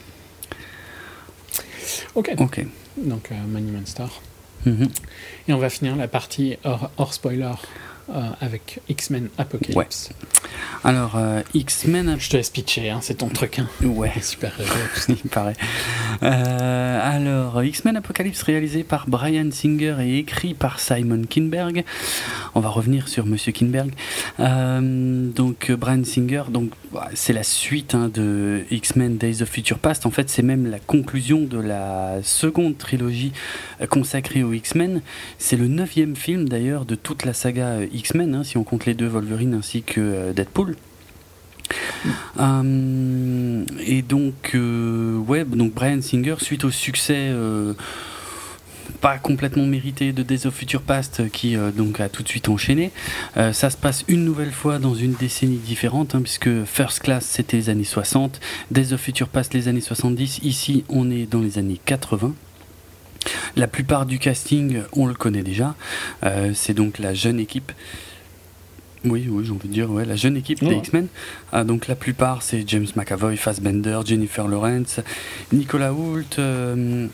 Ok. Ok. Donc, euh, Money Man Star. Mmh. Et on va finir la partie hors, hors spoiler. Euh, avec X-Men Apocalypse. Ouais. Alors, euh, X-Men... Je te laisse pitcher, hein, c'est ton truc. Hein. Ouais. Super héros, tout ça. Il paraît. Euh, alors, X-Men Apocalypse, réalisé par Bryan Singer et écrit par Simon Kinberg. On va revenir sur Monsieur Kinberg. Euh, donc, Bryan Singer, donc, c'est la suite hein, de X-Men Days of Future Past. En fait, c'est même la conclusion de la seconde trilogie consacrée aux X-Men. C'est le neuvième film, d'ailleurs, de toute la saga X-Men, hein, si on compte les deux, Wolverine ainsi que euh, Deadpool. Mm. Euh, et donc, euh, ouais, donc Bryan Singer, suite au succès euh, pas complètement mérité de Days of Future Past, qui euh, donc a tout de suite enchaîné, euh, ça se passe une nouvelle fois dans une décennie différente, hein, puisque First Class c'était les années soixante, Days of Future Past les années soixante-dix, ici on est dans les années quatre-vingts. La plupart du casting, on le connaît déjà. Euh, c'est donc la jeune équipe. Oui, oui, j'ai envie de dire, ouais, la jeune équipe oh. des X-Men. Ah, donc la plupart, c'est James McAvoy, Fassbender, Jennifer Lawrence, Nicolas Hoult. Euh,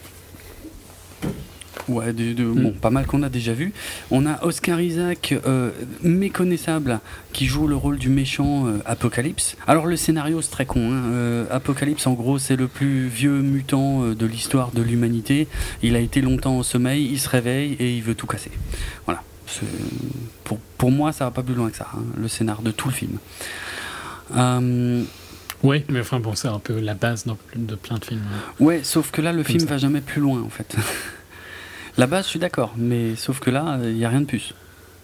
ouais, de, de, mm. bon, pas mal qu'on a déjà vu. On a Oscar Isaac, euh, méconnaissable, qui joue le rôle du méchant euh, Apocalypse. Alors le scénario c'est très con. Hein. Euh, Apocalypse, en gros, c'est le plus vieux mutant euh, de l'histoire de l'humanité. Il a été longtemps au sommeil, il se réveille et il veut tout casser. Voilà. C'est... Pour, pour moi, ça va pas plus loin que ça. Hein, le scénar de tout le film. Euh... Oui, mais enfin bon, c'est un peu la base de plein de films. Ouais, sauf que là, le film ça. va jamais plus loin, en fait. La base, je suis d'accord, mais sauf que là, il n'y a rien de plus.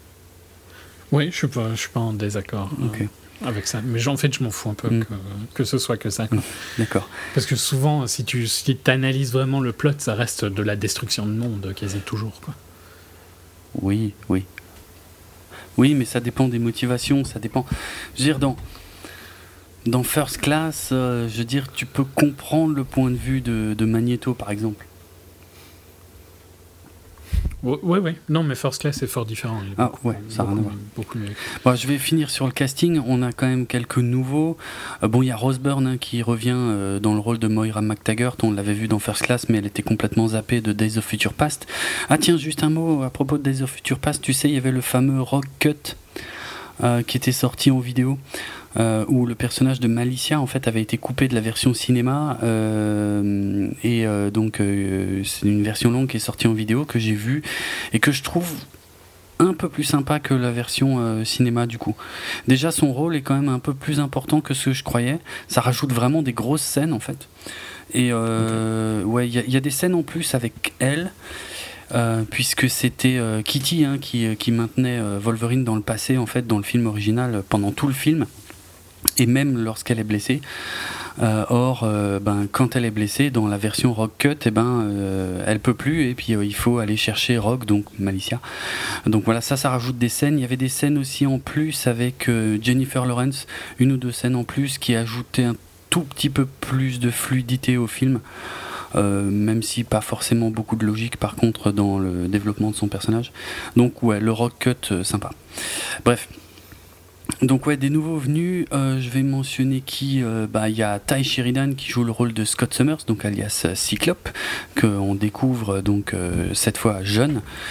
Oui, je ne suis, suis pas en désaccord okay. euh, avec ça. Mais en fait, je m'en fous un peu mm. que, que ce soit que ça. Quoi. Mm. D'accord. Parce que souvent, si tu si analyses vraiment le plot, ça reste de la destruction de monde, quasi toujours. Quoi. Oui, oui. Oui, mais ça dépend des motivations, ça dépend... Je veux dire, dans... Dans First Class, euh, je veux dire, tu peux comprendre le point de vue de, de Magneto, par exemple. Oui, oui, ouais. Non, mais First Class est fort différent. Ah beaucoup, ouais, ça n'a rien à voir. Beaucoup mieux. Bon, je vais finir sur le casting. On a quand même quelques nouveaux. Euh, bon, il y a Rose Byrne hein, qui revient euh, dans le rôle de Moira McTaggart. On l'avait vu dans First Class, mais elle était complètement zappée de Days of Future Past. Ah tiens, juste un mot à propos de Days of Future Past. Tu sais, il y avait le fameux Rock Cut euh, qui était sorti en vidéo. Euh, où le personnage de Malicia en fait avait été coupé de la version cinéma euh, et euh, donc euh, c'est une version longue qui est sortie en vidéo que j'ai vue et que je trouve un peu plus sympa que la version euh, cinéma du coup. Déjà son rôle est quand même un peu plus important que ce que je croyais, ça rajoute vraiment des grosses scènes en fait et euh, okay. ouais il y, y a des scènes en plus avec elle. Euh, puisque c'était euh, Kitty hein, qui, qui maintenait euh, Wolverine dans le passé en fait dans le film original pendant tout le film et même lorsqu'elle est blessée. Euh, or, euh, ben, quand elle est blessée, dans la version Rock Cut, eh ben, euh, elle peut plus et puis euh, il faut aller chercher Rock, donc Malicia. Donc voilà, ça, ça rajoute des scènes. Il y avait des scènes aussi en plus avec euh, Jennifer Lawrence, une ou deux scènes en plus qui ajoutaient un tout petit peu plus de fluidité au film. Euh, même si pas forcément beaucoup de logique par contre dans le développement de son personnage. Donc ouais, le Rock Cut, euh, sympa. Bref. Donc ouais, des nouveaux venus, euh, je vais mentionner qui, euh, bah il y a Ty Sheridan qui joue le rôle de Scott Summers, donc alias Cyclope, qu'on découvre donc euh, cette fois jeune.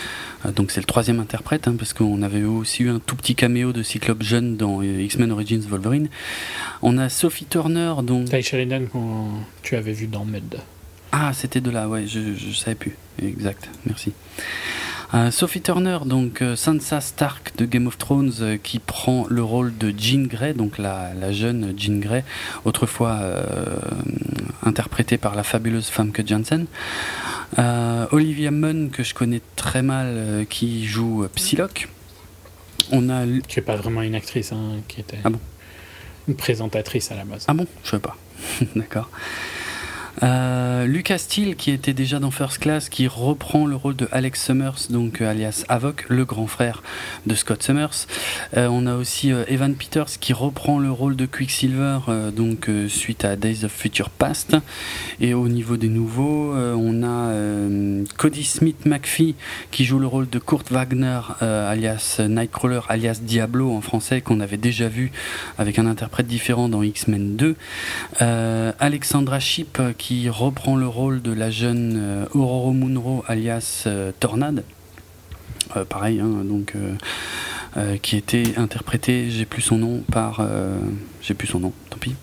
Euh, donc c'est le troisième interprète, hein, parce qu'on avait aussi eu un tout petit caméo de Cyclope jeune dans euh, X-Men Origins Wolverine. On a Sophie Turner, donc... Ty Sheridan, qu'on tu avais vu dans Med. Ah, c'était de là, ouais, je ne savais plus. Exact, merci. Euh, Sophie Turner, donc euh, Sansa Stark de Game of Thrones, euh, qui prend le rôle de Jean Grey, donc la, la jeune Jean Grey, autrefois euh, interprétée par la fabuleuse Famke Janssen. Euh, Olivia Munn, que je connais très mal, euh, qui joue euh, Psylocke. On a... Qui n'est pas vraiment une actrice, hein, qui était ah bon une présentatrice à la base. Ah bon, je sais pas. D'accord. Euh, Lucas Steele, qui était déjà dans First Class, qui reprend le rôle de Alex Summers, donc euh, alias Havok, le grand frère de Scott Summers. Euh, on a aussi euh, Evan Peters qui reprend le rôle de Quicksilver, euh, donc euh, suite à Days of Future Past. Et au niveau des nouveaux, euh, on a euh, Cody Smith McPhee qui joue le rôle de Kurt Wagner, euh, alias Nightcrawler, alias Diablo en français, qu'on avait déjà vu avec un interprète différent dans X-Men deux. Euh, Alexandra Shipp qui qui reprend le rôle de la jeune euh, Ororo Munro alias euh, Tornade, euh, pareil, hein, donc euh, euh, qui était interprétée, j'ai plus son nom, par, euh, j'ai plus son nom, tant pis.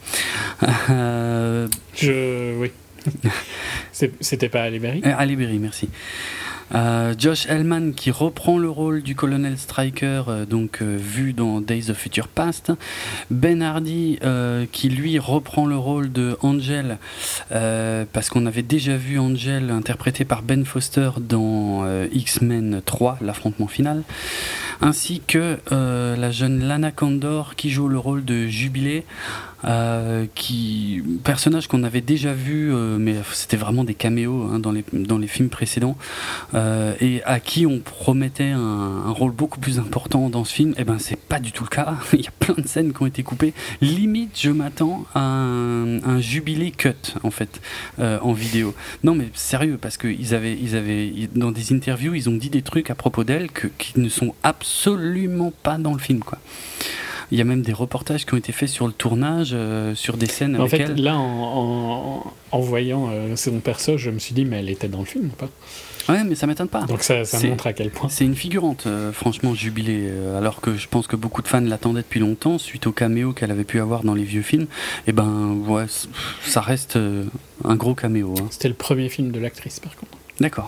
euh, Je, oui, c'était pas Halle Berry. Euh, Halle Berry, merci. Euh, Josh Hellman qui reprend le rôle du colonel Stryker, euh, donc euh, vu dans Days of Future Past. Ben Hardy euh, qui lui reprend le rôle de Angel, euh, parce qu'on avait déjà vu Angel interprété par Ben Foster dans euh, X-Men trois, l'affrontement final, ainsi que euh, la jeune Lana Condor qui joue le rôle de Jubilé. Euh, qui personnage qu'on avait déjà vu, euh, mais c'était vraiment des caméos, hein, dans les dans les films précédents, euh, et à qui on promettait un, un rôle beaucoup plus important dans ce film. Et ben c'est pas du tout le cas. Il y a plein de scènes qui ont été coupées. Limite, je m'attends à un, un jubilé cut en fait, euh, en vidéo. Non mais sérieux, parce que ils avaient ils avaient dans des interviews ils ont dit des trucs à propos d'elle que, qui ne sont absolument pas dans le film, quoi. Il y a même des reportages qui ont été faits sur le tournage, euh, sur des scènes en avec fait, elle. Là, en, en, en voyant euh, son perso, je me suis dit, mais elle était dans le film ou pas ? Ouais, mais ça m'étonne pas. Donc ça, ça montre à quel point. C'est une figurante, euh, franchement, Jubilé. Euh, alors que je pense que beaucoup de fans l'attendaient depuis longtemps, suite au caméo qu'elle avait pu avoir dans les vieux films. Et ben, ouais, ça reste euh, un gros caméo. Hein. C'était le premier film de l'actrice, par contre. D'accord.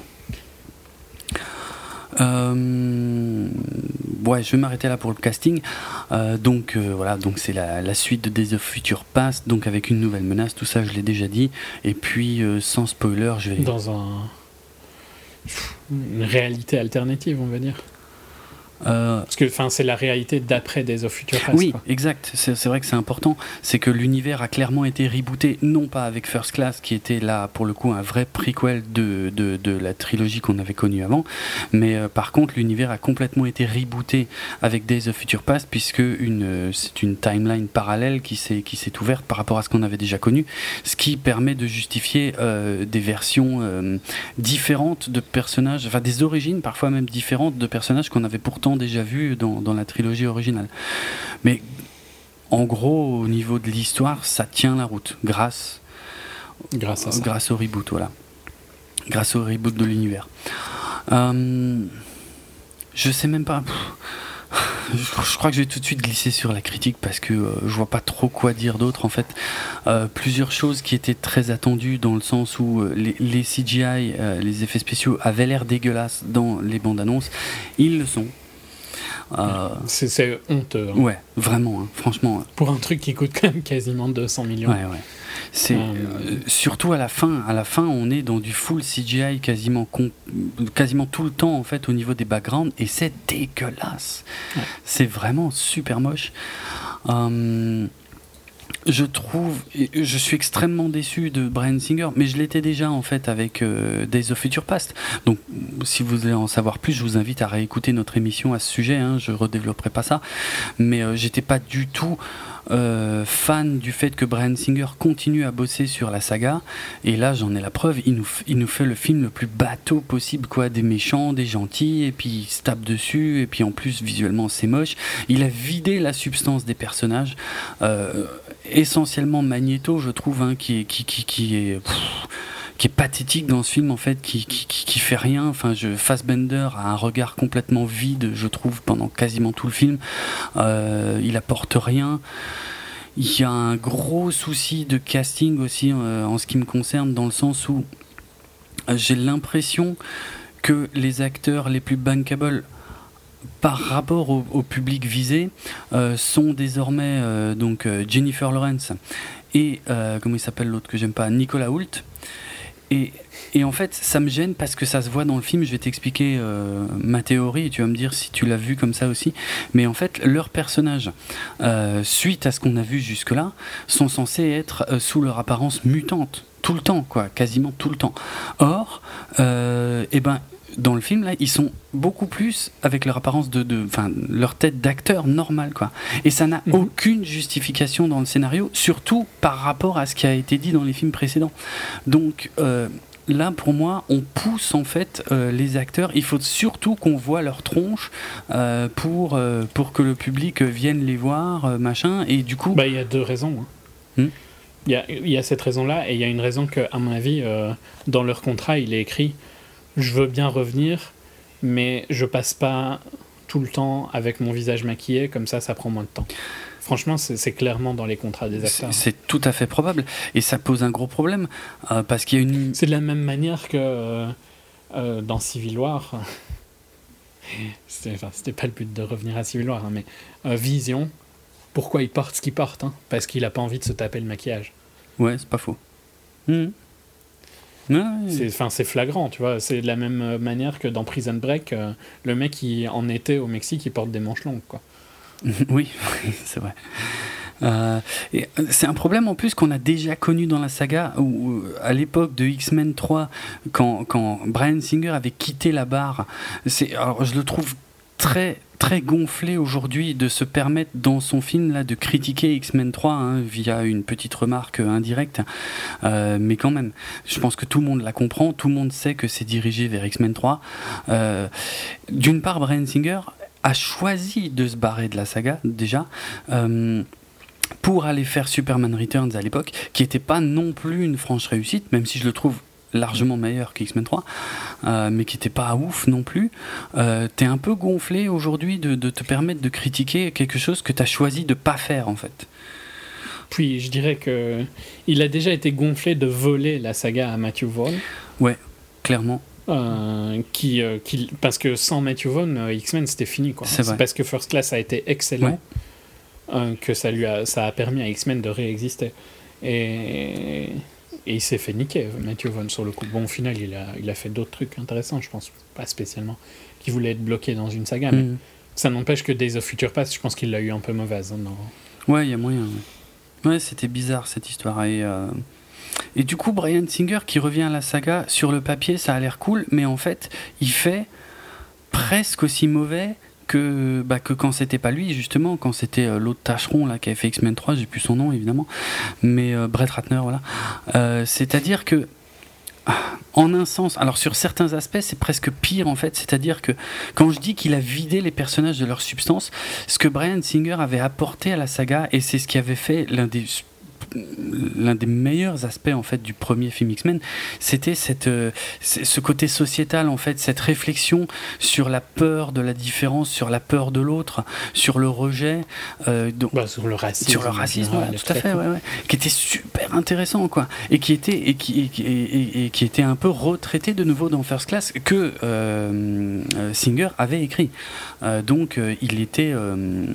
Euh, ouais, je vais m'arrêter là pour le casting. Euh, donc euh, voilà, donc c'est la, la suite de Days of Future Past, donc avec une nouvelle menace. Tout ça, je l'ai déjà dit. Et puis, euh, sans spoiler, je vais dans un une réalité alternative, on va dire. Euh, Parce que c'est la réalité d'après Days of Future Past. Oui, quoi. exact. C'est, c'est vrai que c'est important. C'est que l'univers a clairement été rebooté, non pas avec First Class, qui était là, pour le coup, un vrai prequel de, de, de la trilogie qu'on avait connue avant. Mais euh, par contre, l'univers a complètement été rebooté avec Days of Future Past, puisque une, euh, c'est une timeline parallèle qui s'est, qui s'est ouverte par rapport à ce qu'on avait déjà connu, ce qui permet de justifier euh, des versions euh, différentes de personnages, enfin des origines parfois même différentes de personnages qu'on avait pourtant déjà vu dans, dans la trilogie originale. Mais en gros, au niveau de l'histoire, ça tient la route grâce, grâce, à ça. grâce au reboot, voilà. Grâce au reboot de l'univers. Euh, je sais même pas. Je, je crois que je vais tout de suite glisser sur la critique parce que euh, je vois pas trop quoi dire d'autre en fait. Euh, plusieurs choses qui étaient très attendues dans le sens où euh, les, les C G I, euh, les effets spéciaux avaient l'air dégueulasses dans les bandes annonces. Ils le sont. Euh, c'est, c'est honteux. Hein. Ouais, vraiment, hein, franchement. Pour un truc qui coûte quand même quasiment deux cents millions. Ouais, ouais. C'est euh... Euh, surtout à la fin. À la fin, on est dans du full C G I quasiment, com- quasiment tout le temps en fait au niveau des backgrounds et c'est dégueulasse. Ouais. C'est vraiment super moche. Euh... Je trouve, je suis extrêmement déçu de Bryan Singer, mais je l'étais déjà en fait avec euh, Days of Future Past. Donc, si vous voulez en savoir plus, je vous invite à réécouter notre émission à ce sujet. Hein, je redévelopperai pas ça, mais euh, j'étais pas du tout euh, fan du fait que Bryan Singer continue à bosser sur la saga. Et là, j'en ai la preuve. Il nous, il nous fait le film le plus bateau possible, quoi, des méchants, des gentils, et puis il se tape dessus. Et puis en plus, visuellement, c'est moche. Il a vidé la substance des personnages. Euh, essentiellement Magneto, je trouve, hein, qui est qui qui qui est pff, qui est pathétique dans ce film en fait, qui, qui, qui, qui fait rien. Enfin, je, Fassbender a un regard complètement vide, je trouve, pendant quasiment tout le film. Euh, il apporte rien. Il y a un gros souci de casting aussi euh, en ce qui me concerne, dans le sens où euh, j'ai l'impression que les acteurs les plus bankable par rapport au, au public visé euh, sont désormais euh, donc euh, Jennifer Lawrence et euh, comment il s'appelle l'autre que j'aime pas, Nicolas Hoult. Et, et en fait, ça me gêne parce que ça se voit dans le film. Je vais t'expliquer euh, ma théorie et tu vas me dire si tu l'as vu comme ça aussi. Mais en fait, leurs personnages, euh, suite à ce qu'on a vu jusque-là, sont censés être euh, sous leur apparence mutante tout le temps, quoi, quasiment tout le temps. Or, euh, eh ben, dans le film, là, ils sont beaucoup plus avec leur apparence de, de, enfin, leur tête d'acteur normal, quoi. Et ça n'a mmh. aucune justification dans le scénario, surtout par rapport à ce qui a été dit dans les films précédents. Donc euh, là, pour moi, on pousse en fait euh, les acteurs. Il faut surtout qu'on voit leur tronche euh, pour euh, pour que le public vienne les voir, euh, machin. Et du coup, bah, il y a deux raisons. Hein. Hmm il y a il y a cette raison-là, et il y a une raison que, à mon avis, euh, dans leur contrat, il est écrit. Je veux bien revenir, mais je passe pas tout le temps avec mon visage maquillé, comme ça, ça prend moins de temps. Franchement, c'est, c'est clairement dans les contrats des acteurs. C'est, c'est tout à fait probable, et ça pose un gros problème, euh, parce qu'il y a une... C'est de la même manière que euh, euh, dans Civil War, c'était, enfin, c'était pas le but de revenir à Civil War, hein, mais euh, Vision, pourquoi il porte ce qu'il porte, hein, parce qu'il a pas envie de se taper le maquillage. Ouais, c'est pas faux. Mmh. Ouais. C'est, enfin, c'est flagrant, tu vois. C'est de la même manière que dans Prison Break, euh, le mec qui en été au Mexique, il porte des manches longues, quoi. Oui, oui, c'est vrai. Euh, et c'est un problème en plus qu'on a déjà connu dans la saga, où, à l'époque de X-Men trois, quand, quand Bryan Singer avait quitté la barre. C'est, alors, je le trouve très très gonflé aujourd'hui de se permettre dans son film là de critiquer X-Men trois hein, via une petite remarque indirecte, euh, mais quand même je pense que tout le monde la comprend, tout le monde sait que c'est dirigé vers X-Men trois. Euh, d'une part, Bryan Singer a choisi de se barrer de la saga déjà euh, pour aller faire Superman Returns à l'époque, qui n'était pas non plus une franche réussite, même si je le trouve largement meilleur qu'X-Men trois, euh, mais qui n'était pas ouf non plus. Euh, t'es un peu gonflé aujourd'hui de, de te permettre de critiquer quelque chose que t'as choisi de pas faire, en fait. Puis je dirais que il a déjà été gonflé de voler la saga à Matthew Vaughn. Ouais, clairement. Euh, qui, euh, qui, parce que sans Matthew Vaughn, euh, X-Men c'était fini, quoi. C'est, c'est parce que First Class a été excellent, ouais. euh, que ça lui a, ça a permis à X-Men de réexister. Et Et il s'est fait niquer, Matthew Vaughn, sur le coup. Bon, au final, il a, il a fait d'autres trucs intéressants, je pense, pas spécialement, qui voulaient être bloqués dans une saga, mais mmh. ça n'empêche que Days of Future Past, je pense qu'il l'a eu un peu mauvaise. Hein, dans... Ouais, il y a moyen. Ouais, ouais c'était bizarre, cette histoire. Et, euh... et du coup, Bryan Singer, qui revient à la saga, sur le papier, ça a l'air cool, mais en fait, il fait presque aussi mauvais que, bah, que quand c'était pas lui, justement, quand c'était euh, l'autre tâcheron là, qui avait fait X-Men trois, j'ai plus son nom évidemment, mais euh, Brett Ratner, voilà. Euh, c'est-à-dire que, en un sens, alors sur certains aspects, c'est presque pire en fait, c'est-à-dire que quand je dis qu'il a vidé les personnages de leur substance, ce que Bryan Singer avait apporté à la saga, et c'est ce qui avait fait l'un des l'un des meilleurs aspects en fait du premier film X-Men, c'était cette, euh, ce côté sociétal en fait, cette réflexion sur la peur de la différence, sur la peur de l'autre, sur le rejet, euh, donc, bah, sur le racisme, sur le racisme, général, ouais, tout à fait, ouais, ouais, qui était super intéressant quoi, et qui était et qui, et, et, et qui était un peu retraité de nouveau dans First Class que euh, Singer avait écrit. Euh, donc euh, il était euh,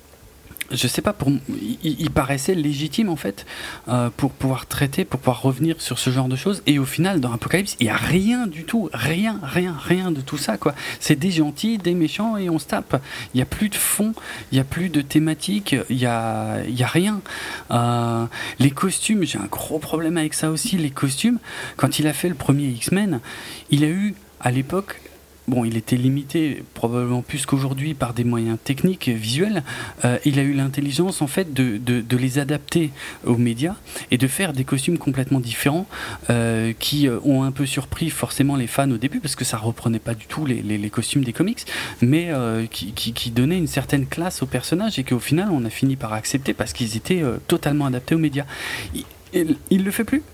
je sais pas, pour, il, il paraissait légitime en fait euh, pour pouvoir traiter, pour pouvoir revenir sur ce genre de choses. Et au final, dans Apocalypse, il n'y a rien du tout, rien, rien, rien de tout ça quoi. C'est des gentils, des méchants et on se tape. Il n'y a plus de fond, il n'y a plus de thématique, il n'y a, il y a rien. Euh, les costumes, j'ai un gros problème avec ça aussi. Les costumes, quand il a fait le premier X-Men, il a eu à l'époque. Bon, il était limité, probablement plus qu'aujourd'hui, par des moyens techniques, visuels. Euh, il a eu l'intelligence, en fait, de, de, de les adapter aux médias et de faire des costumes complètement différents euh, qui ont un peu surpris forcément les fans au début, parce que ça reprenait pas du tout les, les, les costumes des comics, mais euh, qui, qui, qui donnaient une certaine classe aux personnages et qu'au final, on a fini par accepter parce qu'ils étaient euh, totalement adaptés aux médias. Il, il, il le fait plus.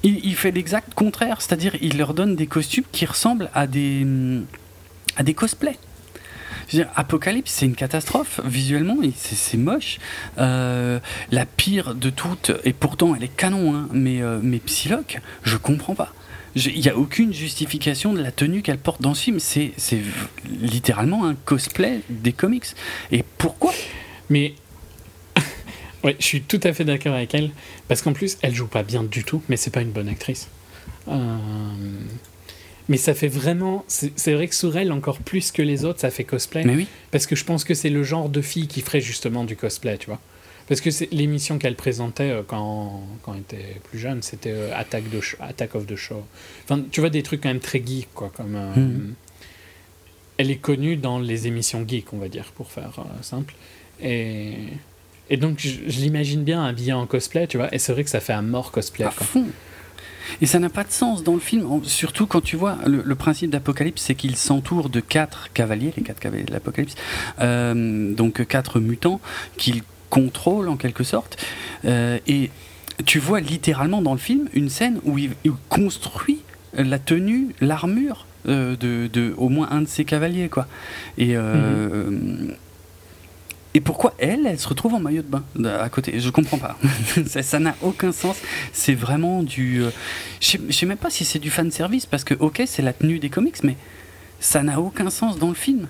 il, il fait l'exact contraire, c'est-à-dire il leur donne des costumes qui ressemblent à des, à des cosplays. Je veux dire, Apocalypse, c'est une catastrophe visuellement, c'est, c'est moche. Euh, la pire de toutes, et pourtant elle est canon, hein, mais, euh, mais Psylocke, je comprends pas. Il n'y a aucune justification de la tenue qu'elle porte dans ce film. C'est, c'est littéralement un cosplay des comics. Et pourquoi ? Mais ouais, je suis tout à fait d'accord avec elle, parce qu'en plus, elle joue pas bien du tout, mais c'est pas une bonne actrice. Euh... Mais ça fait vraiment... C'est, c'est vrai que sur elle, encore plus que les autres, ça fait cosplay. Mais oui. Parce que je pense que c'est le genre de fille qui ferait justement du cosplay, tu vois. Parce que c'est l'émission qu'elle présentait euh, quand, quand elle était plus jeune, c'était euh, Attack, de Sh- Attack of the Show. Enfin, tu vois, des trucs quand même très geek, quoi. Comme, euh, mmh. Elle est connue dans les émissions geek, on va dire, pour faire euh, simple. Et, et donc, je, je l'imagine bien habillée en cosplay, tu vois. Et c'est vrai que ça fait un mort cosplay. À fond. Et ça n'a pas de sens dans le film, surtout quand tu vois le, le principe d'Apocalypse, c'est qu'il s'entoure de quatre cavaliers, les quatre cavaliers de l'Apocalypse, euh, donc quatre mutants qu'il contrôle en quelque sorte. Euh, et tu vois littéralement dans le film une scène où il, il construit la tenue, l'armure euh, de, de au moins un de ses cavaliers, quoi. Et euh, mm-hmm. Et pourquoi elle, elle se retrouve en maillot de bain à côté ? Je comprends pas. ça, ça n'a aucun sens. C'est vraiment du... Euh, je ne sais même pas si c'est du fan service, parce que, ok, c'est la tenue des comics, mais ça n'a aucun sens dans le film.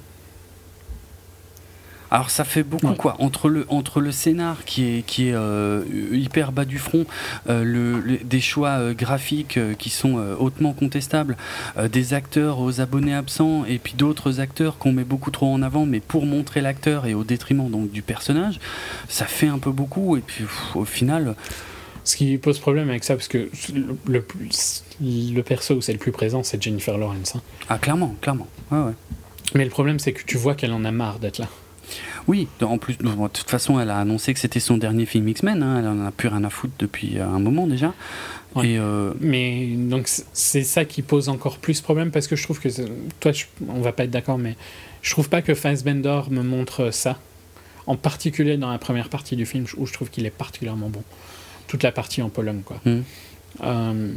Alors ça fait beaucoup, ouais. quoi. Entre le, entre le scénar qui est, qui est euh, hyper bas du front, euh, le, le, des choix euh, graphiques euh, qui sont euh, hautement contestables, euh, des acteurs aux abonnés absents, et puis d'autres acteurs qu'on met beaucoup trop en avant, mais pour montrer l'acteur et au détriment donc, du personnage, ça fait un peu beaucoup. Et puis pff, au final... Ce qui pose problème avec ça, parce que le, le, le perso où c'est le plus présent, c'est Jennifer Lawrence. Hein. Ah clairement, clairement. Ouais, ouais. Mais le problème, c'est que tu vois qu'elle en a marre d'être là. Oui, en plus, de toute façon, elle a annoncé que c'était son dernier film X-Men. Hein, elle en a plus rien à foutre depuis un moment déjà. Ouais. Et euh... Mais donc c'est ça qui pose encore plus problème, parce que je trouve que toi, je, on va pas être d'accord, mais je trouve pas que Fassbender me montre ça. En particulier dans la première partie du film, où je trouve qu'il est particulièrement bon. Toute la partie en Pologne, quoi. Mm. Euh,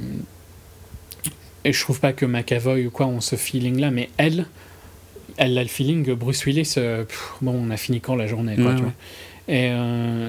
et je trouve pas que McAvoy ou quoi ont ce feeling-là, mais elle. Elle a le feeling que Bruce Willis, euh, pff, bon, on a fini quand la journée, quoi, ouais, tu ouais. vois. Et euh,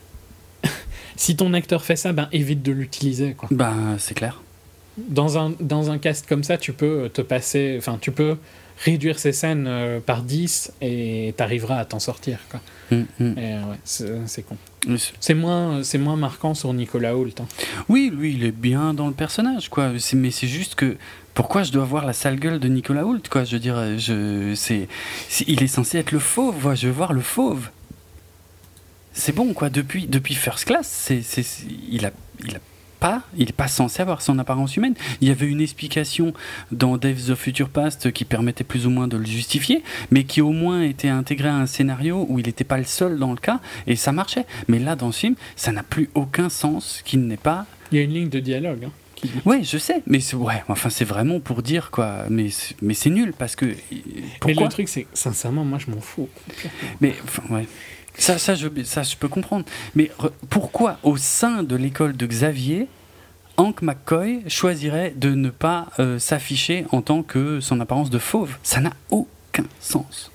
si ton acteur fait ça, ben évite de l'utiliser, quoi. Ben c'est clair. Dans un dans un cast comme ça, tu peux te passer, enfin, tu peux réduire ces scènes euh, par dix et t'arriveras à t'en sortir, quoi. Mm, mm. Et ouais, c'est, c'est con. C'est moins, c'est moins marquant sur Nicolas Hoult. Hein. Oui, lui, il est bien dans le personnage, quoi. C'est, mais c'est juste que pourquoi je dois voir la sale gueule de Nicolas Hoult, quoi. Je veux dire, je, c'est, c'est, il est censé être le fauve, quoi. Je veux voir le fauve. C'est bon, quoi. Depuis, depuis First Class, c'est, c'est, c'est, il a, il a pas, il n'est pas censé avoir son apparence humaine. Il y avait une explication dans Days of Future Past qui permettait plus ou moins de le justifier, mais qui au moins était intégré à un scénario où il n'était pas le seul dans le cas, et ça marchait. Mais là, dans ce film, ça n'a plus aucun sens qu'il n'est pas... Il y a une ligne de dialogue, hein. Ouais, je sais, mais c'est, ouais, enfin, c'est vraiment pour dire, quoi. Mais, mais c'est nul, parce que... Pourquoi ? Mais le truc, c'est sincèrement, moi, je m'en fous. Mais, enfin, ouais... Ça, ça, je, ça, je peux comprendre. Mais re, pourquoi, au sein de l'école de Xavier, Hank McCoy choisirait de ne pas euh, s'afficher en tant que son apparence de fauve ? Ça n'a aucun sens.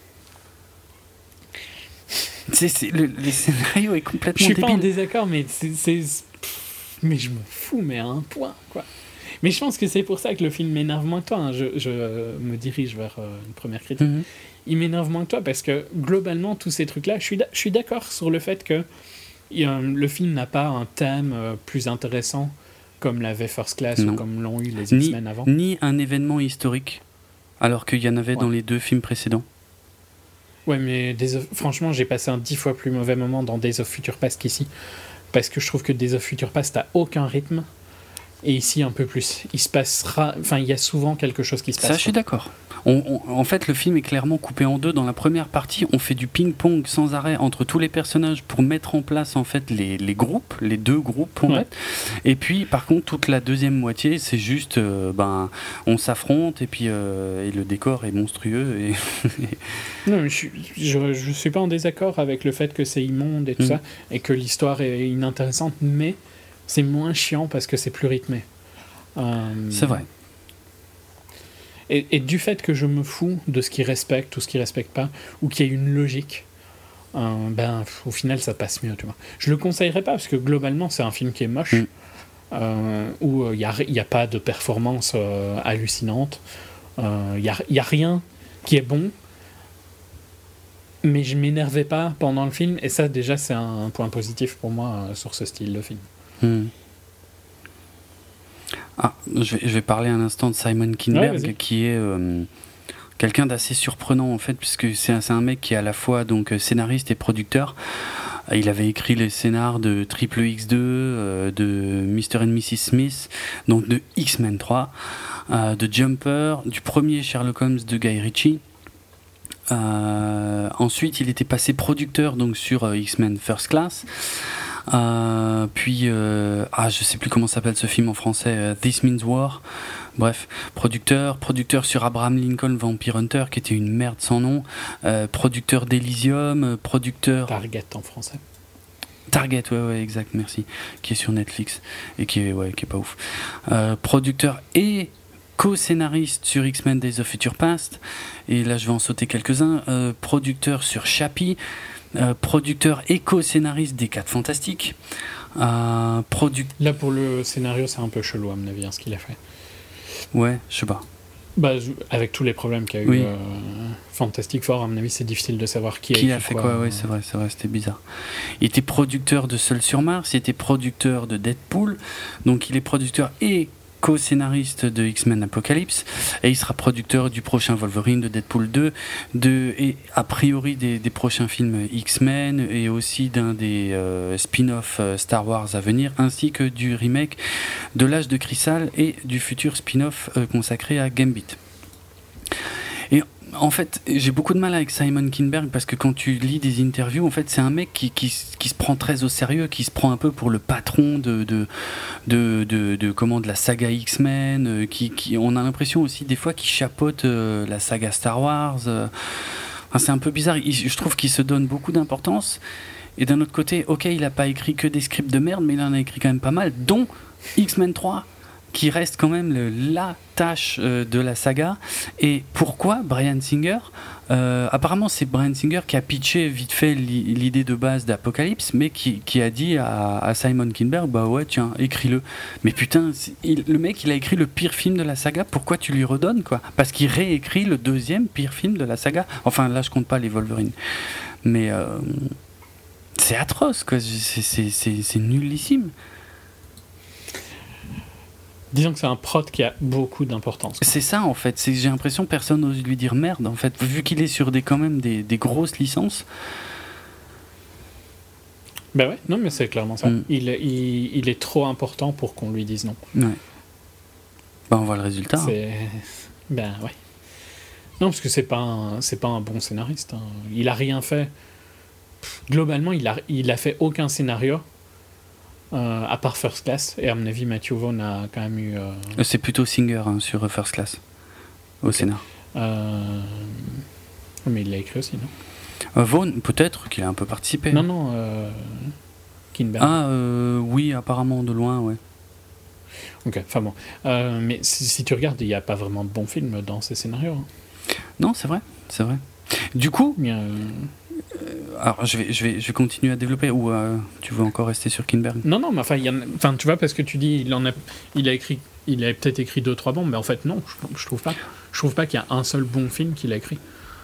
C'est, c'est, le, le scénario est complètement débile. Je suis pas en désaccord, mais c'est, c'est... mais je m'en fous, mais à un point, quoi. Mais je pense que c'est pour ça que le film m'énerve moins que toi. Hein. Je, je me dirige vers euh, une première critique. Mm-hmm. Il m'énerve moins que toi parce que globalement, tous ces trucs-là, je suis, je suis d'accord sur le fait que euh, le film n'a pas un thème euh, plus intéressant comme l'avait First Class non. ou comme l'ont eu les X-Men ni, avant. Ni un événement historique, alors qu'il y en avait ouais. dans les deux films précédents. Ouais, mais Days of... franchement, j'ai passé un dix fois plus mauvais moment dans Days of Future Past qu'ici. Parce que je trouve que Days of Future Past n'a aucun rythme. Et ici, un peu plus. Il se passera... Enfin, il y a souvent quelque chose qui se passe. Ça, je suis d'accord. On, on, en fait, le film est clairement coupé en deux. Dans la première partie, on fait du ping-pong sans arrêt entre tous les personnages pour mettre en place en fait les, les groupes, les deux groupes en ouais. fait. Et puis, par contre, toute la deuxième moitié, c'est juste, euh, ben, on s'affronte et puis euh, et le décor est monstrueux. Et non, mais je, je, je suis pas en désaccord avec le fait que c'est immonde et tout mmh. ça, et que l'histoire est inintéressante, mais c'est moins chiant parce que c'est plus rythmé. Euh, C'est vrai. Et, et du fait que je me fous de ce qu'ils respectent ou ce qu'ils respectent pas, ou qu'il y ait une logique, euh, ben, au final, ça passe mieux, tu vois. Je le conseillerais pas, parce que globalement, c'est un film qui est moche, mm. euh, où il n'y a, y a pas de performance euh, hallucinante, il euh, n'y a, y a rien qui est bon, mais je m'énervais pas pendant le film, et ça, déjà, c'est un, un point positif pour moi euh, sur ce style de film. Mm. Ah, je vais, je vais parler un instant de Simon Kinberg, ouais, qui est euh, quelqu'un d'assez surprenant en fait, puisque c'est un, c'est un mec qui est à la fois donc scénariste et producteur. Il avait écrit les scénars de Triple X deux, euh, de mister and missus Smith, donc de X-Men trois, euh, de Jumper, du premier Sherlock Holmes de Guy Ritchie. Euh, ensuite, il était passé producteur donc sur euh, X-Men First Class. Euh, puis euh, ah je sais plus comment s'appelle ce film en français, euh, This Means War. Bref, producteur producteur sur Abraham Lincoln Vampire Hunter qui était une merde sans nom, euh, producteur d'Elysium, producteur Target en français. Target, ouais ouais exact, merci, qui est sur Netflix et qui est ouais qui est pas ouf. Euh, producteur et co-scénariste sur X-Men Days of Future Past, et là je vais en sauter quelques-uns. Euh, producteur sur Chappie. Euh, producteur et co-scénariste des quatre Fantastiques. Euh, produ... Là, pour le scénario, c'est un peu chelou, à mon avis, hein, ce qu'il a fait. Ouais, je sais pas. Bah, avec tous les problèmes qu'il y a oui. eu, euh, Fantastic Four, à mon avis, c'est difficile de savoir qui, qui a, a fait quoi. quoi euh... Oui, c'est vrai, c'est vrai, c'était bizarre. Il était producteur de Seul sur Mars, il était producteur de Deadpool, donc il est producteur et co-scénariste de X-Men Apocalypse, et il sera producteur du prochain Wolverine, de Deadpool deux, de, et a priori des, des prochains films X-Men, et aussi d'un des euh, spin-off euh, Star Wars à venir, ainsi que du remake de l'Âge de Cristal et du futur spin-off euh, consacré à Gambit. Et en fait, j'ai beaucoup de mal avec Simon Kinberg parce que quand tu lis des interviews, en fait, c'est un mec qui, qui, qui se prend très au sérieux, qui se prend un peu pour le patron de, de, de, de, de, comment, de la saga X-Men. Qui, qui, on a l'impression aussi des fois qu'il chapeaute euh, la saga Star Wars. Euh, enfin, c'est un peu bizarre. Il, je trouve qu'il se donne beaucoup d'importance. Et d'un autre côté, ok, il n'a pas écrit que des scripts de merde, mais il en a écrit quand même pas mal, dont X-Men trois. Qui reste quand même le, la tâche euh, de la saga. Et pourquoi Bryan Singer euh, apparemment c'est Bryan Singer qui a pitché vite fait l'idée de base d'Apocalypse, mais qui, qui a dit à, à Simon Kinberg, bah ouais tiens, écris-le. Mais putain, il, le mec il a écrit le pire film de la saga, pourquoi tu lui redonnes quoi? Parce qu'il réécrit le deuxième pire film de la saga. Enfin là je compte pas les Wolverine. Mais euh, c'est atroce quoi, c'est, c'est, c'est, c'est nullissime. Disons que c'est un prod qui a beaucoup d'importance. Quoi. C'est ça en fait, c'est, j'ai l'impression que personne n'ose lui dire merde en fait, vu qu'il est sur des, quand même des, des grosses licences. Ben ouais, non mais c'est clairement ça. Mm. Il, il, il est trop important pour qu'on lui dise non. Ouais. Ben on voit le résultat. C'est... Hein. Ben ouais. Non parce que c'est pas un, c'est pas un bon scénariste. Hein. Il a rien fait. Globalement, il a, il a fait aucun scénario. Euh, à part First Class, et à mon avis Matthew Vaughn a quand même eu euh... c'est plutôt Singer hein, sur First Class au okay. Scénar euh... mais il l'a écrit aussi non euh, Vaughn peut-être qu'il a un peu participé non non euh... Kinberg ah euh, oui apparemment de loin ouais ok enfin bon euh, mais si, si tu regardes il n'y a pas vraiment de bons films dans ces scénarios hein. Non c'est vrai c'est vrai du coup il y a... alors je vais, je, vais, je vais continuer à développer ou euh, tu veux encore rester sur Kinberg? Non, non, mais enfin, il y en a, enfin tu vois, parce que tu dis il en a, il a écrit, il a peut-être écrit deux, trois bons, mais en fait non, je, je trouve pas. Je trouve pas qu'il y a un seul bon film qu'il a écrit.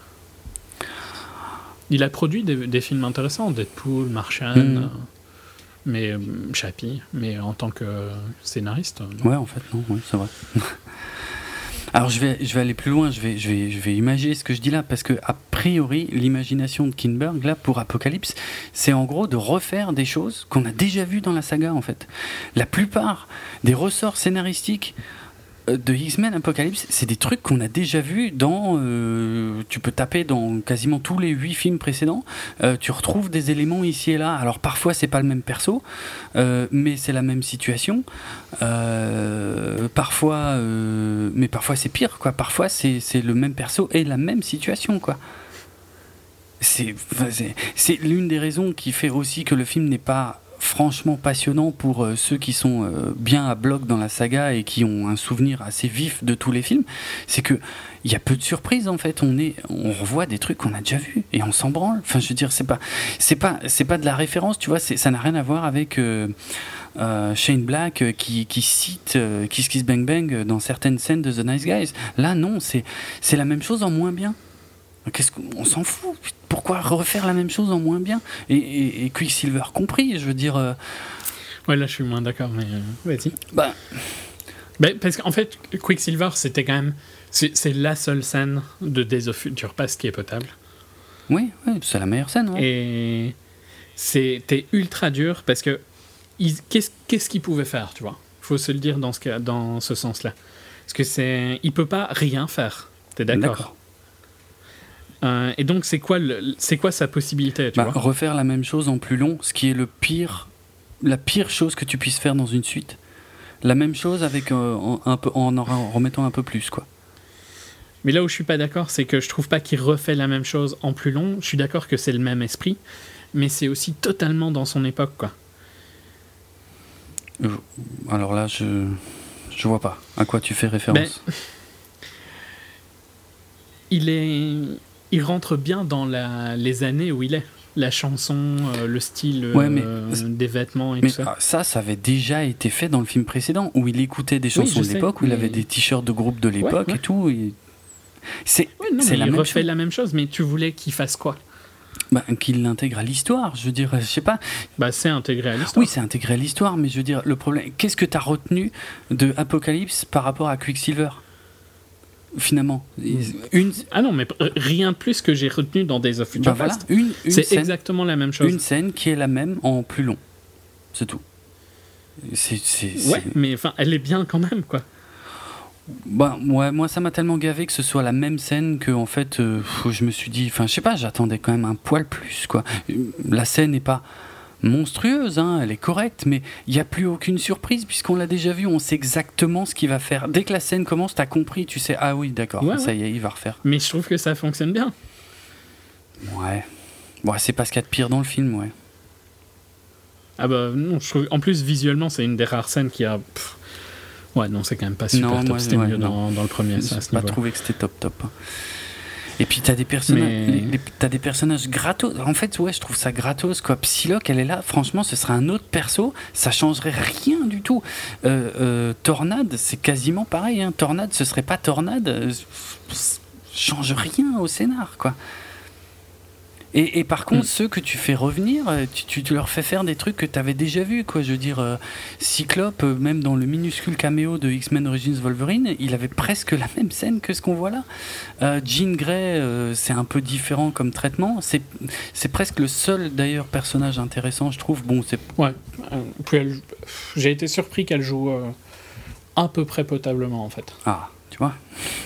Il a produit des, des films intéressants, Deadpool, Martian, mmh. euh, mais euh, Chappie, mais en tant que scénariste. Non. Ouais, en fait non, ouais, c'est vrai. Alors je vais, je vais aller plus loin, je vais, je, vais, je vais imaginer ce que je dis là, parce que a priori, l'imagination de Kinberg, là, pour Apocalypse, c'est en gros de refaire des choses qu'on a déjà vues dans la saga, en fait. La plupart des ressorts scénaristiques de X-Men Apocalypse, c'est des trucs qu'on a déjà vus dans... Euh, tu peux taper dans quasiment tous les huit films précédents, euh, tu retrouves des éléments ici et là. Alors parfois, c'est pas le même perso, euh, mais c'est la même situation. Euh, parfois... Euh, mais parfois, c'est pire, quoi. Parfois, c'est, c'est le même perso et la même situation, quoi. C'est, c'est, c'est l'une des raisons qui fait aussi que le film n'est pas... franchement passionnant pour euh, ceux qui sont euh, bien à bloc dans la saga et qui ont un souvenir assez vif de tous les films, c'est que il y a peu de surprises en fait. On est, on revoit des trucs qu'on a déjà vus et on s'en branle. Enfin, je veux dire, c'est pas, c'est pas, c'est pas de la référence, tu vois. C'est, ça n'a rien à voir avec euh, euh, Shane Black euh, qui, qui cite euh, Kiss Kiss Bang Bang dans certaines scènes de The Nice Guys. Là, non, c'est, c'est la même chose en moins bien. Qu'est-ce qu'on s'en fout? Pourquoi refaire la même chose en moins bien? Et, et, et Quicksilver compris, je veux dire. Euh... Ouais, là, je suis moins d'accord, mais euh, vas-y. Bah. bah, parce qu'en fait, Quicksilver, c'était quand même. C'est, c'est la seule scène de Days of Future Past qui est potable. Oui, oui, c'est la meilleure scène. Ouais. Et c'était ultra dur parce que. Il, qu'est-ce, qu'est-ce qu'il pouvait faire, tu vois? Il faut se le dire dans ce, cas, dans ce sens-là. Parce que c'est. Il peut pas rien faire. T'es d'accord? D'accord. Euh, et donc, c'est quoi, le, c'est quoi sa possibilité, tu bah, vois? Refaire la même chose en plus long, ce qui est le pire, la pire chose que tu puisses faire dans une suite. La même chose avec euh, en, un peu, en en remettant un peu plus, quoi. Mais là où je suis pas d'accord, c'est que je trouve pas qu'il refait la même chose en plus long. Je suis d'accord que c'est le même esprit, mais c'est aussi totalement dans son époque, quoi. Euh, alors là, je je vois pas à quoi tu fais référence. Ben, il est, il rentre bien dans la, les années où il est. La chanson, euh, le style ouais, mais, euh, des vêtements et mais tout ça. Ça, ça avait déjà été fait dans le film précédent, où il écoutait des chansons oui, de l'époque, sais, où mais... il avait des t-shirts de groupe de l'époque ouais, ouais. et tout. Et... C'est, ouais, non, c'est mais la il même refait chose. la même chose, mais tu voulais qu'il fasse quoi? Bah, qu'il l'intègre à l'histoire, je veux dire, je sais pas. Bah, c'est intégré à l'histoire. Oui, c'est intégré à l'histoire, mais je veux dire, le problème, qu'est-ce que tu as retenu de Apocalypse par rapport à Quicksilver? Finalement, une... ah non, mais rien de plus que j'ai retenu dans Days of Future bah Past. Voilà, une, une c'est scène, exactement la même chose. Une scène qui est la même en plus long, c'est tout. C'est, c'est, ouais, c'est... mais enfin, elle est bien quand même, quoi. Bah ouais, moi ça m'a tellement gavé que ce soit la même scène que en fait, euh, je me suis dit, enfin je sais pas, j'attendais quand même un poil plus, quoi. La scène n'est pas monstrueuse, hein, elle est correcte, mais il n'y a plus aucune surprise puisqu'on l'a déjà vu, on sait exactement ce qu'il va faire. Dès que la scène commence, t'as compris, tu sais, ah oui, d'accord, ouais, ça ouais. y est, il va refaire. Mais je trouve que ça fonctionne bien. Ouais, ouais, c'est pas ce qu'il y a de pire dans le film, ouais. Ah bah non, je trouve, en plus visuellement, c'est une des rares scènes qui a. Pff, ouais, non, c'est quand même pas super non, top. Moi, C'était ouais, mieux non. dans, dans le premier. Je n'ai pas trouvé que c'était top top. Et puis t'as des personnages, Mais... les, les, t'as des personnages gratos. En fait, ouais, je trouve ça gratos, quoi. Psylocke, elle est là. Franchement, ce serait un autre perso, ça changerait rien du tout. Euh, euh, Tornade, c'est quasiment pareil. Hein. Tornade, ce serait pas Tornade, euh, change rien au scénar, quoi. Et, et par contre, mm. ceux que tu fais revenir, tu, tu, tu leur fais faire des trucs que tu avais déjà vus, quoi. Je veux dire, euh, Cyclope, euh, même dans le minuscule caméo de X-Men Origins Wolverine, il avait presque la même scène que ce qu'on voit là. Euh, Jean Grey, euh, c'est un peu différent comme traitement. C'est, c'est presque le seul, d'ailleurs, personnage intéressant, je trouve. Bon, c'est... Ouais. Euh, puis elle, j'ai été surpris qu'elle joue euh, à peu près potablement, en fait. Ah, tu vois.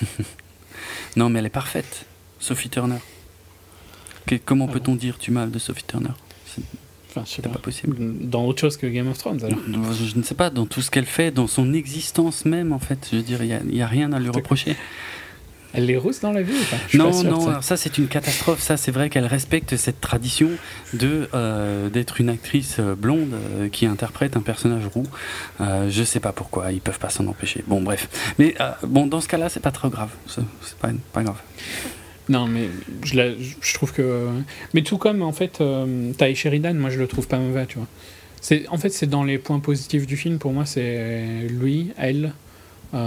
Non, mais elle est parfaite, Sophie Turner. Comment ah peut-on bon. dire du mal de Sophie Turner? C'est, enfin, je sais c'est pas. pas possible. Dans autre chose que Game of Thrones, alors. Je, je ne sais pas, dans tout ce qu'elle fait, dans son existence même, en fait. Je veux dire, il n'y a, a rien à lui reprocher. Elle est rousse dans la vie ou pas? Non, non, ça. Alors ça c'est une catastrophe. Ça, c'est vrai qu'elle respecte cette tradition de, euh, d'être une actrice blonde euh, qui interprète un personnage roux. Euh, je sais pas pourquoi, ils peuvent pas s'en empêcher. Bon, bref. Mais euh, bon, dans ce cas-là, c'est pas trop grave. C'est, c'est pas, pas grave. Non, mais je, la, je trouve que... Mais tout comme, en fait, euh, Ty Sheridan, moi, je le trouve pas mauvais, tu vois. C'est, en fait, c'est dans les points positifs du film, pour moi, c'est lui, elle, euh,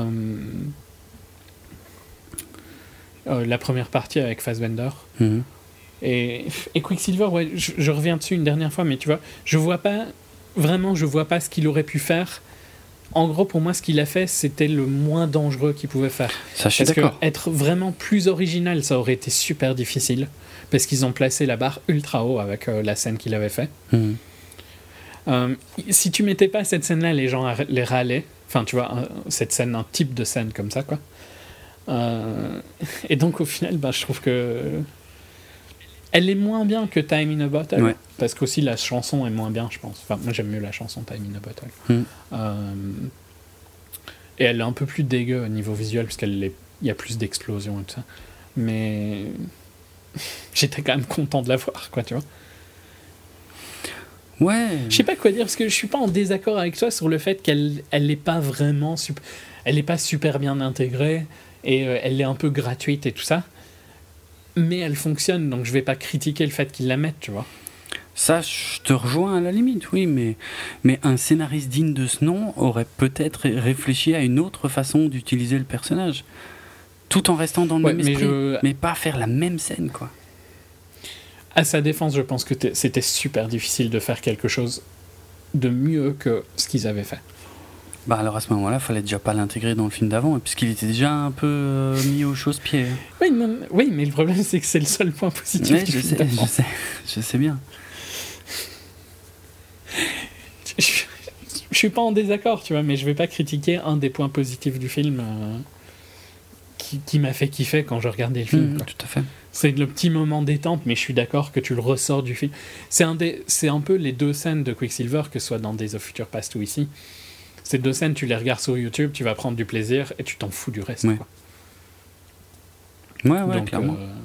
euh, la première partie avec Fassbender. Mm-hmm. Et, et Quicksilver, ouais, je, je reviens dessus une dernière fois, mais tu vois, je vois pas... Vraiment, je vois pas ce qu'il aurait pu faire. En gros, pour moi, ce qu'il a fait, c'était le moins dangereux qu'il pouvait faire. Ça, je suis parce d'accord. que être vraiment plus original, ça aurait été super difficile. Parce qu'ils ont placé la barre ultra haut avec euh, la scène qu'il avait fait. Mmh. Euh, si tu mettais pas cette scène-là, les gens les râlaient. Enfin, tu vois, un, cette scène, un type de scène comme ça, quoi. Euh, et donc, au final, bah, je trouve que... Elle est moins bien que Time in a Bottle. Ouais. Parce qu'aussi, la chanson est moins bien, je pense. Enfin, moi, j'aime mieux la chanson Time in a Bottle. Mmh. Euh, et elle est un peu plus dégueu au niveau visuel, parce qu'il y a plus d'explosions et tout ça. Mais... J'étais quand même content de la voir, quoi, tu vois. Ouais. Je sais pas quoi dire, parce que je suis pas en désaccord avec toi sur le fait qu'elle elle est pas vraiment... Sup... Elle est pas super bien intégrée, et euh, elle est un peu gratuite et tout ça. Mais elle fonctionne, donc je vais pas critiquer le fait qu'ils la mettent, tu vois. Ça, je te rejoins à la limite, oui, mais, mais un scénariste digne de ce nom aurait peut-être réfléchi à une autre façon d'utiliser le personnage, tout en restant dans le ouais, même mais esprit, je... mais pas faire la même scène, quoi. À sa défense, je pense que c'était super difficile de faire quelque chose de mieux que ce qu'ils avaient fait. Bah alors à ce moment-là, il fallait déjà pas l'intégrer dans le film d'avant, puisqu'il était déjà un peu euh, mis au chausse-pied. Oui, non, oui, mais le problème, c'est que c'est le seul point positif ouais, du je film sais, d'avant. je sais, je sais bien. Je, je suis pas en désaccord, tu vois, mais je vais pas critiquer un des points positifs du film euh, qui, qui m'a fait kiffer quand je regardais le film. Mmh, tout à fait. C'est le petit moment détente, mais je suis d'accord que tu le ressors du film. C'est un, des, c'est un peu les deux scènes de Quicksilver, que ce soit dans Days of Future Past ou ici. Ces deux scènes, tu les regardes sur YouTube, tu vas prendre du plaisir et tu t'en fous du reste. Ouais, quoi. ouais, ouais, Donc, clairement. Euh,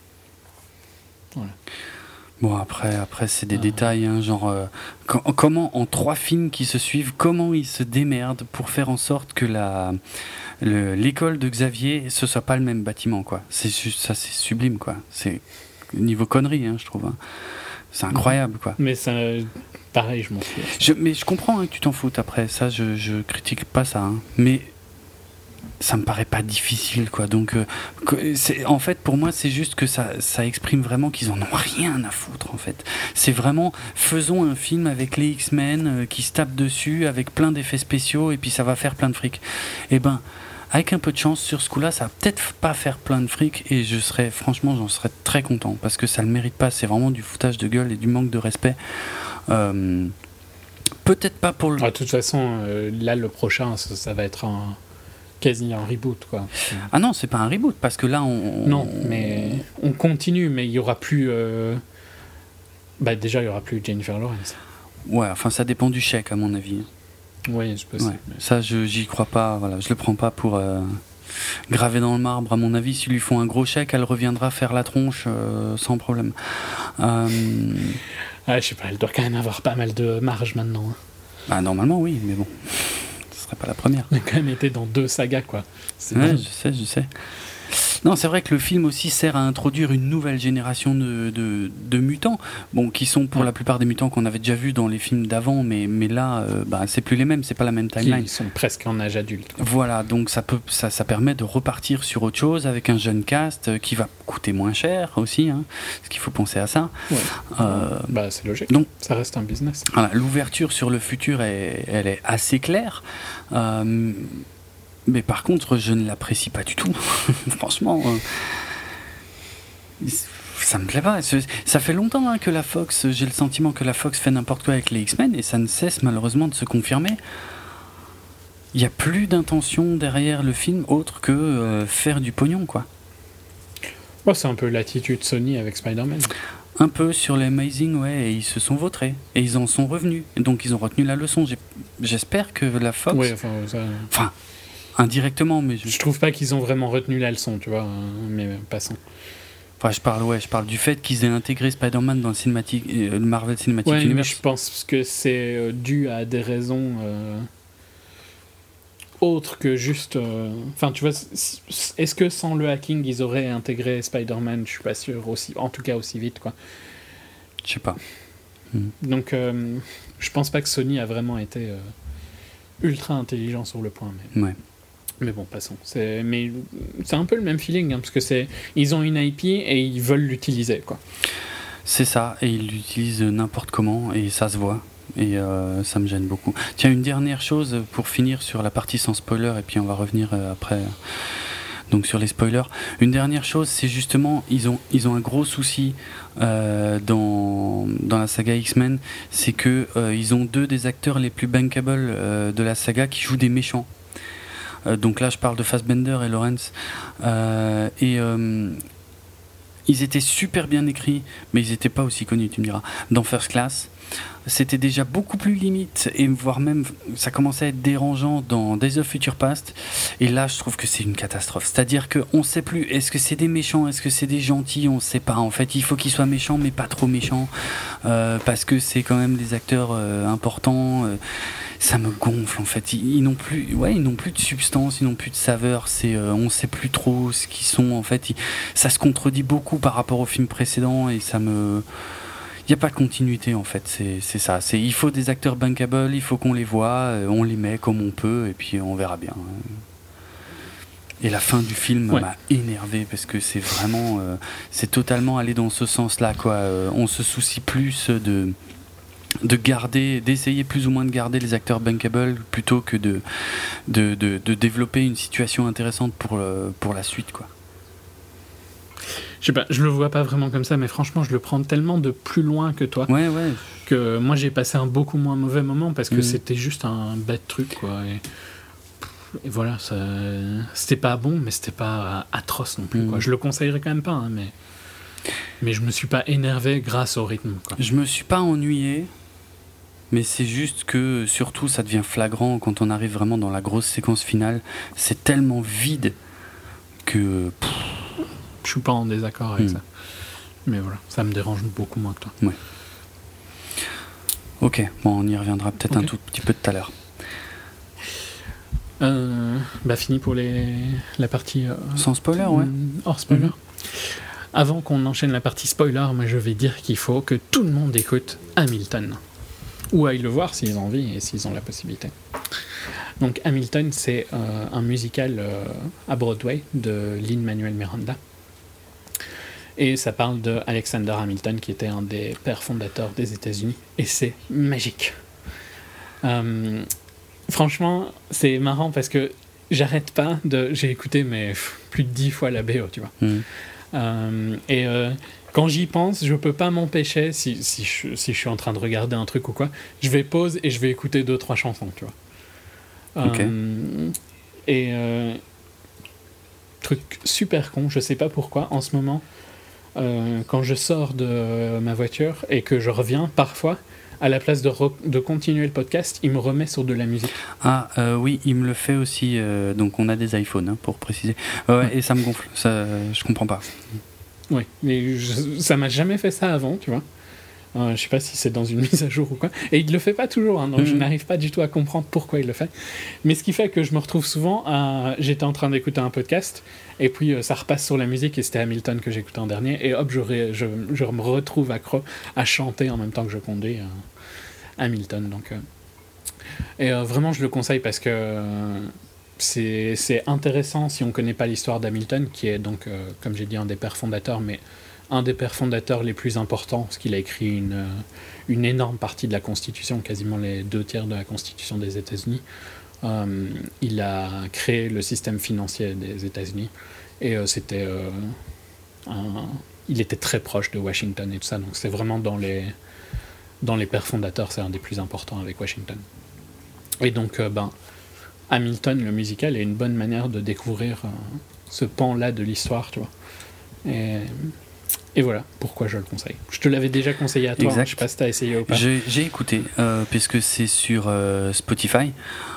voilà. Bon, après, après c'est des Ah. détails, hein, genre euh, com- comment en trois films qui se suivent, comment ils se démerdent pour faire en sorte que la le- l'école de Xavier ce soit pas le même bâtiment, quoi. C'est su- ça, c'est sublime, quoi. C'est niveau connerie, hein, je trouve. Hein. C'est incroyable, quoi. Mais ça, pareil, je m'en fous. Je, mais je comprends hein, que tu t'en foutes. Après, ça, je, je critique pas ça, hein. Mais ça me paraît pas difficile, quoi. Donc, euh, que- c'est, en fait, pour moi, c'est juste que ça, ça exprime vraiment qu'ils en ont rien à foutre, en fait. C'est vraiment, faisons un film avec les X-Men euh, qui se tapent dessus, avec plein d'effets spéciaux, et puis ça va faire plein de fric. Eh ben, avec un peu de chance, sur ce coup-là, ça va peut-être pas faire plein de fric, et je serais, franchement, j'en serais très content, parce que ça le mérite pas. C'est vraiment du foutage de gueule et du manque de respect. Euh, peut-être pas pour le... Ah, de toute façon, euh, là, le prochain, ça, ça va être un... quasi un reboot, quoi. Ah non, c'est pas un reboot, parce que là, on... Non, mais on continue, mais il y aura plus... Euh... Bah, déjà, il y aura plus Jennifer Lawrence. Ouais, enfin, ça dépend du chèque, à mon avis. Oui, c'est possible. Ouais, ça, je, j'y crois pas, voilà, je le prends pas pour... Euh... gravé dans le marbre, à mon avis. S'ils lui font un gros chèque, elle reviendra faire la tronche euh, sans problème. Euh... Ah, je sais pas, elle doit quand même avoir pas mal de marge maintenant. Hein. Bah, normalement, oui, mais bon, ce serait pas la première. Elle a quand même été dans deux sagas, quoi. C'est ouais, dingue. je sais, je sais. Non, c'est vrai que le film aussi sert à introduire une nouvelle génération de, de, de mutants, bon, qui sont pour ouais. la plupart des mutants qu'on avait déjà vus dans les films d'avant, mais, mais là, euh, bah, c'est plus les mêmes, c'est pas la même timeline. Ils sont presque en âge adulte. Quoi. Voilà, donc ça, peut, ça, ça permet de repartir sur autre chose avec un jeune cast euh, qui va coûter moins cher aussi, hein, parce qu'il faut penser à ça. Ouais. Euh, bah, c'est logique. donc, ça reste un business. Voilà, l'ouverture sur le futur, est, elle est assez claire. Euh, mais par contre, je ne l'apprécie pas du tout. Franchement, euh, ça me plaît pas. Ça fait longtemps hein, que la Fox, j'ai le sentiment que la Fox fait n'importe quoi avec les X-Men et ça ne cesse malheureusement de se confirmer. Il n'y a plus d'intention derrière le film autre que euh, faire du pognon, quoi. Ouais, c'est un peu l'attitude Sony avec Spider-Man. Un peu sur les Amazing, ouais, et ils se sont vautrés. Et ils en sont revenus. Et donc ils ont retenu la leçon. J'ai... J'espère que la Fox... Ouais, enfin, ça... enfin, indirectement, mais... Je... je trouve pas qu'ils ont vraiment retenu la leçon, tu vois, hein, mais passons. Enfin, je parle, ouais, je parle du fait qu'ils aient intégré Spider-Man dans le, cinématique, euh, le Marvel Cinematic ouais, Universe. Mais je pense que c'est euh, dû à des raisons... Euh... autre que juste... Enfin, euh... tu vois, est-ce que sans le hacking, ils auraient intégré Spider-Man? Je suis pas sûr, aussi... en tout cas aussi vite, quoi. Je sais pas. Hmm. Donc, euh, je pense pas que Sony a vraiment été euh, ultra intelligent sur le point. Mais, ouais. mais bon, passons. C'est... Mais c'est un peu le même feeling, hein, parce que c'est... ils ont une I P et ils veulent l'utiliser, quoi. C'est ça, et ils l'utilisent n'importe comment, et ça se voit. Et euh, ça me gêne beaucoup. Tiens, une dernière chose pour finir sur la partie sans spoiler, et puis on va revenir euh, après euh, donc sur les spoilers. Une dernière chose, c'est justement, ils ont, ils ont un gros souci euh, dans, dans la saga X-Men, c'est que euh, ils ont deux des acteurs les plus bankable euh, de la saga qui jouent des méchants. Euh, donc là, je parle de Fassbender et Lawrence. Euh, et... Euh, ils étaient super bien écrits, mais ils n'étaient pas aussi connus, tu me diras. Dans First Class, c'était déjà beaucoup plus limite, et voire même ça commençait à être dérangeant dans Days of Future Past, et là je trouve que c'est une catastrophe. C'est-à-dire qu'on sait plus, est-ce que c'est des méchants, est-ce que c'est des gentils, on sait pas. En fait, il faut qu'ils soient méchants, mais pas trop méchants, euh, parce que c'est quand même des acteurs euh, importants. Euh, ça me gonfle en fait. Ils, ils n'ont plus, ouais, ils n'ont plus de substance, ils n'ont plus de saveur. C'est, euh, on sait plus trop ce qu'ils sont. En fait, ils, ça se contredit beaucoup par rapport au film précédent, et ça me il n'y a pas de continuité en fait, c'est, c'est ça. C'est, il faut des acteurs bankable, il faut qu'on les voit, euh, on les met comme on peut, et puis on verra bien. Et la fin du film ouais. m'a énervé, parce que c'est vraiment, euh, c'est totalement allé dans ce sens-là, quoi. Euh, on se soucie plus de, de garder, d'essayer plus ou moins de garder les acteurs bankable, plutôt que de, de, de, de développer une situation intéressante pour, le, pour la suite, quoi. Je sais pas, je le vois pas vraiment comme ça, mais franchement, je le prends tellement de plus loin que toi. Ouais, ouais. Que moi, j'ai passé un beaucoup moins mauvais moment, parce que mmh. c'était juste un bête truc, quoi. Et, et voilà, ça, c'était pas bon, mais c'était pas atroce non plus, mmh. quoi. Je le conseillerais quand même pas, hein, mais, mais je me suis pas énervé grâce au rythme, quoi. Je me suis pas ennuyé, mais c'est juste que, surtout, ça devient flagrant quand on arrive vraiment dans la grosse séquence finale. C'est tellement vide que... Pff, je suis pas en désaccord avec mmh. ça. Mais voilà, ça me dérange beaucoup moins que toi. Ouais. Ok, bon, on y reviendra peut-être okay. un tout petit peu tout à l'heure. Euh, bah fini pour les, la partie... Euh, Sans spoiler, ouais. Hors spoiler. Mmh. Avant qu'on enchaîne la partie spoiler, moi je vais dire qu'il faut que tout le monde écoute Hamilton. Ou aille le voir s'ils ont envie et s'ils ont la possibilité. Donc Hamilton, c'est euh, un musical euh, à Broadway de Lin-Manuel Miranda. Et ça parle de Alexander Hamilton, qui était un des pères fondateurs des États-Unis. Et c'est magique. Euh, franchement, c'est marrant parce que j'arrête pas de... J'ai écouté mais, pff, plus de dix fois la B O, tu vois. Mmh. Euh, et euh, quand j'y pense, je peux pas m'empêcher, si, si, je, si je suis en train de regarder un truc ou quoi, je vais pause et je vais écouter deux, trois chansons, tu vois. Okay. Euh, et... Euh, truc super con, je sais pas pourquoi, en ce moment... Euh, quand je sors de ma voiture et que je reviens, parfois, à la place de, re- de continuer le podcast, il me remet sur de la musique. Ah euh, oui, il me le fait aussi. Euh, donc on a des iPhones, hein, pour préciser. Euh, ouais, et ça me gonfle. Ça, je comprends pas. Oui, mais je, ça m'a jamais fait ça avant, tu vois. Euh, je sais pas si c'est dans une mise à jour ou quoi. Et il le fait pas toujours, hein, donc mmh. je n'arrive pas du tout à comprendre pourquoi il le fait. Mais ce qui fait que je me retrouve souvent à... J'étais en train d'écouter un podcast, et puis euh, ça repasse sur la musique, et c'était Hamilton que j'écoutais en dernier, et hop, je, ré... je... je me retrouve accro à chanter en même temps que je conduis euh, Hamilton. Donc, euh... Et euh, vraiment, je le conseille parce que euh, c'est... c'est intéressant si on connaît pas l'histoire d'Hamilton, qui est donc, euh, comme j'ai dit, un des pères fondateurs, mais un des pères fondateurs les plus importants, parce qu'il a écrit une, une énorme partie de la Constitution, quasiment les deux tiers de la Constitution des États-Unis. Euh, il a créé le système financier des États-Unis, et euh, c'était, euh, un, il était très proche de Washington et tout ça, donc c'est vraiment dans les, dans les pères fondateurs, c'est un des plus importants avec Washington. Et donc, euh, ben, Hamilton, le musical, est une bonne manière de découvrir euh, ce pan-là de l'histoire, tu vois. Et... Et voilà pourquoi je le conseille. Je te l'avais déjà conseillé à toi, hein, je sais pas si tu as essayé ou pas. J'ai, j'ai écouté, euh, puisque c'est sur euh, Spotify.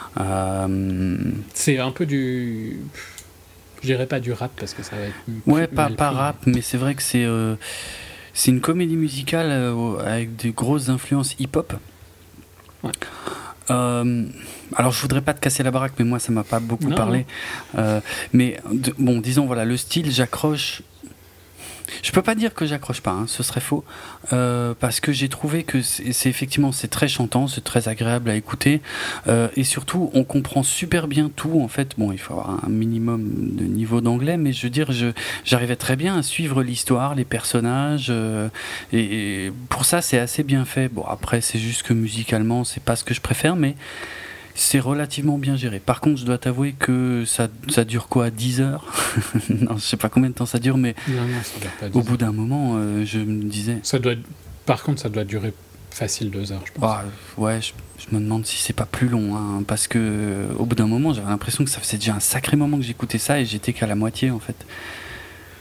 Euh... C'est un peu du... Je dirais pas du rap, parce que ça va être... Ouais, pas, pas rap, mais c'est vrai que c'est, euh, c'est une comédie musicale euh, avec des grosses influences hip-hop. Ouais. Euh, alors je voudrais pas te casser la baraque, mais moi ça m'a pas beaucoup non, parlé. Non. Euh, mais de, bon, disons, voilà, le style, j'accroche... Je peux pas dire que j'accroche pas, hein, ce serait faux, euh, parce que j'ai trouvé que c'est, c'est effectivement c'est très chantant, c'est très agréable à écouter, euh, et surtout on comprend super bien tout. En fait, bon, il faut avoir un minimum de niveau d'anglais, mais je veux dire, je, j'arrivais très bien à suivre l'histoire, les personnages, euh, et, et pour ça c'est assez bien fait. Bon, après c'est juste que musicalement c'est pas ce que je préfère, mais c'est relativement bien géré. Par contre, je dois t'avouer que ça, ça dure quoi, dix heures? Non, je sais pas combien de temps ça dure, mais non, non, ça dure pas au bout d'un moment, euh, je me disais... Ça doit... Par contre, ça doit durer facile deux heures, je pense. Ah, ouais, je, je me demande si c'est pas plus long, hein, parce que euh, au bout d'un moment, j'avais l'impression que ça faisait déjà un sacré moment que j'écoutais ça, et j'étais qu'à la moitié, en fait.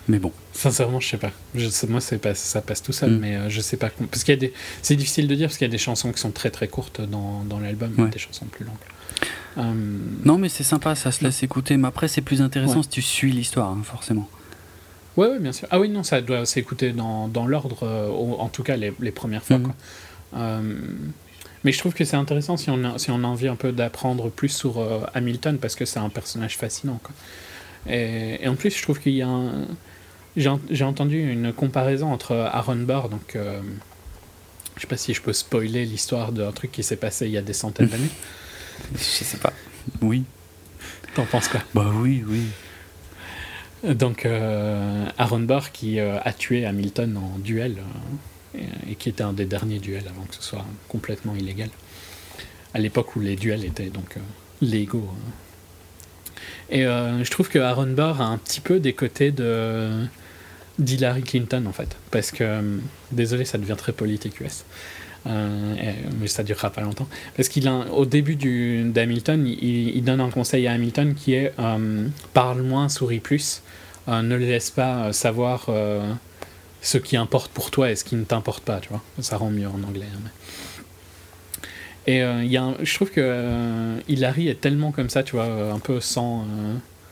Mais bon. Sincèrement, je sais pas. Je sais, moi, c'est pas, ça passe tout seul, mm. mais euh, je sais pas. Parce qu'il y a des, c'est difficile de dire parce qu'il y a des chansons qui sont très très courtes dans, dans l'album, ouais. des chansons plus longues. Euh... Non, mais c'est sympa, ça se laisse écouter. Mais après, c'est plus intéressant ouais. si tu suis l'histoire, hein, forcément. Ouais, ouais, bien sûr. Ah oui, non, ça doit s'écouter dans, dans l'ordre, euh, en tout cas les, les premières fois. Mm. Quoi. Euh, mais je trouve que c'est intéressant si on a, si on a envie un peu d'apprendre plus sur euh, Hamilton parce que c'est un personnage fascinant. Quoi. Et, et en plus, je trouve qu'il y a un... J'ai, j'ai entendu une comparaison entre Aaron Burr, donc euh, je sais pas si je peux spoiler l'histoire d'un truc qui s'est passé il y a des centaines d'années. Je sais pas. Oui. T'en penses quoi ? Bah oui, oui. Donc euh, Aaron Burr qui euh, a tué Hamilton en duel euh, et, et qui était un des derniers duels avant que ce soit complètement illégal. À l'époque où les duels étaient donc euh, légaux. Hein. Et euh, je trouve que Aaron Burr a un petit peu des côtés de d'Hillary Clinton en fait, parce que euh, désolé, ça devient très politique U S. Euh, et, mais ça durera pas longtemps parce qu'il a, au début du, d'Hamilton il, il donne un conseil à Hamilton qui est euh, parle moins, souris plus, euh, ne laisse pas euh, savoir euh, ce qui importe pour toi et ce qui ne t'importe pas, tu vois, ça rend mieux en anglais hein, mais... et euh, y a un, je trouve que euh, Hillary est tellement comme ça, tu vois, un peu sans euh,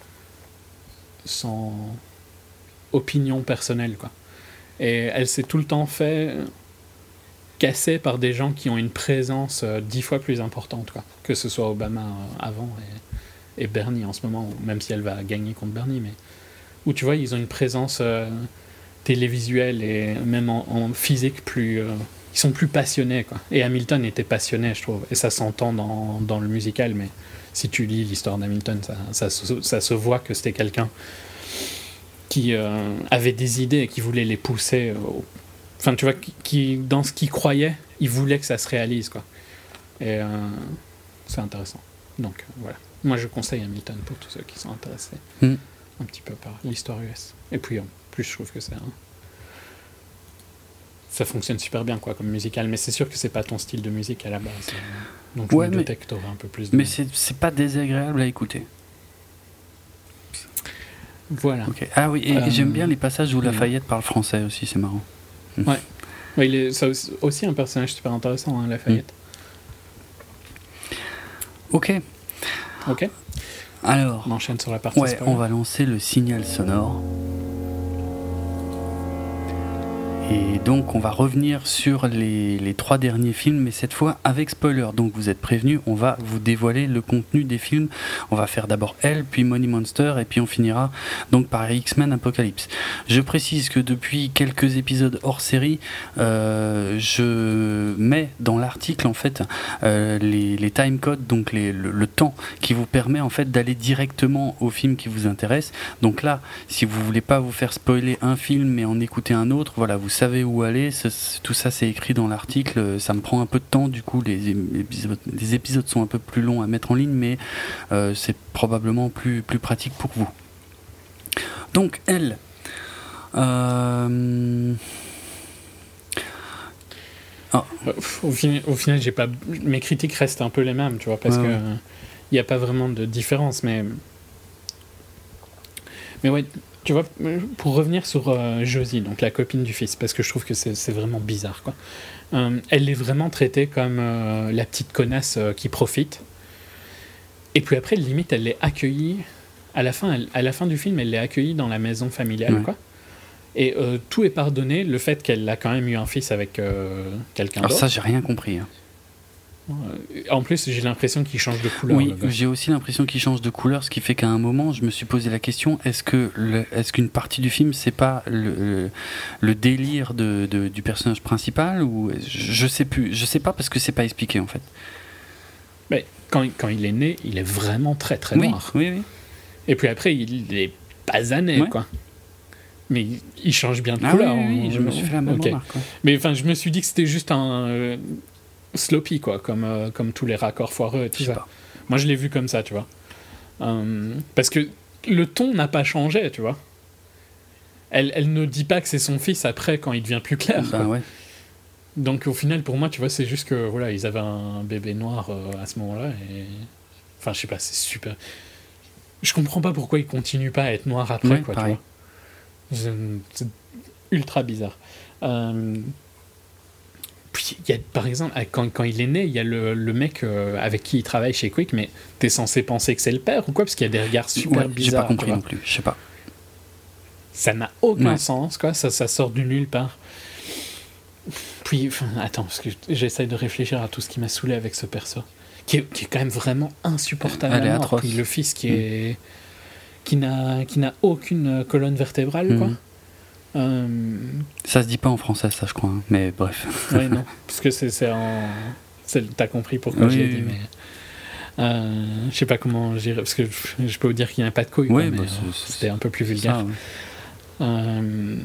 sans opinion personnelle quoi, et elle s'est tout le temps fait cassée par des gens qui ont une présence euh, dix fois plus importante, quoi. Que ce soit Obama euh, avant et, et Bernie en ce moment, même si elle va gagner contre Bernie, mais où tu vois, ils ont une présence euh, télévisuelle et même en, en physique plus... Euh, ils sont plus passionnés, quoi. Et Hamilton était passionné, je trouve, et ça s'entend dans, dans le musical, mais si tu lis l'histoire d'Hamilton, ça, ça, ça, ça se voit que c'était quelqu'un qui euh, avait des idées et qui voulait les pousser au... Enfin, tu vois, qui, dans ce qu'il croyait, il voulait que ça se réalise, quoi. Et euh, c'est intéressant. Donc, euh, voilà. Moi, je conseille Hamilton pour tous ceux qui sont intéressés mm. un petit peu par l'histoire U S. Et puis, en plus, je trouve que c'est un... ça fonctionne super bien, quoi, comme musical. Mais c'est sûr que c'est pas ton style de musique à la base. Donc, je ouais, me doutais que t'aurais un peu plus de... Mais c'est, c'est pas désagréable à écouter. Voilà. Okay. Ah oui, et euh... j'aime bien les passages où Lafayette parle français aussi, c'est marrant. Ouais, ouais il est ça aussi, aussi un personnage super intéressant, hein, Lafayette. Mm. Ok. Ok. Alors, on enchaîne sur la partie ouais, spoiler. On va lancer le signal sonore. Et donc on va revenir sur les, les trois derniers films, mais cette fois avec spoiler. Donc vous êtes prévenus, on va vous dévoiler le contenu des films. On va faire d'abord Elle, puis Money Monster, et puis on finira donc par X-Men Apocalypse. Je précise que depuis quelques épisodes hors série, euh, je mets dans l'article en fait euh, les, les time codes, donc les, le, le temps qui vous permet en fait d'aller directement au film qui vous intéresse. Donc là, si vous voulez pas vous faire spoiler un film mais en écouter un autre, voilà, vous savez où aller, c'est, tout ça c'est écrit dans l'article, ça me prend un peu de temps, du coup les épisodes, les épisodes sont un peu plus longs à mettre en ligne, mais euh, c'est probablement plus, plus pratique pour vous. Donc Elle, euh... oh. au, final, au final j'ai pas, mes critiques restent un peu les mêmes, tu vois, parce ouais, que il ouais. n'y a pas vraiment de différence, mais mais ouais, tu vois, pour revenir sur euh, Josie, donc la copine du fils, parce que je trouve que c'est, c'est vraiment bizarre, quoi. Euh, elle est vraiment traitée comme euh, la petite connasse euh, qui profite. Et puis après, limite, elle l'est accueillie. À la fin, elle, à la fin du film, elle l'est accueillie dans la maison familiale, ouais. quoi. Et euh, tout est pardonné, le fait qu'elle a quand même eu un fils avec euh, quelqu'un Alors d'autre. Ça, j'ai rien compris. Hein. En plus, j'ai l'impression qu'il change de couleur. Oui, j'ai aussi l'impression qu'il change de couleur, ce qui fait qu'à un moment, je me suis posé la question, est-ce que le, est-ce qu'une partie du film, c'est pas le, le, le délire de, de, du personnage principal, ou je, je sais plus, je sais pas parce que c'est pas expliqué en fait. Mais quand, quand il est né, il est vraiment très très oui, noir. Oui, oui. Et puis après, il est basané, ouais. quoi. Mais il change bien de ah couleur. Oui, oui, oui, je me suis fait la même okay. remarque. Mais enfin, je me suis dit que c'était juste un... Euh, sloppy, quoi, comme, euh, comme tous les raccords foireux et tout ça. Pas. Moi, je l'ai vu comme ça, tu vois. Euh, parce que le ton n'a pas changé, tu vois. Elle, elle ne dit pas que c'est son fils après, quand il devient plus clair. Ben ouais. Donc, au final, pour moi, tu vois, c'est juste que, voilà, ils avaient un bébé noir euh, à ce moment-là, et... Enfin, je sais pas, c'est super... Je comprends pas pourquoi il continue pas à être noir après, ouais, quoi, pareil. Tu vois. C'est ultra bizarre. Euh, puis, il y a, par exemple, quand, quand il est né, il y a le, le mec euh, avec qui il travaille chez Quick, mais t'es censé penser que c'est le père ou quoi? Parce qu'il y a des regards super ouais, bizarres. J'ai pas compris non plus, je sais pas. Ça n'a aucun ouais. sens, quoi. Ça, ça sort du nulle part. Puis, enfin, attends, parce que j'essaye de réfléchir à tout ce qui m'a saoulé avec ce perso. Qui est, qui est quand même vraiment insupportable. Elle est atroce. Puis le fils qui est... Mmh. qui n'a, qui n'a aucune colonne vertébrale, mmh. quoi. Euh... Ça se dit pas en français, ça, je crois. Hein. Mais bref. Oui, non. Parce que c'est, c'est en... C'est, t'as compris pourquoi oui, j'ai oui, dit, oui. mais... Euh, je sais pas comment gérer... Parce que je, je peux vous dire qu'il n'y a pas de couilles, oui, quoi, bah, mais c'est, c'était un peu plus vulgaire. Ça, ouais. euh...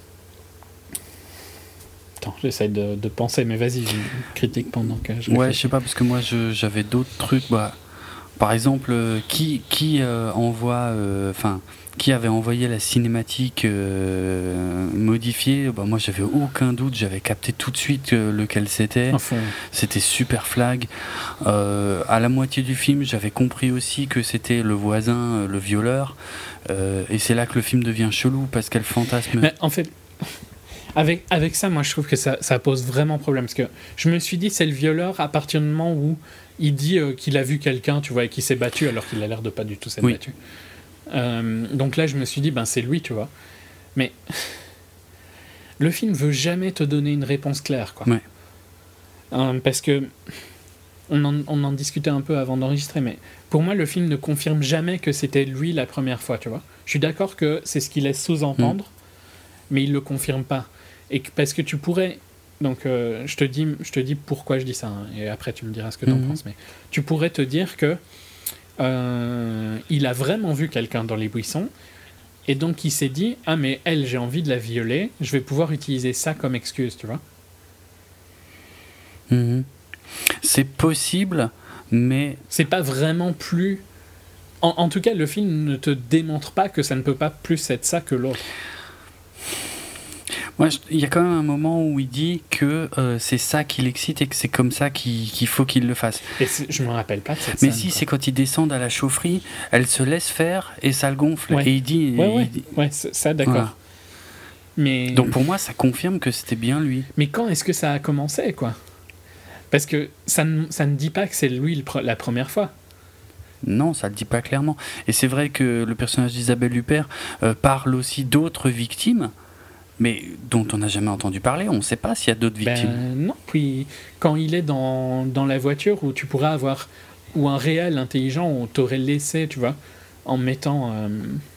Attends, j'essaie de, de penser, mais vas-y, je critique pendant que je réfléchis. Ouais, je sais pas, parce que moi, je, j'avais d'autres trucs... Bah... Par exemple, euh, qui, qui euh, envoie, enfin, euh, qui avait envoyé la cinématique euh, modifiée? Bah, moi, j'avais aucun doute, j'avais capté tout de suite euh, lequel c'était. Enfin. C'était super flag. Euh, à la moitié du film, j'avais compris aussi que c'était le voisin, euh, le violeur. Euh, et c'est là que le film devient chelou parce qu'elle fantasme. Mais en fait. Avec, avec ça, moi, je trouve que ça, ça pose vraiment problème. Parce que je me suis dit, c'est le violeur à partir du moment où il dit euh, qu'il a vu quelqu'un, tu vois, et qu'il s'est battu, alors qu'il a l'air de pas du tout s'être oui. battu. Euh, donc là, je me suis dit, ben, c'est lui, tu vois. Mais le film veut jamais te donner une réponse claire, quoi. Ouais. Euh, parce que on en, on en discutait un peu avant d'enregistrer, mais pour moi, le film ne confirme jamais que c'était lui la première fois, tu vois. Je suis d'accord que c'est ce qu'il laisse sous-entendre, mmh. mais il le confirme pas. Et que, parce que tu pourrais... Donc, euh, je, te dis, je te dis pourquoi je dis ça, hein, et après tu me diras ce que tu en mmh. penses. Mais tu pourrais te dire que euh, il a vraiment vu quelqu'un dans les buissons, et donc il s'est dit, ah mais elle, j'ai envie de la violer, je vais pouvoir utiliser ça comme excuse, tu vois. Mmh. C'est possible, mais... C'est pas vraiment plus... En, en tout cas, le film ne te démontre pas que ça ne peut pas plus être ça que l'autre. Ouais, il y a quand même un moment où il dit que euh, c'est ça qui l'excite et que c'est comme ça qu'il, qu'il faut qu'il le fasse. Et je me rappelle pas de cette Mais scène, si, quoi. C'est quand ils descendent à la chaufferie, elle se laisse faire et ça le gonfle. Ouais. Et il dit... Ouais, ouais, il dit... ouais ça, d'accord. Voilà. Mais... Donc pour moi, ça confirme que c'était bien lui. Mais quand est-ce que ça a commencé, quoi? Parce que ça ne, ça ne dit pas que c'est lui le, la première fois. Non, ça le dit pas clairement. Et c'est vrai que le personnage d'Isabelle Huppert euh, parle aussi d'autres victimes, mais dont on n'a jamais entendu parler. On ne sait pas s'il y a d'autres victimes. Ben, non, puis quand il est dans, dans la voiture où tu pourrais avoir... Ou un réel intelligent où t'aurais laissé, tu vois, en mettant... Euh,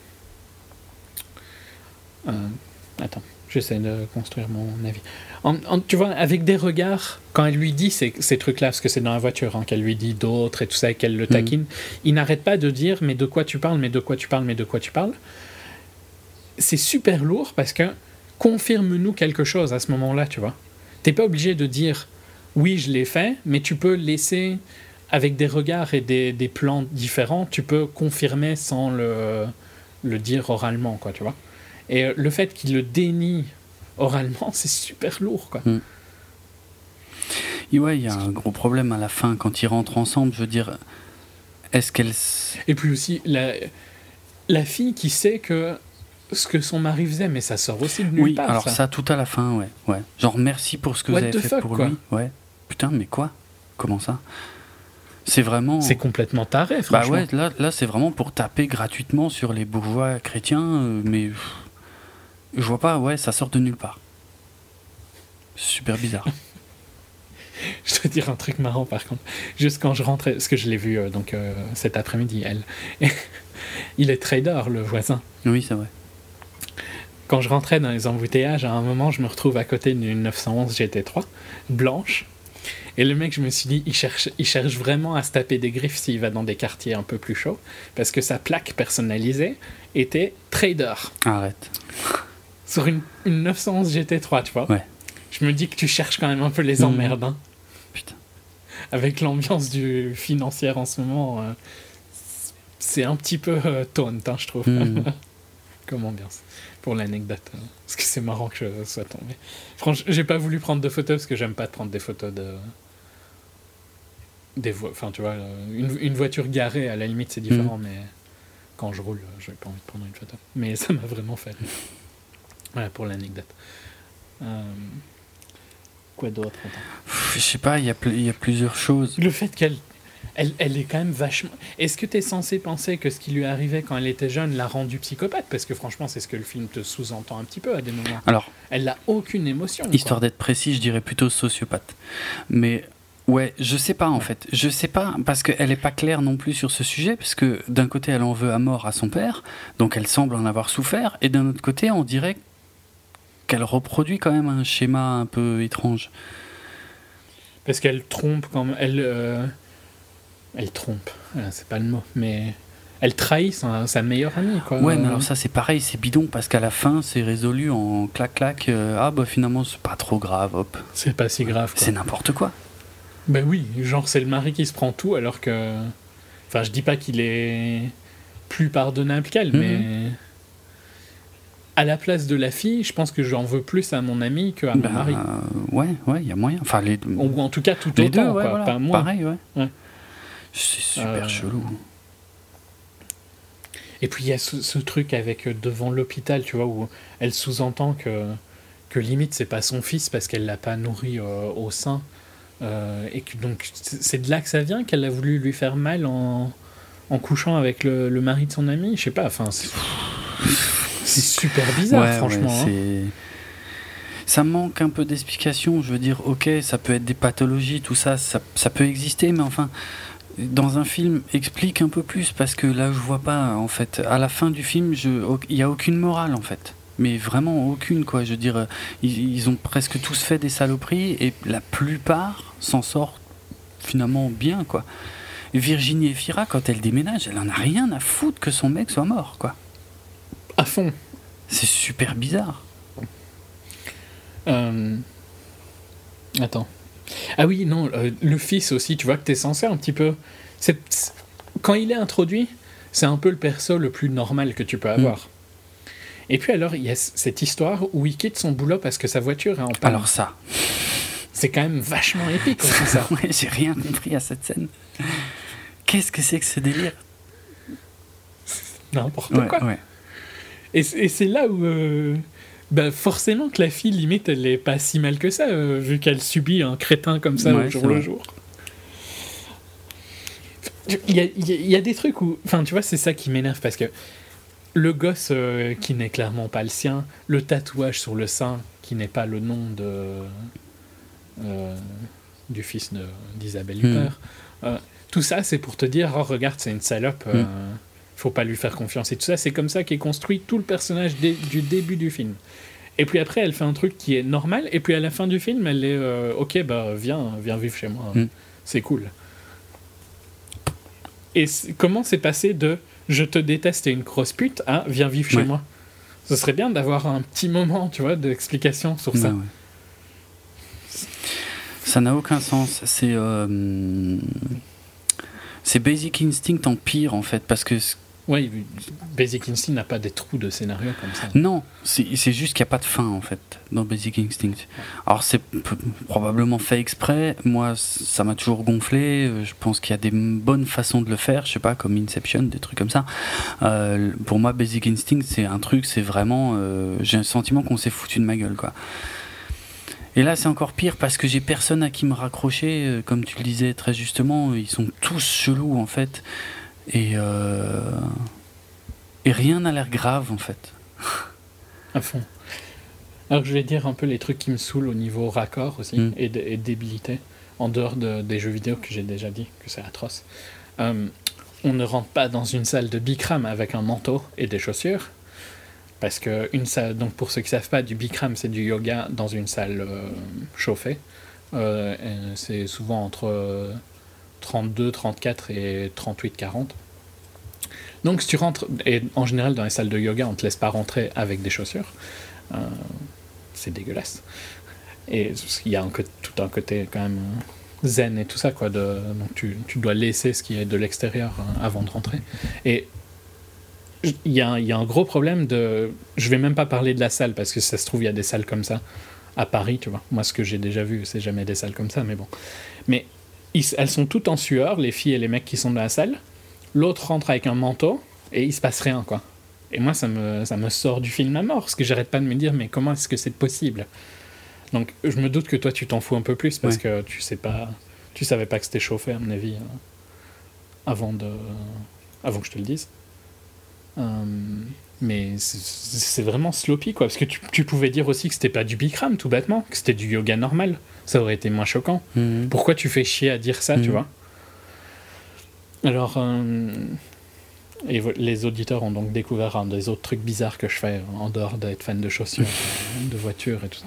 euh, attends, j'essaie de construire mon avis. En, en, tu vois, avec des regards, quand elle lui dit ces, ces trucs-là, parce que c'est dans la voiture, hein, qu'elle lui dit d'autres et tout ça, et qu'elle le taquine, mmh. il n'arrête pas de dire « mais de quoi tu parles, mais de quoi tu parles, mais de quoi tu parles ?» C'est super lourd parce que confirme-nous quelque chose à ce moment-là, tu vois. T'es pas obligé de dire « oui, je l'ai fait », mais tu peux laisser, avec des regards et des, des plans différents, tu peux confirmer sans le, le dire oralement, quoi, tu vois. Et le fait qu'il le dénie oralement, c'est super lourd, quoi. Mmh. Et ouais, il y a un gros problème à la fin, quand ils rentrent ensemble, je veux dire, est-ce qu'elle... Et puis aussi, la, la fille qui sait que ce que son mari faisait, mais ça sort aussi de nulle oui, part, alors ça. ça, tout à la fin, ouais. ouais. Genre, merci pour ce que What vous avez fait fuck, pour quoi. lui. Ouais. Putain, mais quoi? Comment ça? C'est vraiment... C'est complètement taré, franchement. Bah ouais, là, là c'est vraiment pour taper gratuitement sur les bourgeois chrétiens, euh, mais... Je vois pas, ouais, ça sort de nulle part. Super bizarre. Je dois dire un truc marrant, par contre. Juste quand je rentrais, parce que je l'ai vu euh, donc, euh, cet après-midi, elle. Il est trader, le voisin. Oui, c'est vrai. Quand je rentrais dans les embouteillages, à un moment, je me retrouve à côté d'une neuf cent onze G T trois, blanche. Et le mec, je me suis dit, il cherche, il cherche vraiment à se taper des griffes s'il va dans des quartiers un peu plus chauds, parce que sa plaque personnalisée était trader. Arrête. Sur une, une neuf cent onze G T trois, tu vois. Ouais. Je me dis que tu cherches quand même un peu les emmerdes. Mmh. Hein. Putain. Avec l'ambiance du financière en ce moment, euh, c'est un petit peu euh, taunt, hein, je trouve. Mmh. Comme ambiance. Pour l'anecdote. Hein. Parce que c'est marrant que je sois tombé. Franchement, j'ai pas voulu prendre de photos parce que j'aime pas prendre des photos de... Des vo... Enfin, tu vois, une, une voiture garée, à la limite, c'est différent, mmh. mais quand je roule, j'ai pas envie de prendre une photo. Mais ça m'a vraiment fait rire. Voilà pour l'anecdote. Euh... Quoi d'autre? Je sais pas, il y, pl- y a plusieurs choses. Le fait qu'elle elle, elle est quand même vachement... Est-ce que tu es censé penser que ce qui lui arrivait quand elle était jeune l'a rendue psychopathe? Parce que franchement, c'est ce que le film te sous-entend un petit peu à des moments. Alors, elle n'a aucune émotion. Histoire quoi. d'être précis, je dirais plutôt sociopathe. Mais ouais, je sais pas en ouais. fait. Je sais pas parce qu'elle est pas claire non plus sur ce sujet, parce que d'un côté, elle en veut à mort à son père, donc elle semble en avoir souffert, et d'un autre côté, on dirait qu'elle reproduit quand même un schéma un peu étrange. Parce qu'elle trompe quand même... Elle... Euh... Elle trompe, c'est pas le mot, mais elle trahit sa, sa meilleure amie, quoi. Ouais, mais alors ça c'est pareil, c'est bidon, parce qu'à la fin c'est résolu en clac-clac, euh, ah bah finalement c'est pas trop grave, hop. C'est pas si grave, quoi. C'est n'importe quoi. Ben oui, genre c'est le mari qui se prend tout, alors que... Enfin, je dis pas qu'il est plus pardonnable qu'elle, mmh. mais... À la place de la fille, je pense que j'en veux plus à mon ami qu'à bah, mon mari. Euh, ouais, ouais, il y a moyen. Enfin, les... Ou en tout cas tout les autant, deux, ouais, quoi. Voilà. Pas moi. Pareil, ouais. ouais. C'est super euh... chelou. Et puis il y a ce, ce truc avec euh, devant l'hôpital, tu vois, où elle sous-entend que, que limite c'est pas son fils parce qu'elle l'a pas nourri euh, au sein. Euh, et que donc c'est de là que ça vient, qu'elle a voulu lui faire mal en, en couchant avec le, le mari de son ami. Je sais pas, enfin... C'est, c'est super bizarre, ouais, franchement. Ouais, c'est... Hein. Ça manque un peu d'explication. Je veux dire, ok, ça peut être des pathologies, tout ça, ça, ça peut exister, mais enfin... Dans un film, explique un peu plus, parce que là je vois pas en fait. À la fin du film, il n'y a aucune morale en fait, mais vraiment aucune, quoi. Je veux dire, ils, ils ont presque tous fait des saloperies et la plupart s'en sortent finalement bien, quoi. Virginie Efira, quand elle déménage, elle en a rien à foutre que son mec soit mort, quoi. À fond. C'est super bizarre. Euh... Attends. Ah oui, non, euh, le fils aussi, tu vois que t'es censé un petit peu... C'est, c'est... Quand il est introduit, c'est un peu le perso le plus normal que tu peux avoir. Mmh. Et puis alors, il y a cette histoire où il quitte son boulot parce que sa voiture est en panne. Alors ça... C'est quand même vachement épique aussi, ça. Ouais, j'ai rien compris à cette scène. Qu'est-ce que c'est que ce délire? N'importe ouais, quoi. Ouais. Et, et c'est là où... Euh... Bah forcément que la fille, limite, elle est pas si mal que ça, euh, vu qu'elle subit un crétin comme ça ouais, au jour le jour. Il y a, il y a, il y a des trucs où... Enfin, tu vois, c'est ça qui m'énerve, parce que le gosse euh, qui n'est clairement pas le sien, le tatouage sur le sein qui n'est pas le nom de... Euh, du fils de, d'Isabelle Huppert, mmh. euh, tout ça, c'est pour te dire, oh, regarde, c'est une salope, euh, mmh. faut pas lui faire confiance. Et tout ça, c'est comme ça qu'est construit tout le personnage dé- du début du film. Et puis après, elle fait un truc qui est normal, et puis à la fin du film, elle est euh, ok, bah viens, viens vivre chez moi, mm. c'est cool. Et c'est, comment c'est passé de je te déteste et une grosse pute à viens vivre chez ouais. moi? Ce serait bien d'avoir un petit moment, tu vois, d'explication sur ça. Ouais, ouais. Ça n'a aucun sens. C'est euh... c'est Basic Instinct en pire en fait, parce que oui, Basic Instinct n'a pas des trous de scénario comme ça. Non, c'est, c'est juste qu'il n'y a pas de fin en fait dans Basic Instinct. Alors c'est p- probablement fait exprès. Moi, ça m'a toujours gonflé. Je pense qu'il y a des bonnes façons de le faire. Je sais pas, comme Inception, des trucs comme ça. Euh, pour moi, Basic Instinct, c'est un truc, c'est vraiment. Euh, j'ai un sentiment qu'on s'est foutu de ma gueule, quoi. Et là, c'est encore pire parce que j'ai personne à qui me raccrocher. Comme tu le disais très justement, ils sont tous chelous en fait. Et, euh... et rien n'a l'air grave en fait. À fond. Alors je vais dire un peu les trucs qui me saoulent au niveau raccord aussi mm. et, de, et débilité, en dehors de, des jeux vidéo que j'ai déjà dit que c'est atroce. Euh, on ne rentre pas dans une salle de Bikram avec un manteau et des chaussures, parce que une salle, donc pour ceux qui ne savent pas, du Bikram c'est du yoga dans une salle euh, chauffée. Euh, c'est souvent entre euh, trente-deux, trente-quatre et trente-huit, quarante. Donc si tu rentres, et en général dans les salles de yoga on te laisse pas rentrer avec des chaussures, euh, c'est dégueulasse. Et il y a un, tout un côté quand même zen et tout ça, quoi, de, donc tu, tu dois laisser ce qui est de l'extérieur hein, avant de rentrer. Et il y, y a un gros problème de... Je vais même pas parler de la salle, parce que ça se trouve il y a des salles comme ça à Paris, tu vois. Moi ce que j'ai déjà vu, c'est jamais des salles comme ça, mais bon. Mais ils, elles sont toutes en sueur, les filles et les mecs qui sont dans la salle. L'autre rentre avec un manteau et il se passe rien, quoi. Et moi, ça me, ça me sort du film à mort, parce que j'arrête pas de me dire, mais comment est-ce que c'est possible? Donc, je me doute que toi, tu t'en fous un peu plus, parce ouais. que tu sais pas, tu savais pas que c'était chauffé, à mon avis, euh, avant, de, avant que je te le dise. Euh, mais c'est, c'est vraiment sloppy, quoi, parce que tu, tu pouvais dire aussi que c'était pas du Bikram, tout bêtement, que c'était du yoga normal. Ça aurait été moins choquant. Mmh. Pourquoi tu fais chier à dire ça, mmh. tu vois? Alors... Euh, Et les auditeurs ont donc découvert un des autres trucs bizarres que je fais en dehors d'être fan de chaussures, de voitures et tout ça.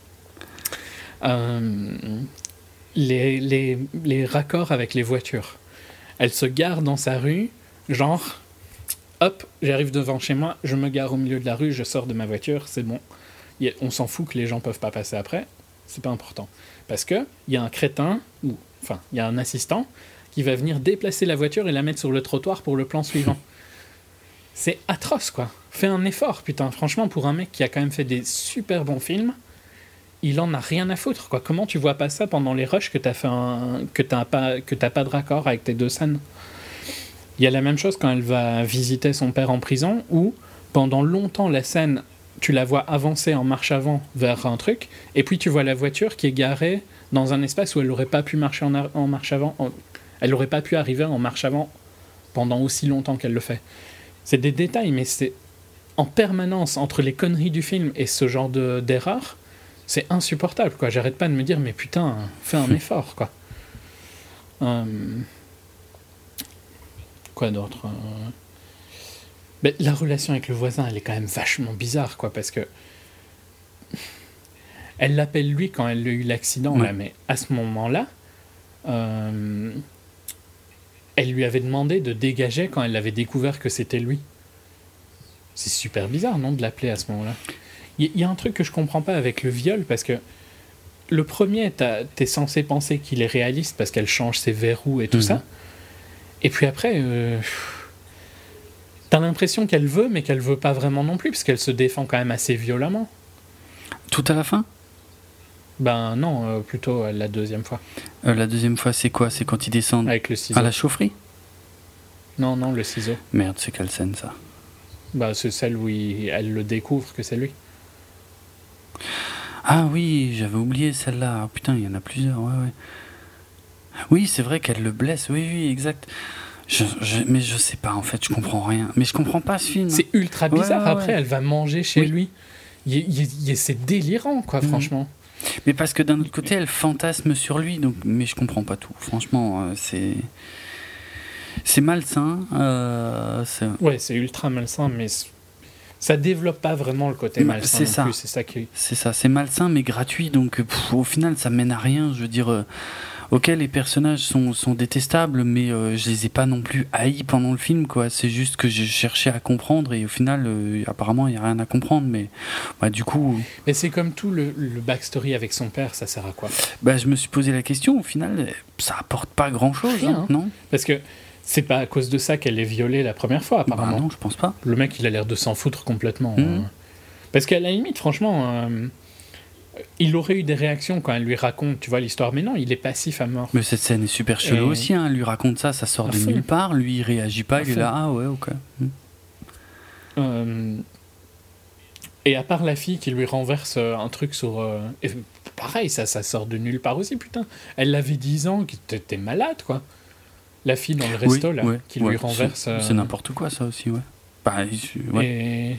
Euh, les, les, les raccords avec les voitures. Elle se gare dans sa rue, genre, hop, j'arrive devant chez moi, je me gare au milieu de la rue, je sors de ma voiture, c'est bon. A, on s'en fout que les gens peuvent pas passer après, c'est pas important. Parce qu'il y a un crétin, ou enfin, il y a un assistant, qui va venir déplacer la voiture et la mettre sur le trottoir pour le plan suivant. C'est atroce, quoi. Fais un effort, putain. Franchement, pour un mec qui a quand même fait des super bons films, il en a rien à foutre, quoi. Comment tu vois pas ça pendant les rushs que t'as fait un... que t'as pas... que t'as pas de raccord avec tes deux scènes? Il y a la même chose quand elle va visiter son père en prison, où pendant longtemps la scène, tu la vois avancer en marche avant vers un truc, et puis tu vois la voiture qui est garée dans un espace où elle n'aurait pas pu marcher en, ar- en marche avant. En... Elle n'aurait pas pu arriver en marche avant pendant aussi longtemps qu'elle le fait. C'est des détails, mais c'est en permanence entre les conneries du film et ce genre de, d'erreurs, c'est insupportable, quoi. J'arrête pas de me dire, mais putain, fais un effort, quoi. Euh... Quoi d'autre euh... ben, la relation avec le voisin, elle est quand même vachement bizarre, quoi, parce que elle l'appelle lui quand elle a eu l'accident, ouais. là, mais à ce moment-là, euh... elle lui avait demandé de dégager quand elle avait découvert que c'était lui. C'est super bizarre, non, de l'appeler à ce moment-là. Il y, y a un truc que je comprends pas avec le viol, parce que le premier, t'es censé penser qu'il est réaliste parce qu'elle change ses verrous et tout mmh. ça. Et puis après, euh, t'as l'impression qu'elle veut, mais qu'elle veut pas vraiment non plus, parce qu'elle se défend quand même assez violemment. Tout à la fin ? Ben non, euh, plutôt euh, la deuxième fois. Euh, la deuxième fois, c'est quoi ? C'est quand ils descendent avec le ciseau. À la chaufferie ? Non, non, le ciseau. Merde, c'est quelle scène, ça ? Bah, c'est celle où il, elle le découvre que c'est lui. Ah oui, j'avais oublié celle-là. Oh, putain, il y en a plusieurs, ouais, ouais. Oui, c'est vrai qu'elle le blesse, oui, oui, exact. Je, je, mais je sais pas, en fait, je comprends rien. Mais je comprends pas ce film. C'est ultra bizarre. Ouais, ouais, Après, ouais. elle va manger chez oui. lui. Il, il, il, c'est délirant, quoi, mmh. franchement. Mais parce que d'un autre côté, elle fantasme sur lui, donc... mais je comprends pas tout. Franchement, euh, c'est... C'est malsain. Euh, c'est... Ouais, c'est ultra malsain, mais ça développe pas vraiment le côté malsain. C'est non ça. Plus. C'est ça qui. C'est ça. C'est malsain, mais gratuit. Donc, pff, au final, ça mène à rien. Je veux dire, euh, ok, les personnages sont, sont détestables, mais euh, je les ai pas non plus haïs pendant le film, quoi. C'est juste que j'ai cherché à comprendre, et au final, euh, apparemment, il y a rien à comprendre. Mais bah, du coup. Mais c'est comme tout le, le backstory avec son père. Ça sert à quoi ? Bah, je me suis posé la question. Au final, ça apporte pas grand-chose, rien, hein, non ? Parce que. C'est pas à cause de ça qu'elle est violée la première fois, apparemment. Bah non, je pense pas. Le mec, il a l'air de s'en foutre complètement. Mmh. Euh... Parce qu'à la limite, franchement, euh... il aurait eu des réactions quand elle lui raconte, tu vois, l'histoire. Mais non, il est passif à mort. Mais cette scène est super chelou Et... aussi. Hein. Elle lui raconte ça, ça sort à de fond. Nulle part. Lui, il réagit pas. À il fond. Est là, ah ouais, ok. Mmh. Euh... Et à part la fille qui lui renverse un truc sur... Euh... Et pareil, ça, ça sort de nulle part aussi, putain. Elle avait dix ans, t'es malade, quoi. La fille dans le resto, oui, là, ouais, qui ouais, lui renverse... C'est, euh... c'est n'importe quoi, ça aussi, ouais. Bah, ouais. Et...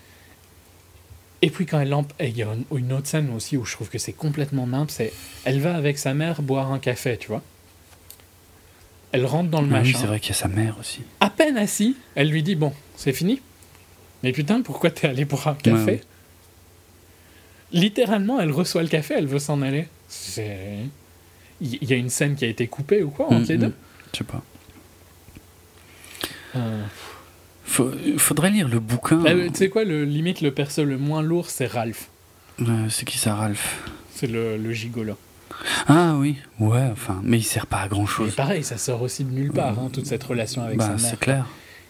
Et puis quand elle... Il y a une autre scène aussi où je trouve que c'est complètement nimp, c'est... Elle va avec sa mère boire un café, tu vois. Elle rentre dans le ah, machin. Oui, c'est vrai qu'il y a sa mère aussi. À peine assis, elle lui dit, bon, c'est fini. Mais putain, pourquoi t'es allé boire un café ? Ouais, ouais. Littéralement, elle reçoit le café, elle veut s'en aller. C'est... Il y a une scène qui a été coupée ou quoi, entre mmh, les deux ? Je sais pas. Euh... Faut, faudrait lire le bouquin. Ah, tu sais quoi, le, limite le perso le moins lourd, c'est Ralph. Euh, c'est qui ça, Ralph ? C'est le, le gigolo. Ah oui, ouais, enfin, mais il sert pas à grand chose. Et pareil, ça sort aussi de nulle part, hein, toute cette relation avec bah, sa mère. C'est clair.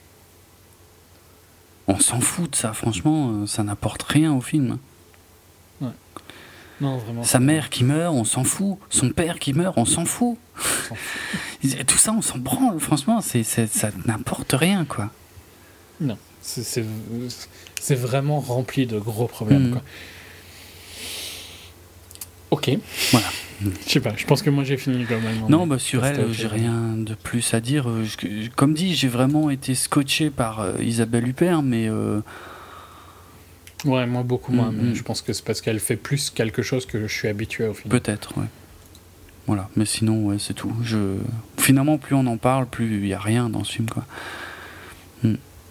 On s'en fout de ça, franchement, ça n'apporte rien au film. Ouais. Non, vraiment. Sa mère qui meurt, on s'en fout. Son père qui meurt, on s'en fout. On s'en fout. Tout ça, on s'en branle. Franchement, c'est, c'est, ça n'importe rien, quoi. Non, c'est, c'est, c'est vraiment rempli de gros problèmes. Mmh. Quoi. Ok. Voilà. Je sais pas, je pense que moi j'ai fini globalement. Non, bah sur elle, j'ai rien de plus à dire. Je, comme dit, j'ai vraiment été scotché par euh, Isabelle Huppert, mais. Euh... Ouais, moi beaucoup moins, mmh, mais mmh. je pense que c'est parce qu'elle fait plus quelque chose que je suis habitué au final. Peut-être, ouais. Voilà, mais sinon, ouais, c'est tout. Je... Finalement, plus on en parle, plus il n'y a rien dans ce film, quoi. Mmh.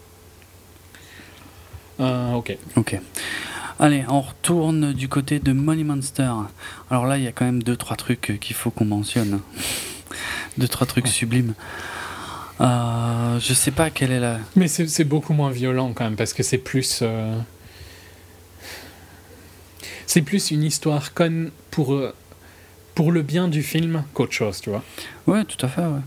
Euh, ok. Ok. Allez, on retourne du côté de Money Monster. Alors là, il y a quand même deux trois trucs qu'il faut qu'on mentionne. deux trois trucs sublimes. Euh, je sais pas quelle est la... Mais c'est, c'est beaucoup moins violent quand même, parce que c'est plus... Euh... C'est plus une histoire conne pour, euh, pour le bien du film qu'autre chose, tu vois. Ouais, tout à fait, ouais.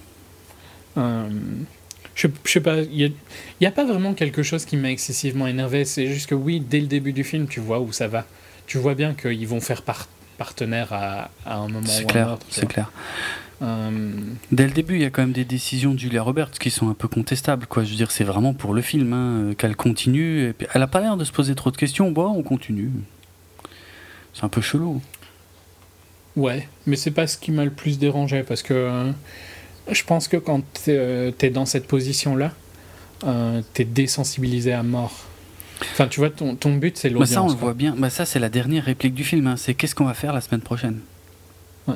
Euh... Je, je sais pas, il n'y a, a pas vraiment quelque chose qui m'a excessivement énervé. C'est juste que oui, dès le début du film, tu vois où ça va. Tu vois bien qu'ils vont faire par, partenaire à, à un moment c'est ou clair, à un autre. C'est clair. Euh... Dès le début, il y a quand même des décisions de Julia Roberts qui sont un peu contestables, quoi. Je veux dire, c'est vraiment pour le film, hein, qu'elle continue. Et puis, elle n'a pas l'air de se poser trop de questions. Bon, on continue. C'est un peu chelou. Ouais, mais c'est pas ce qui m'a le plus dérangé, parce que... Euh... Je pense que quand t'es, euh, t'es dans cette position-là, euh, t'es désensibilisé à mort. Enfin, tu vois, ton, ton but, c'est l'audience. Bah ça, on quoi. le voit bien. Bah ça, c'est la dernière réplique du film. Hein. C'est qu'est-ce qu'on va faire la semaine prochaine. Ouais.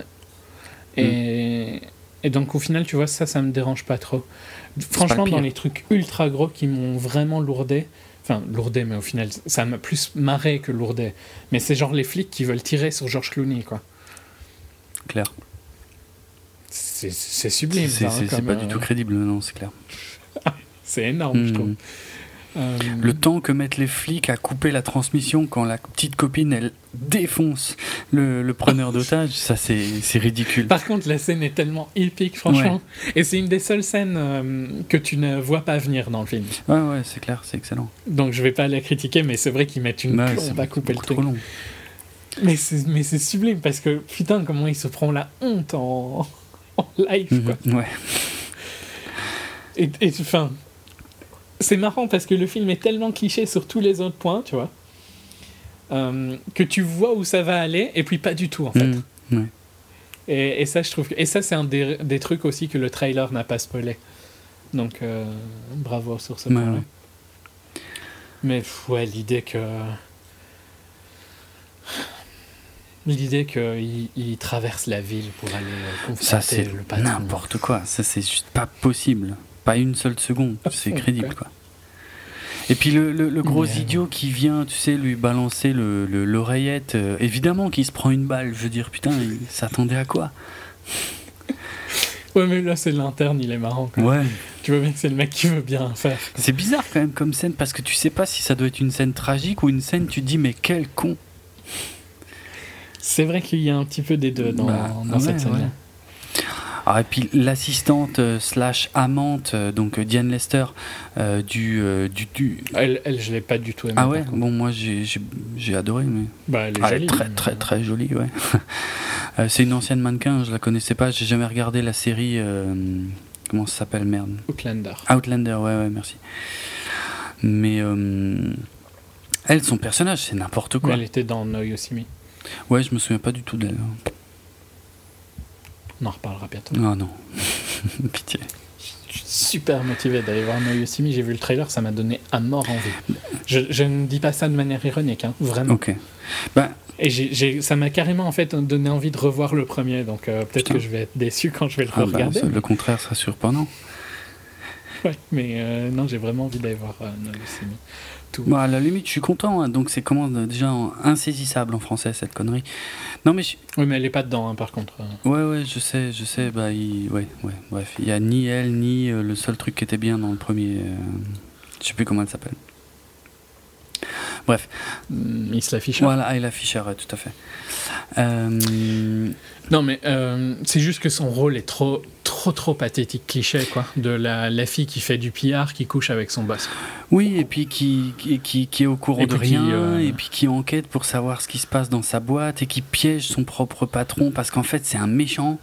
Et, mm. et donc, au final, tu vois, ça, ça me dérange pas trop. Franchement, pas dans les trucs ultra gros qui m'ont vraiment lourdé, enfin, lourdé, mais au final, ça m'a plus marré que lourdé. Mais c'est genre les flics qui veulent tirer sur George Clooney, quoi. Clair. C'est, c'est sublime. C'est, ça, c'est, hein, c'est pas euh... du tout crédible, non, c'est clair. C'est énorme, mmh. je trouve. Euh... Le temps que mettent les flics à couper la transmission quand la petite copine, elle défonce le, le preneur d'otages, ça, c'est, c'est ridicule. Par contre, la scène est tellement épique, franchement. Ouais. Et c'est une des seules scènes euh, que tu ne vois pas venir dans le film. Ouais, ouais, c'est clair, c'est excellent. Donc, je vais pas la critiquer, mais c'est vrai qu'ils mettent une ouais, plombe à couper le truc. Trop long. Mais c'est, mais c'est sublime, parce que, putain, comment il se prend la honte en... en live, quoi. Mmh, ouais. Et, et enfin, c'est marrant parce que le film est tellement cliché sur tous les autres points, tu vois, euh, que tu vois où ça va aller et puis pas du tout en fait. Mmh, ouais. Et, et ça, je trouve que, et ça, c'est un des, des trucs aussi que le trailer n'a pas spoilé. Donc, euh, bravo sur ce ouais, point-là. ouais. Mais pff, ouais, l'idée que L'idée qu'il il traverse la ville pour aller confronter ça, c'est le patron. N'importe quoi. Ça, c'est juste pas possible. Pas une seule seconde. C'est crédible, quoi. Et puis le, le, le gros Mais idiot non. qui vient, tu sais, lui balancer le, le, l'oreillette, euh, évidemment qu'il se prend une balle. Je veux dire, putain, il s'attendait à quoi? Ouais, mais là, c'est l'interne, il est marrant. Quoi. Ouais. Tu vois bien que c'est le mec qui veut bien faire. Quoi. C'est bizarre quand même comme scène, parce que tu sais pas si ça doit être une scène tragique ou une scène, tu te dis, mais quel con. C'est vrai qu'il y a un petit peu des deux dans, bah, dans ouais, cette scène-là. Ouais. Alors, et puis l'assistante euh, slash amante, euh, donc euh, Diane Lester, euh, du, euh, du, du... Elle, elle, je l'ai pas du tout aimée. Ah ouais, bon, moi j'ai, j'ai, j'ai adoré. Mais... Bah, elle est ah, jolie. Elle est très, mais... très, très jolie, ouais. euh, c'est une ancienne mannequin, je la connaissais pas, j'ai jamais regardé la série. Euh, comment ça s'appelle, merde? Outlander. Outlander, ouais, ouais, merci. Mais euh, elle, son personnage, c'est n'importe quoi. Mais elle était dans No Yosemite. Ouais, je me souviens pas du tout d'elle. On en reparlera bientôt. Non, non. Pitié. Je suis super motivé d'aller voir No Yosemite. J'ai vu le trailer, ça m'a donné à mort envie. Je, je ne dis pas ça de manière ironique, hein, vraiment. Ok. Bah, Et j'ai, j'ai, ça m'a carrément en fait donné envie de revoir le premier, donc euh, peut-être putain. que je vais être déçu quand je vais le ah regarder. Bah, mais... Le contraire sera surprenant. Ouais, mais euh, non, j'ai vraiment envie d'aller voir euh, No Yosemite. Tout. Bah, à la limite, je suis content. Hein. Donc, c'est comment déjà insaisissable en français cette connerie. Non, mais je... oui, mais elle est pas dedans, hein, par contre. Ouais, ouais, je sais, je sais. Bah, il... ouais, ouais. Bref, il y a ni elle ni euh, le seul truc qui était bien dans le premier. Euh... Je sais plus comment elle s'appelle. Bref. Mm, Isla Fisher. Voilà, Isla Fisher, ouais, tout à fait. Euh... Non, mais euh, c'est juste que son rôle est trop, trop, trop pathétique, cliché, quoi. De la, la fille qui fait du pillard, qui couche avec son boss. Oui, et puis qui, qui, qui, qui est au courant et de rien, qui, euh... et puis qui enquête pour savoir ce qui se passe dans sa boîte, et qui piège son propre patron, parce qu'en fait, c'est un méchant.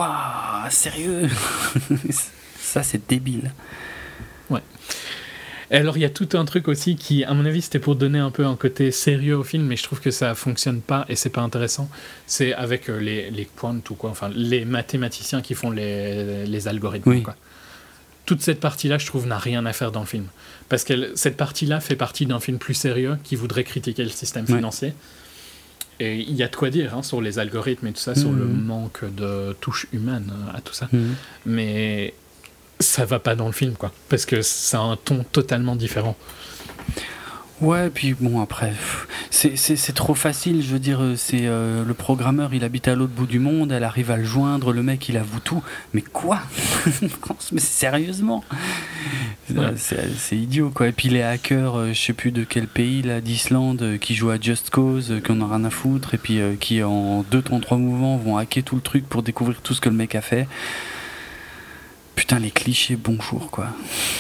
Waouh, sérieux. Ça, c'est débile. Ouais. Et alors, il y a tout un truc aussi qui, à mon avis, c'était pour donner un peu un côté sérieux au film, mais je trouve que ça fonctionne pas et c'est pas intéressant. C'est avec euh, les, les quants ou quoi, enfin, les mathématiciens qui font les, les algorithmes, oui. quoi. Toute cette partie-là, je trouve, n'a rien à faire dans le film. Parce que cette partie-là fait partie d'un film plus sérieux qui voudrait critiquer le système ouais. financier. Et il y a de quoi dire hein, sur les algorithmes et tout ça, mmh. sur le manque de touche humaine à tout ça. Mmh. Mais ça va pas dans le film, quoi. Parce que ça a un ton totalement différent. Ouais, puis bon, après, c'est, c'est, c'est trop facile, je veux dire, c'est euh, le programmeur, il habite à l'autre bout du monde, elle arrive à le joindre, le mec, il avoue tout. Mais quoi? Mais sérieusement? Ouais. c'est, c'est idiot, quoi. Et puis les hackers, euh, je sais plus de quel pays, là, d'Islande, euh, qui jouent à Just Cause, euh, qui en ont rien à foutre, et puis euh, qui, en deux, trois mouvements, vont hacker tout le truc pour découvrir tout ce que le mec a fait. Putain, les clichés, bonjour, quoi.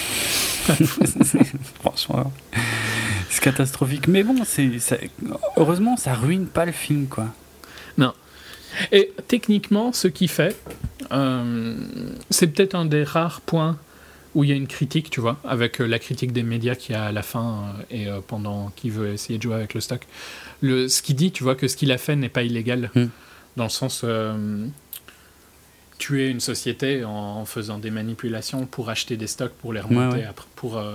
Franchement, c'est catastrophique. Mais bon, c'est, ça, heureusement, ça ruine pas le film, quoi. Non. Et techniquement, ce qu'il fait, euh, c'est peut-être un des rares points où il y a une critique, tu vois, avec euh, la critique des médias qu'il y a à la fin euh, et euh, pendant qu'il veut essayer de jouer avec le stock. Le, ce qu'il dit, tu vois, que ce qu'il a fait n'est pas illégal. Mm. Dans le sens... Euh, tuer une société en faisant des manipulations pour acheter des stocks pour les remonter ouais, ouais. après pour euh...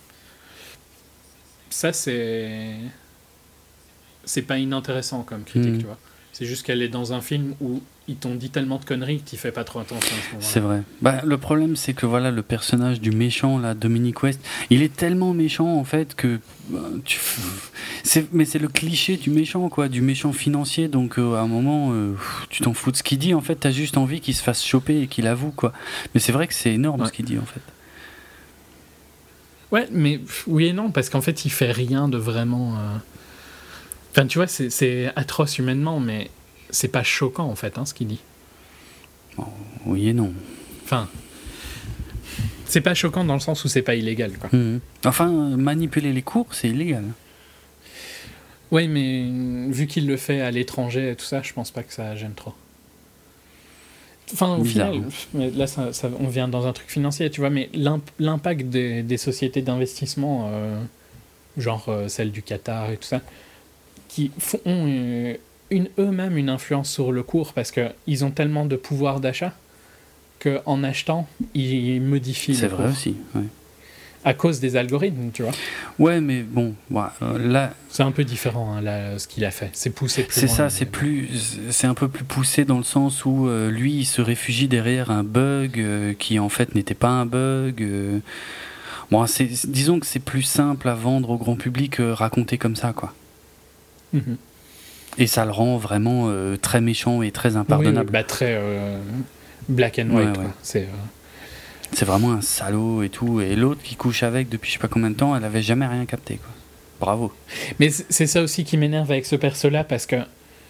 ça c'est c'est pas inintéressant comme critique mmh. tu vois, c'est juste qu'elle est dans un film où ils t'ont dit tellement de conneries que tu fais pas trop attention à ce moment-là. C'est vrai. Bah, le problème c'est que voilà, le personnage du méchant là, Dominic West, il est tellement méchant en fait que bah, tu... c'est... mais c'est le cliché du méchant quoi, du méchant financier, donc euh, à un moment euh, tu t'en fous de ce qu'il dit en fait, t'as juste envie qu'il se fasse choper et qu'il avoue quoi. Mais c'est vrai que c'est énorme ouais. ce qu'il dit en fait. Ouais, mais oui et non, parce qu'en fait il fait rien de vraiment euh... enfin tu vois, c'est, c'est atroce humainement, mais c'est pas choquant en fait hein, ce qu'il dit. Oh, oui et non. Enfin, c'est pas choquant dans le sens où c'est pas illégal quoi. Mmh. Enfin, manipuler les cours, c'est illégal. Oui, mais vu qu'il le fait à l'étranger et tout ça, je pense pas que ça gêne trop. Enfin, au Bizarre, final, hein. là, ça, ça, on vient dans un truc financier, tu vois, mais l'imp- l'impact des, des sociétés d'investissement, euh, genre euh, celle du Qatar et tout ça, qui font, ont une, une, eux-mêmes une influence sur le cours parce qu'ils ont tellement de pouvoir d'achat qu'en achetant, ils modifient C'est le cours. C'est vrai aussi, oui. À cause des algorithmes, tu vois. Ouais, mais bon, ouais, euh, là... C'est un peu différent, hein, là, ce qu'il a fait. C'est poussé plus C'est loin. ça, c'est, plus, c'est un peu plus poussé dans le sens où euh, lui, il se réfugie derrière un bug euh, qui, en fait, n'était pas un bug. Euh... Bon, c'est, disons que c'est plus simple à vendre au grand public euh, raconté comme ça, quoi. Mm-hmm. Et ça le rend vraiment euh, très méchant et très impardonnable. Oui, bah, très euh, black and white, ouais, ouais. C'est... Euh... C'est vraiment un salaud et tout. Et l'autre qui couche avec depuis je sais pas combien de temps, elle avait jamais rien capté, quoi. Bravo. Mais c'est ça aussi qui m'énerve avec ce perso-là, parce que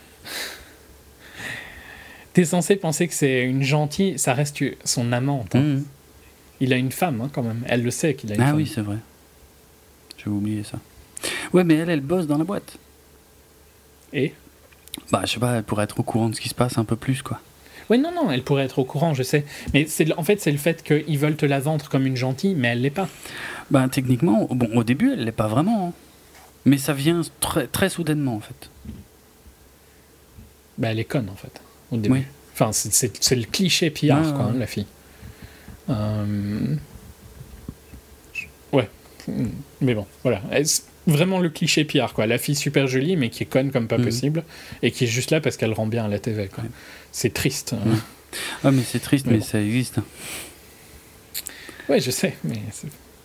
t'es censé penser que c'est une gentille, ça reste son amante. Hein. Mmh. Il a une femme, hein, quand même. Elle le sait qu'il a une ah femme. Ah oui, c'est vrai. J'avais oublié ça. Ouais, mais elle, elle bosse dans la boîte. Et Bah, je sais pas, elle pourrait être au courant de ce qui se passe un peu plus, quoi. Oui, non, non, elle pourrait être au courant, je sais. Mais c'est, en fait, c'est le fait qu'ils veulent te la vendre comme une gentille, mais elle l'est pas. Ben, techniquement, bon, au début, elle l'est pas vraiment. Hein. Mais ça vient très, très soudainement, en fait. Ben, elle est conne, en fait, au début. Oui. Enfin, c'est, c'est, c'est le cliché P R, ouais, quoi, ouais. Hein, la fille. Euh... Ouais. Mais bon, voilà. C'est vraiment le cliché P R, quoi. La fille super jolie, mais qui est conne comme pas mmh. possible, et qui est juste là parce qu'elle rend bien à la T V, quoi. Ouais. C'est triste. Hein. Mmh. Ah, mais c'est triste, mais, mais bon. Ça existe. Ouais, je sais, mais... C'est...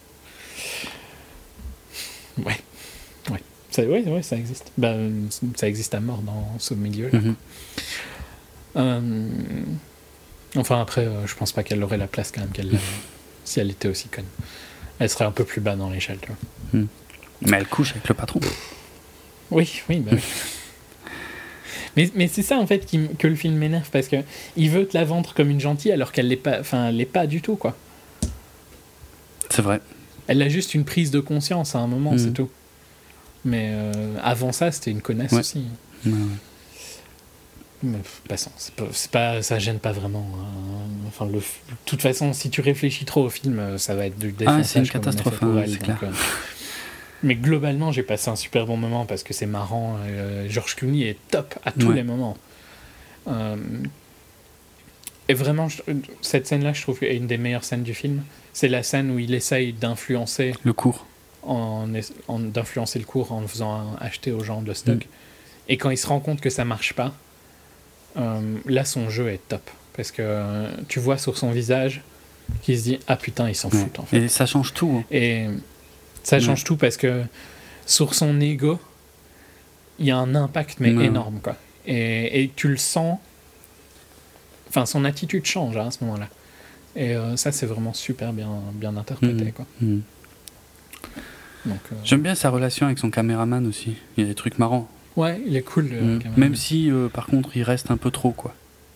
Ouais. Ouais. Ça, ouais, ouais, ça existe. Ben, ça existe à mort dans ce milieu-là. Mmh. Euh... Enfin, après, euh, je pense pas qu'elle aurait la place, quand même, qu'elle mmh. si elle était aussi conne. Elle serait un peu plus bas dans l'échelle, tu vois. Mmh. Mais elle couche avec le patron. Oui, oui, bah oui. mais, mais c'est ça, en fait, qui, que le film m'énerve, parce que il veut te la vendre comme une gentille, alors qu'elle l'est pas, enfin, elle l'est pas du tout, quoi. C'est vrai. Elle a juste une prise de conscience à un moment, mmh. c'est tout. Mais euh, avant ça, c'était une connasse ouais. aussi. Ouais, ouais. Mais, passons, c'est pas, c'est pas, ça gêne pas vraiment. Hein. Enfin, le, de toute façon, si tu réfléchis trop au film, ça va être du défonçage. Ah, c'est une catastrophe, hein, c'est clair. Euh, mais globalement, j'ai passé un super bon moment parce que c'est marrant. Euh, George Clooney est top à tous ouais. les moments. Euh, et vraiment, je, cette scène-là, je trouve, est une des meilleures scènes du film. C'est la scène où il essaye d'influencer le cours, en, en, d'influencer le cours en faisant acheter aux gens le stock. Mm. Et quand il se rend compte que ça marche pas, euh, là, son jeu est top. Parce que euh, tu vois sur son visage qu'il se dit « Ah putain, il s'en ouais. fout. » en fait. Et ça change tout. Hein. Et ça change ouais. tout parce que sur son ego, il y a un impact, mais ouais. énorme. Quoi. Et, et tu le sens... Enfin, son attitude change hein, à ce moment-là. Et euh, ça, c'est vraiment super bien, bien interprété. Mmh. Quoi. Mmh. Donc, euh... J'aime bien sa relation avec son caméraman aussi. Il y a des trucs marrants. Ouais, il est cool. Le mmh. Même si, euh, par contre, il reste un peu trop, quoi.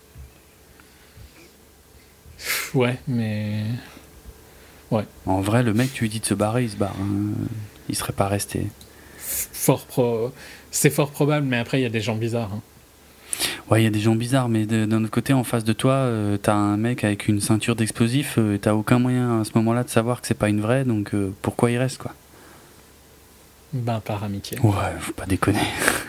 Ouais, mais... Ouais. En vrai, le mec, tu lui dis de se barrer, il se barre. Hein. Il serait pas resté. Fort pro... C'est fort probable, mais après, il y a des gens bizarres. Hein. Ouais, il y a des gens bizarres, mais de, d'un autre côté, en face de toi, euh, t'as un mec avec une ceinture d'explosifs, euh, t'as aucun moyen à ce moment-là de savoir que c'est pas une vraie, donc euh, pourquoi il reste, quoi? Ben, par amitié. Ouais, faut pas déconner.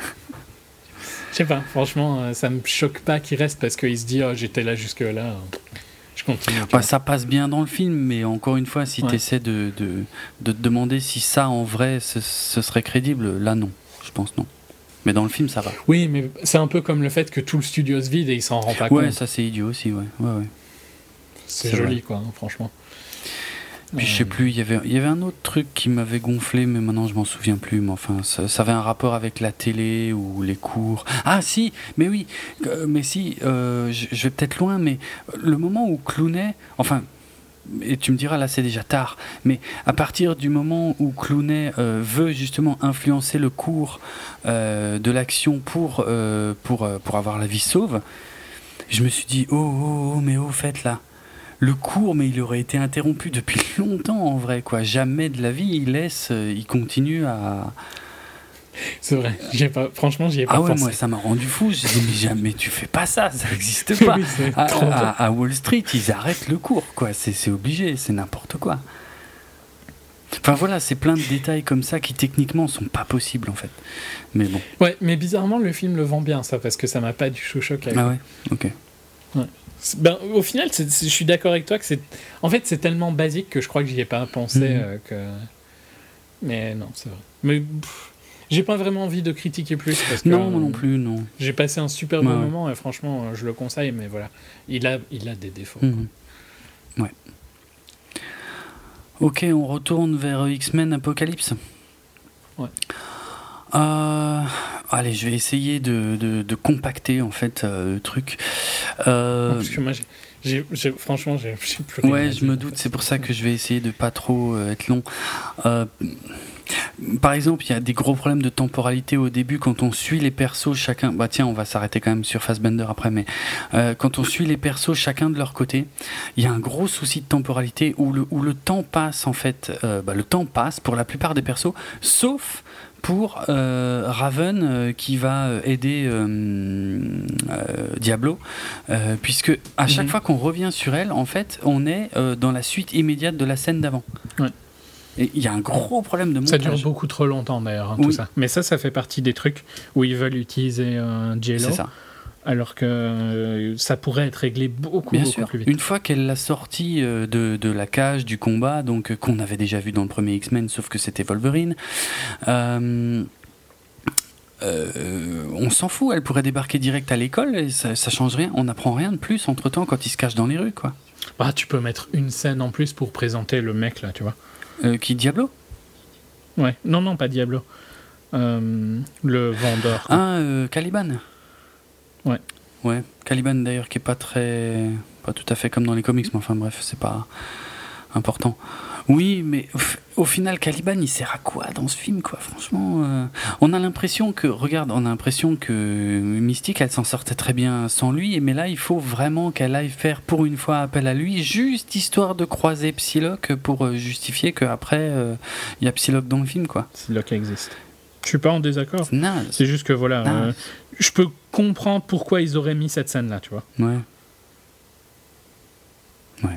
Je sais pas, franchement, ça me choque pas qu'il reste parce qu'il se dit oh, j'étais là jusque-là, je continue. Bah, ça passe bien dans le film, mais encore une fois, si ouais. t'essaies de, de, de te demander si ça, en vrai, ce, ce serait crédible, là, non. Je pense non. Mais dans le film, ça va. Oui, mais c'est un peu comme le fait que tout le studio se vide et il s'en rend pas ouais, compte. Ouais, ça c'est idiot aussi, ouais. ouais, ouais. C'est, c'est joli, vrai. Quoi, hein, franchement. Puis euh... je sais plus, il y avait, il y avait un autre truc qui m'avait gonflé, mais maintenant je m'en souviens plus. Mais enfin, ça, ça avait un rapport avec la télé ou les cours. Ah si, mais oui, euh, mais si, euh, je, je vais peut-être loin, mais le moment où Clooney, enfin... Et tu me diras, là c'est déjà tard, mais à partir du moment où Clooney euh, veut justement influencer le cours euh, de l'action pour, euh, pour, euh, pour avoir la vie sauve, je me suis dit, oh, oh, oh mais au fait là, le cours, mais il aurait été interrompu depuis longtemps en vrai, quoi. Jamais de la vie il laisse, euh, il continue à... C'est vrai, j'ai pas, franchement j'y ai pas ah ouais, pensé. Moi ça m'a rendu fou, j'ai dit mais jamais tu fais pas ça, ça n'existe pas. Oui, à, à, à Wall Street ils arrêtent le cours, quoi. C'est, c'est obligé, c'est n'importe quoi. Enfin voilà, c'est plein de détails comme ça qui techniquement sont pas possibles en fait. Mais bon. Ouais, mais bizarrement le film le vend bien ça, parce que ça m'a pas du tout choqué. Ah ouais, ok. Ouais. Ben, au final, c'est, c'est, je suis d'accord avec toi que c'est... En fait c'est tellement basique que je crois que j'y ai pas pensé. Mmh. Euh, que... Mais non, c'est vrai. Mais... Pff, j'ai pas vraiment envie de critiquer plus parce que non, moi non plus, non. J'ai passé un super bon ouais. moment et franchement, je le conseille, mais voilà, il a, il a des défauts. Mmh. Ouais. Ok, on retourne vers X-Men Apocalypse. Ouais. Euh, allez, je vais essayer de, de, de compacter en fait euh, le truc. Euh, parce que moi, j'ai, j'ai, j'ai, franchement, j'ai, j'ai plus rien. Ouais, je me doute. C'est pour ça que je vais essayer de pas trop euh, être long. Euh, Par exemple, il y a des gros problèmes de temporalité au début quand on suit les persos chacun. Bah tiens, on va s'arrêter quand même sur Fassbender après, mais euh, quand on suit les persos chacun de leur côté, il y a un gros souci de temporalité où le où le temps passe en fait. Euh, bah, le temps passe pour la plupart des persos, sauf pour euh, Raven euh, qui va aider euh, euh, Diablo, euh, puisque à chaque mmh. fois qu'on revient sur elle, en fait, on est euh, dans la suite immédiate de la scène d'avant. Ouais. Et il y a un gros problème de montage. Ça dure beaucoup trop longtemps d'ailleurs, hein, oui. tout ça. Mais ça, ça fait partie des trucs où ils veulent utiliser euh, J L O. C'est ça. Alors que euh, ça pourrait être réglé beaucoup, Bien beaucoup sûr. plus vite. Une fois qu'elle l'a sorti euh, de, de la cage, du combat, donc euh, qu'on avait déjà vu dans le premier X-Men, sauf que c'était Wolverine, euh, euh, on s'en fout. Elle pourrait débarquer direct à l'école et ça, ça change rien. On n'apprend rien de plus entre-temps quand il se cache dans les rues, quoi. Ah, tu peux mettre une scène en plus pour présenter le mec, là, tu vois. Euh, qui, Diablo ? Ouais, non, non, pas Diablo. Euh, le vendeur. Quoi. Ah, euh, Caliban. Ouais. Ouais, Caliban d'ailleurs, qui est pas très. Pas tout à fait comme dans les comics, mais enfin bref, c'est pas important. Oui, mais au final, Caliban, il sert à quoi dans ce film, quoi ? Franchement, euh, on a l'impression que, regarde, on a l'impression que Mystique, elle s'en sortait très bien sans lui, mais là, il faut vraiment qu'elle aille faire pour une fois appel à lui, juste histoire de croiser Psylocke pour justifier qu'après, il euh, y a Psylocke dans le film, quoi. Psylocke existe. Je suis pas en désaccord. C'est naze. C'est juste que voilà, euh, je peux comprends pourquoi ils auraient mis cette scène-là, tu vois. Ouais. Ouais.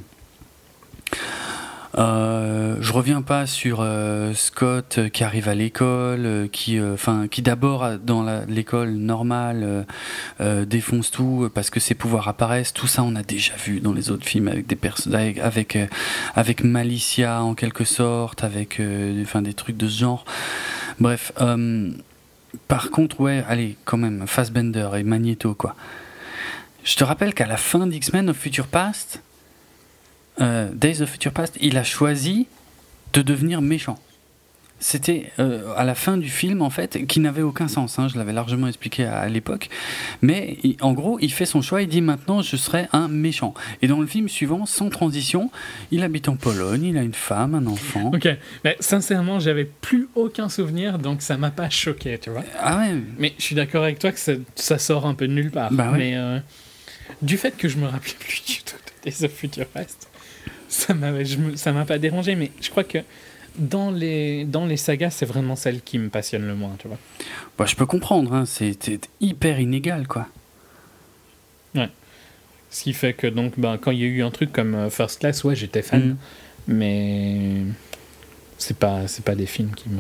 Euh, je reviens pas sur euh, Scott euh, qui arrive à l'école, euh, qui, enfin, euh, qui d'abord dans la, l'école normale euh, euh, défonce tout parce que ses pouvoirs apparaissent. Tout ça, on a déjà vu dans les autres films avec des personnes, avec avec, euh, avec Malicia en quelque sorte, avec, euh, enfin, des trucs de ce genre. Bref. Euh, par contre, ouais, allez, quand même, Fassbender et Magneto, quoi. Je te rappelle qu'à la fin d'X-Men of Future Past. Euh, Days of Future Past, il a choisi de devenir méchant. C'était euh, à la fin du film, en fait, qui n'avait aucun sens. Hein, je l'avais largement expliqué à, à l'époque. Mais il, en gros, il fait son choix. Il dit maintenant, je serai un méchant. Et dans le film suivant, sans transition, il habite en Pologne. Il a une femme, un enfant. Ok, mais sincèrement, j'avais plus aucun souvenir, donc ça m'a pas choqué, tu vois. Ah ouais. Mais je suis d'accord avec toi que ça, ça sort un peu de nulle part. Bah ouais. Mais euh, du fait que je me rappelais plus du tout de Days of Future Past, ça m'a, je me, ça m'a pas dérangé, mais je crois que dans les, dans les sagas, c'est vraiment celle qui me passionne le moins, tu vois. Bah, je peux comprendre, hein, c'est, c'est hyper inégal, quoi. Ouais. Ce qui fait que, donc, ben, quand il y a eu un truc comme First Class, ouais, j'étais fan, mm. mais c'est pas, c'est pas des films qui me...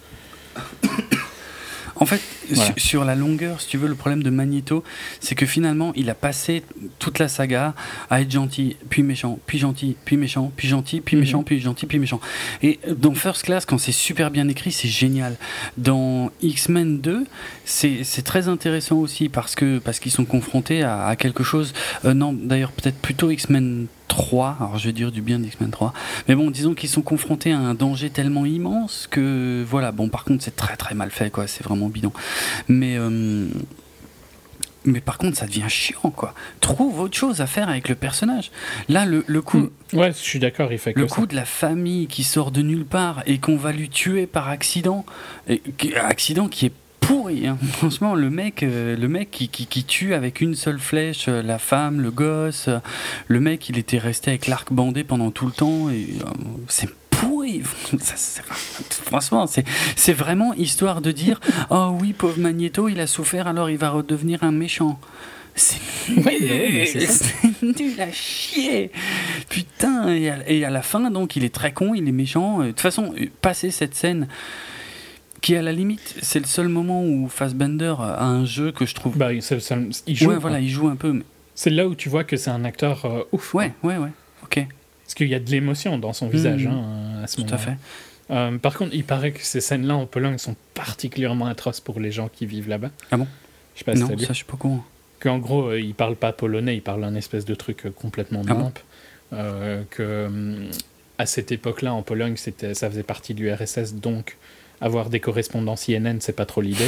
En fait, voilà. sur, sur la longueur, si tu veux, le problème de Magneto, c'est que finalement, il a passé toute la saga à être gentil, puis méchant, puis gentil, puis méchant, puis gentil, puis méchant, mm-hmm. puis gentil, puis méchant. Et dans First Class, quand c'est super bien écrit, c'est génial. Dans X-Men deux, c'est, c'est très intéressant aussi parce, que, parce qu'ils sont confrontés à, à quelque chose... Euh, non, d'ailleurs, peut-être plutôt X-Men trois, alors je vais dire du bien d'X-Men trois, mais bon, disons qu'ils sont confrontés à un danger tellement immense que, voilà, bon, par contre, c'est très très mal fait, quoi, c'est vraiment bidon. Mais, euh, mais par contre, ça devient chiant, quoi. Trouve autre chose à faire avec le personnage. Là, le, le coup... Mmh. Ouais, je suis d'accord, il fait que Le ça. coup de la famille qui sort de nulle part et qu'on va lui tuer par accident, et, accident qui est pourri, hein. Franchement, le mec, euh, le mec qui, qui, qui tue avec une seule flèche euh, la femme, le gosse, euh, le mec, il était resté avec l'arc bandé pendant tout le temps, et euh, c'est pourri. Ça, c'est, franchement, c'est, c'est vraiment histoire de dire oh oui, pauvre Magneto, il a souffert, alors il va redevenir un méchant. C'est nul, oui, oui, c'est, c'est nul à chier. Putain, et à, et à la fin, donc, il est très con, il est méchant. De toute façon, passer cette scène... qui à la limite c'est le seul moment où Fassbender a un jeu que je trouve bah c'est, c'est, il joue ouais voilà il joue un peu mais... c'est là où tu vois que c'est un acteur euh, ouf ouais quoi. ouais ouais ok parce qu'il y a de l'émotion dans son visage mmh. hein, à ce tout moment-là. à fait euh, par contre il paraît que ces scènes là en Pologne sont particulièrement atroces pour les gens qui vivent là-bas. Ah bon? Je sais pas si non t'as lu. Ça je suis pas au courant. Qu'en gros euh, ils parlent pas polonais, ils parlent un espèce de truc euh, complètement ah nimp bon euh, que euh, à cette époque-là en Pologne c'était, ça faisait partie de l'U R S S, donc avoir des correspondances I N N, c'est pas trop l'idée.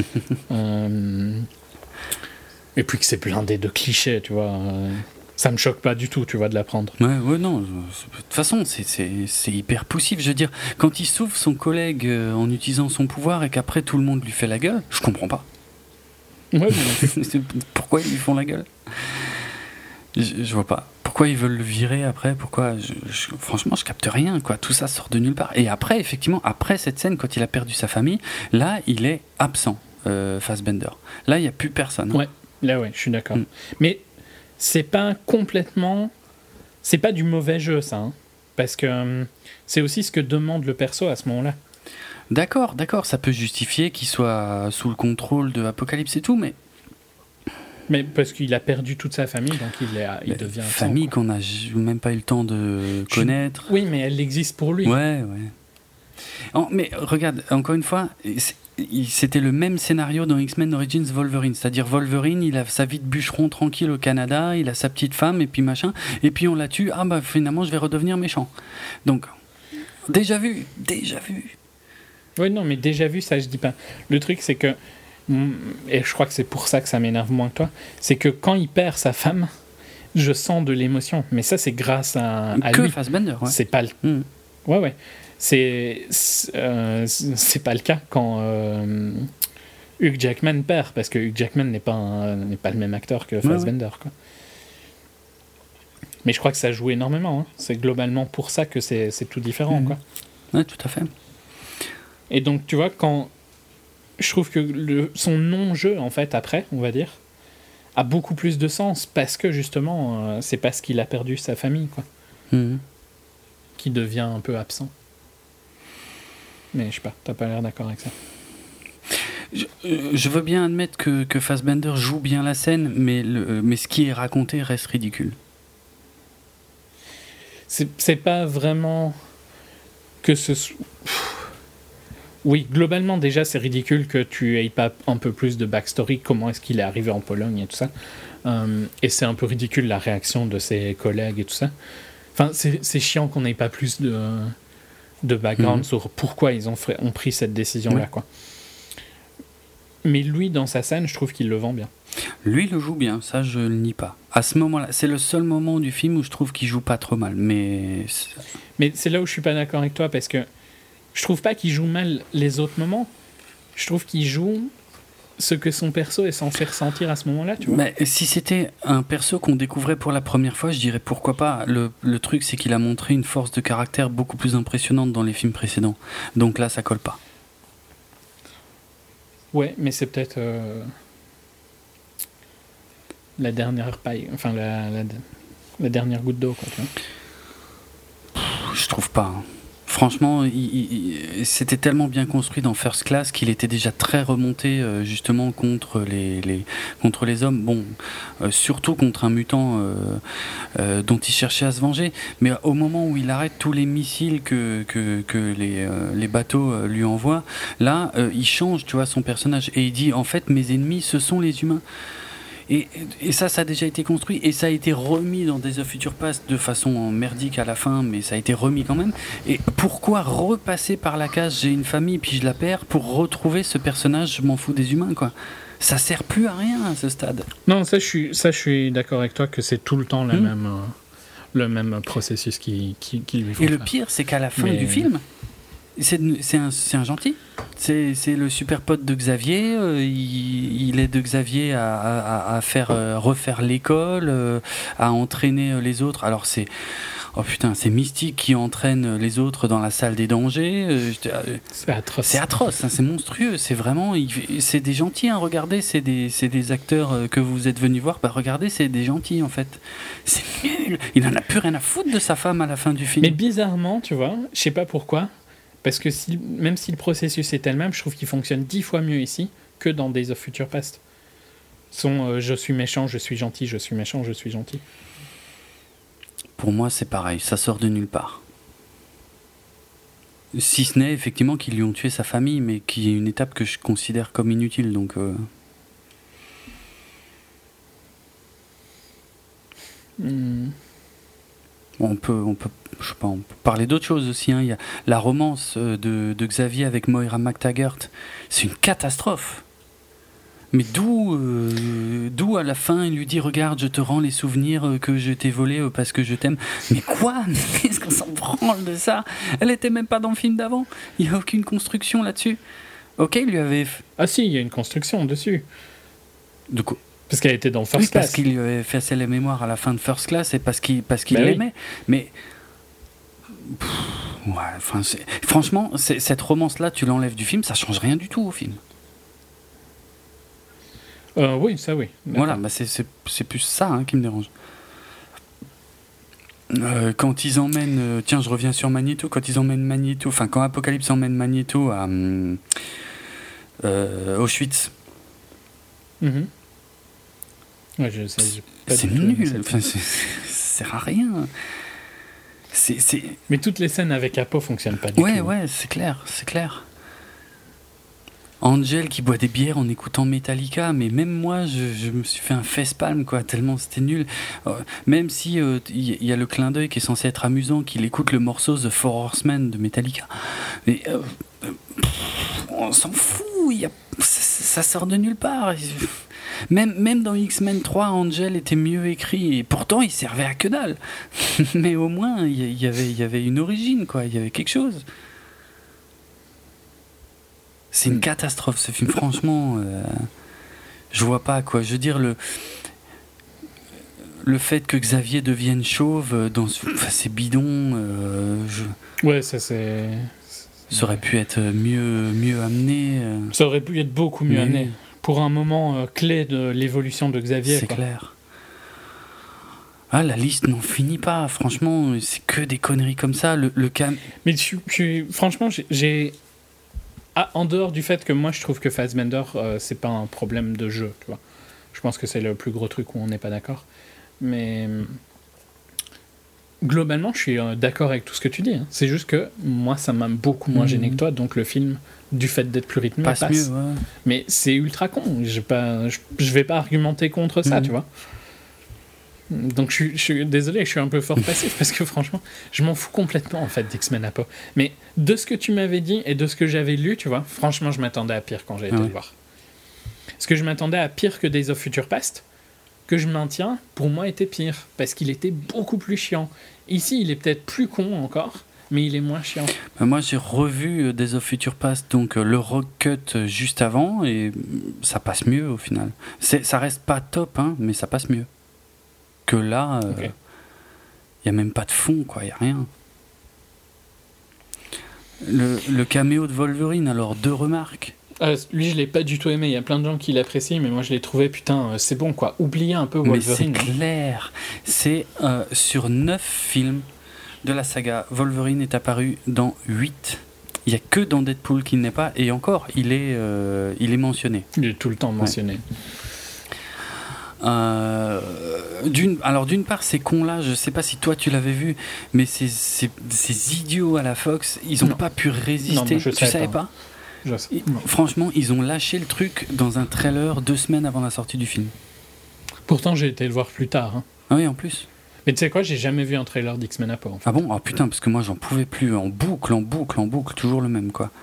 euh... Et puis que c'est blindé de clichés, tu vois. Ça me choque pas du tout, tu vois, de l'apprendre. Ouais, ouais, non. De toute façon, c'est, c'est, c'est hyper poussif. Je veux dire, quand il sauve son collègue euh, en utilisant son pouvoir et qu'après tout le monde lui fait la gueule, je comprends pas. Ouais, mais... Pourquoi ils lui font la gueule? Je, je vois pas. Pourquoi ils veulent le virer après? Pourquoi je, je, franchement, je capte rien, quoi. Tout ça sort de nulle part. Et après, effectivement, après cette scène, quand il a perdu sa famille, là, il est absent, euh, Fassbender. Là, il n'y a plus personne. Hein. Ouais, là, ouais, je suis d'accord. Mm. Mais c'est pas complètement... C'est pas du mauvais jeu, ça. Hein, parce que euh, c'est aussi ce que demande le perso à ce moment-là. D'accord, d'accord. Ça peut justifier qu'il soit sous le contrôle de Apocalypse et tout, mais... Mais parce qu'il a perdu toute sa famille, donc il, est, il devient... Famille absent, qu'on n'a même pas eu le temps de connaître. Je... Oui, mais elle existe pour lui. Ouais, ouais. En, mais regarde, encore une fois, c'était le même scénario dans X-Men Origins Wolverine. C'est-à-dire Wolverine, il a sa vie de bûcheron tranquille au Canada, il a sa petite femme, et puis machin, et puis on la tue, ah bah finalement je vais redevenir méchant. Donc, déjà vu, déjà vu. Oui, non, mais déjà vu, ça je dis pas. Le truc, c'est que... Et je crois que c'est pour ça que ça m'énerve moins que toi, c'est que quand il perd sa femme, je sens de l'émotion, mais ça c'est grâce à, à que lui. Fassbender, ouais. C'est pas le... mm. ouais ouais c'est c'est, euh, c'est pas le cas quand euh, Hugh Jackman perd, parce que Hugh Jackman n'est pas un, n'est pas le même acteur que Fassbender, ouais, ouais. Quoi. Mais je crois que ça joue énormément, hein. C'est globalement pour ça que c'est, c'est tout différent, mm. quoi. Ouais, tout à fait. Et donc tu vois, quand je trouve que le, son non-jeu, en fait, après, on va dire, a beaucoup plus de sens parce que justement, euh, c'est parce qu'il a perdu sa famille, quoi. Mmh. Qui devient un peu absent. Mais je sais pas, t'as pas l'air d'accord avec ça. Je, je veux bien admettre que, que Fassbender joue bien la scène, mais, le, mais ce qui est raconté reste ridicule. C'est, c'est pas vraiment que ce soit... Oui, globalement, déjà, c'est ridicule que tu aies pas un peu plus de backstory, comment est-ce qu'il est arrivé en Pologne et tout ça. Euh, et c'est un peu ridicule la réaction de ses collègues et tout ça. Enfin, c'est, c'est chiant qu'on n'ait pas plus de, de background mmh. sur pourquoi ils ont, fait, ont pris cette décision-là, mmh. quoi. Mais lui, dans sa scène, je trouve qu'il le vend bien. Lui, il le joue bien, ça, je le nie pas. À ce moment-là, c'est le seul moment du film où je trouve qu'il joue pas trop mal, mais... C'est... Mais c'est là où je suis pas d'accord avec toi, parce que je trouve pas qu'il joue mal les autres moments. Je trouve qu'il joue ce que son perso est censé ressentir à ce moment-là, tu vois. Mais si c'était un perso qu'on découvrait pour la première fois, je dirais pourquoi pas. Le, le truc, c'est qu'il a montré une force de caractère beaucoup plus impressionnante dans les films précédents. Donc là, ça colle pas. Ouais, mais c'est peut-être euh, la dernière paille, enfin la, la, la dernière goutte d'eau, quoi, tu vois. Je trouve pas. Hein. Franchement, il, il, c'était tellement bien construit dans First Class qu'il était déjà très remonté euh, justement contre les, les, contre les hommes. Bon, euh, surtout contre un mutant euh, euh, dont il cherchait à se venger. Mais au moment où il arrête tous les missiles que, que, que les, euh, les bateaux euh, lui envoient, là, euh, il change, tu vois, son personnage. Et il dit, en fait, mes ennemis, ce sont les humains. Et, et ça, ça a déjà été construit et ça a été remis dans Days of Future Past de façon merdique à la fin, mais ça a été remis quand même. Et pourquoi repasser par la case j'ai une famille puis je la perds pour retrouver ce personnage, je m'en fous des humains, quoi. Ça sert plus à rien à ce stade. Non, ça je suis, ça, je suis d'accord avec toi que c'est tout le temps la mmh. même, euh, le même processus qui, qui, qui lui faut. Et le pire, c'est qu'à la fin mais... du film, c'est, c'est, un, c'est un gentil. C'est, c'est le super pote de Xavier. Euh, il, il aide Xavier à, à, à faire euh, refaire l'école, euh, à entraîner les autres. Alors c'est oh putain, c'est Mystique qui entraîne les autres dans la salle des dangers. Euh, euh, c'est atroce. C'est atroce, hein, c'est monstrueux. C'est vraiment, il, c'est des gentils. Hein, regardez, c'est des, c'est des acteurs que vous êtes venus voir. Bah regardez, c'est des gentils en fait. C'est nul. Il en a plus rien à foutre de sa femme à la fin du film. Mais bizarrement, tu vois, je sais pas pourquoi. Parce que si, même si le processus est le même, je trouve qu'il fonctionne dix fois mieux ici que dans Days of Future Past. Son euh, je suis méchant, je suis gentil, je suis méchant, je suis gentil. Pour moi, c'est pareil, ça sort de nulle part. Si ce n'est effectivement qu'ils lui ont tué sa famille, mais qui est une étape que je considère comme inutile, donc... Euh... Mm. Bon, on peut, on peut, je sais pas, on peut parler d'autres choses aussi. Hein. Il y a la romance de, de Xavier avec Moira McTaggart. C'est une catastrophe. Mais d'où, euh, d'où à la fin il lui dit regarde, je te rends les souvenirs que je t'ai volés parce que je t'aime. Mais quoi? Qu'est-ce qu'on s'en branle de ça? Elle était même pas dans le film d'avant. Il y a aucune construction là-dessus. Ok, il lui avait. Ah si, il y a une construction dessus. De quoi? Parce qu'elle était dans First oui, Class. Parce qu'il lui avait effacé la mémoire à la fin de First Class et parce qu'il, parce qu'il bah l'aimait. Oui. Mais. Pff, ouais, enfin, c'est... franchement, c'est... cette romance-là, tu l'enlèves du film, ça change rien du tout au film. Euh, oui, ça oui. D'accord. Voilà, bah c'est, c'est, c'est plus ça hein, qui me dérange. Euh, quand ils emmènent. Euh, tiens, je reviens sur Magneto. Quand ils emmènent Magneto. Enfin, quand Apocalypse emmène Magneto à. Euh, Auschwitz. Mm-hmm. Ouais, je sais, c'est nul, enfin, c'est, ça sert à rien. C'est, c'est... Mais toutes les scènes avec Apo fonctionnent pas du ouais, tout. Ouais, ouais, c'est clair, c'est clair. Angel qui boit des bières en écoutant Metallica, mais même moi, je, je me suis fait un facepalm, quoi, tellement c'était nul. Euh, même si il euh, y, y a le clin d'œil qui est censé être amusant, qu'il écoute le morceau The Four Horsemen de Metallica. Mais euh, euh, pff, on s'en fout, y a, ça, ça sort de nulle part. Même, même dans X-Men trois, Angel était mieux écrit, et pourtant il servait à que dalle. Mais au moins, il y, y, avait, y avait une origine, quoi, il y avait quelque chose. C'est une catastrophe ce film, franchement. Euh, je vois pas, quoi. Je veux dire, le, le fait que Xavier devienne chauve, dans, enfin, c'est bidon. Euh, je... Ouais, ça c'est. Ça aurait pu être mieux, mieux amené. euh. Ça aurait pu être beaucoup mieux Mais amené. oui. Pour un moment euh, clé de l'évolution de Xavier. C'est quoi. clair. Ah, la liste n'en finit pas. Franchement, c'est que des conneries comme ça. Le, le cam... Mais je, je, franchement, j'ai... j'ai... Ah, en dehors du fait que moi, je trouve que Fassbender, euh, c'est pas un problème de jeu, tu vois. Je pense que c'est le plus gros truc où on n'est pas d'accord. Mais... Globalement, je suis euh, d'accord avec tout ce que tu dis. Hein. C'est juste que moi, ça m'a beaucoup moins Mmh. gêné que toi. Donc le film, du fait d'être plus rythmé, passe, passe. mieux. Ouais. Mais c'est ultra con. Je, pas, je, je vais pas argumenter contre ça, Mhm. tu vois. Donc je, suis- je suis désolé, je suis un peu fort passif parce que franchement, je m'en fous complètement en fait d'X-Men Apo. Mais de ce que tu m'avais dit et de ce que j'avais lu, tu vois, franchement, je m'attendais à pire quand j'ai été Ah ouais. le voir. Parce que je m'attendais à pire que Days of Future Past, que je maintiens, pour moi, était pire parce qu'il était beaucoup plus chiant. Ici, il est peut-être plus con encore, mais il est moins chiant. Bah, moi, j'ai revu euh, Days of Future Past, donc euh, le rock cut euh, juste avant, et mm, ça passe mieux au final. C'est, ça reste pas top, hein, mais ça passe mieux. Que là, il Ok. n'y a même pas de fond, quoi, il n'y a rien. Le, le caméo de Wolverine, alors deux remarques. Euh, lui, je l'ai pas du tout aimé. Il y a plein de gens qui l'apprécient, mais moi, je l'ai trouvé, putain, euh, c'est bon quoi. Oubliez un peu Mais c'est Wolverine. hein. clair. C'est euh, sur neuf films de la saga, Wolverine est apparu dans huit. Il n'y a que dans Deadpool qu'il n'est pas, et encore, il est, euh, il est mentionné. Il est tout le temps mentionné. Euh, d'une, alors d'une part, ces cons-là, je sais pas si toi tu l'avais vu, mais ces, ces, ces idiots à la Fox, ils ont Non. pas pu résister. Non, moi, je tu savais savais pas. pas, Je sais. Ils- Non. Franchement, ils ont lâché le truc dans un trailer deux semaines avant la sortie du film. Pourtant, j'ai été le voir plus tard. hein. Ah oui, en plus. Mais tu sais quoi, j'ai jamais vu un trailer d'X-Men Apo. En fait. Ah bon? Ah putain, parce que moi j'en pouvais plus. En boucle, en boucle, en boucle, toujours le même, quoi.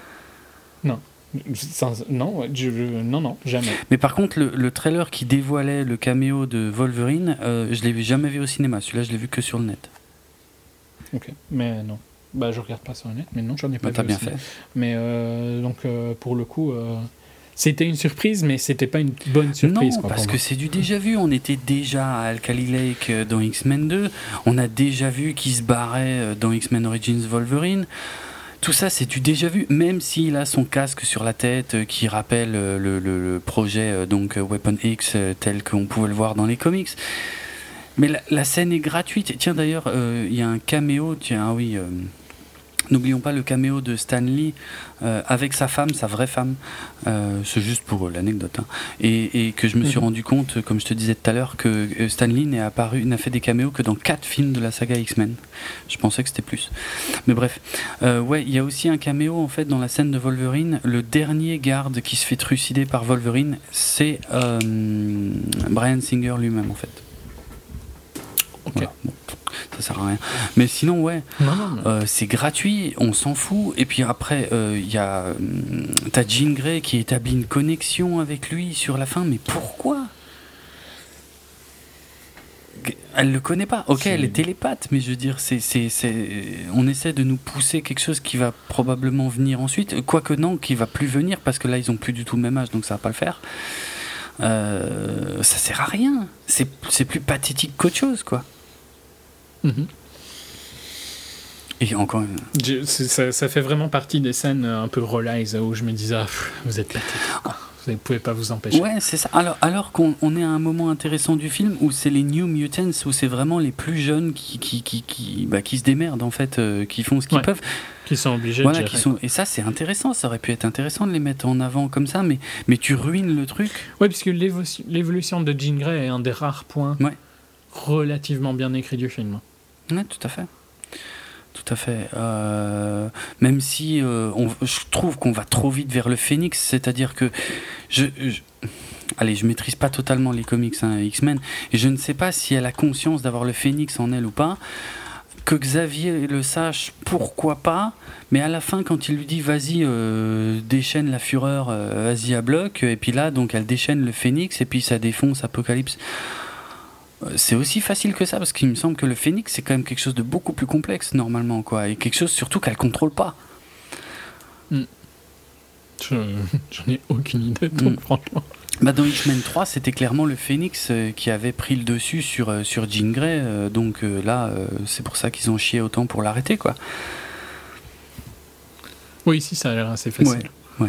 Sans- non, ouais, je- je- non, non, jamais. Mais par contre, le, le trailer qui dévoilait le caméo de Wolverine, euh, je l'ai jamais vu au cinéma. Celui-là, je l'ai vu que sur le net. Ok, mais non. Bah, je regarde pas sur le net, mais non, j'en ai pas Bah, vu. t'as bien aussi. fait. Mais euh, donc, euh, pour le coup, euh, c'était une surprise, mais c'était pas une bonne surprise. Non, quoi, parce pour que moi. c'est du déjà vu. On était déjà à Alkali Lake euh, dans X-Men deux. On a déjà vu qu'il se barrait euh, dans X-Men Origins Wolverine. Tout ça, c'est du déjà vu, même s'il a son casque sur la tête euh, qui rappelle euh, le, le- le projet euh, donc euh, Weapon X euh, tel qu'on pouvait le voir dans les comics. Mais la, la scène est gratuite. Tiens, d'ailleurs, euh, il y a un caméo. Tiens, ah oui. euh, N'oublions pas le caméo de Stan Lee euh, avec sa femme, sa vraie femme. Euh, c'est juste pour euh, l'anecdote. hein. Et, et que je me suis Mhm. rendu compte, comme je te disais tout à l'heure, que euh, Stan Lee n'est apparu, n'a fait des caméos que dans quatre films de la saga X-Men. Je pensais que c'était plus. Mais bref. Euh, ouais, il y a aussi un caméo en fait dans la scène de Wolverine. Le dernier garde qui se fait trucider par Wolverine, c'est euh, Bryan Singer lui-même en fait. Ok. Voilà. Bon, ça sert à rien. Mais sinon, ouais. Non, non, non. Euh, c'est gratuit, on s'en fout. Et puis après, il euh, y a. hum, T'as Jean Grey qui établit une connexion avec lui sur la fin, mais pourquoi? Elle le connaît pas. Ok, C'est- elle est télépathe, mais je veux dire, c'est, c'est, c'est, on essaie de nous pousser quelque chose qui va probablement venir ensuite. Quoique non, qui va plus venir parce que là, ils ont plus du tout le même âge, donc ça va pas le faire. Euh, ça sert à rien. C'est, c'est plus pathétique qu'autre chose, quoi. Mhm. Et encore. une- Je- c'est- ça, ça fait vraiment partie des scènes euh, un peu Rollies où je me disais, ah, pff, vous êtes pathétique, quoi. Vous ne pouvez pas vous empêcher. Ouais, c'est ça. Alors, alors qu'on on est à un moment intéressant du film où c'est les New Mutants, où c'est vraiment les plus jeunes qui, qui, qui, qui, bah, qui se démerdent, en fait, euh, qui font ce qu'ils Ouais. peuvent. Qui sont obligés Voilà, de qui gérer. sont... Et ça, c'est intéressant. Ça aurait pu être intéressant de les mettre en avant comme ça, mais, mais tu ruines le truc. Ouais, puisque l'évo- l'évolution de Jean Grey est un des rares points Ouais. relativement bien écrits du film. Ouais, tout à fait. Tout à fait. Euh, même si euh, on, je trouve qu'on va trop vite vers le Phénix, c'est-à-dire que je, je- allez, je maîtrise pas totalement les comics hein, X-Men, et je ne sais pas si elle a conscience d'avoir le Phénix en elle ou pas. Que Xavier le sache, pourquoi pas, mais à la fin, quand il lui dit vas-y, euh, déchaîne la fureur, euh, vas-y à bloc, et puis là, donc elle déchaîne le Phénix, et puis ça défonce Apocalypse. Euh, C'est aussi facile que ça, parce qu'il me semble que le Phénix, c'est quand même quelque chose de beaucoup plus complexe, normalement, quoi, et quelque chose surtout qu'elle contrôle pas. Je- J'en ai aucune idée, donc Mm. franchement. Bah, dans X-Men trois, c'était clairement le Phénix euh, qui avait pris le dessus sur, euh, sur Jean Grey, euh, donc euh, là, euh, c'est pour ça qu'ils ont chié autant pour l'arrêter, quoi. Oui, ici, ça a l'air assez facile. Ouais, ouais.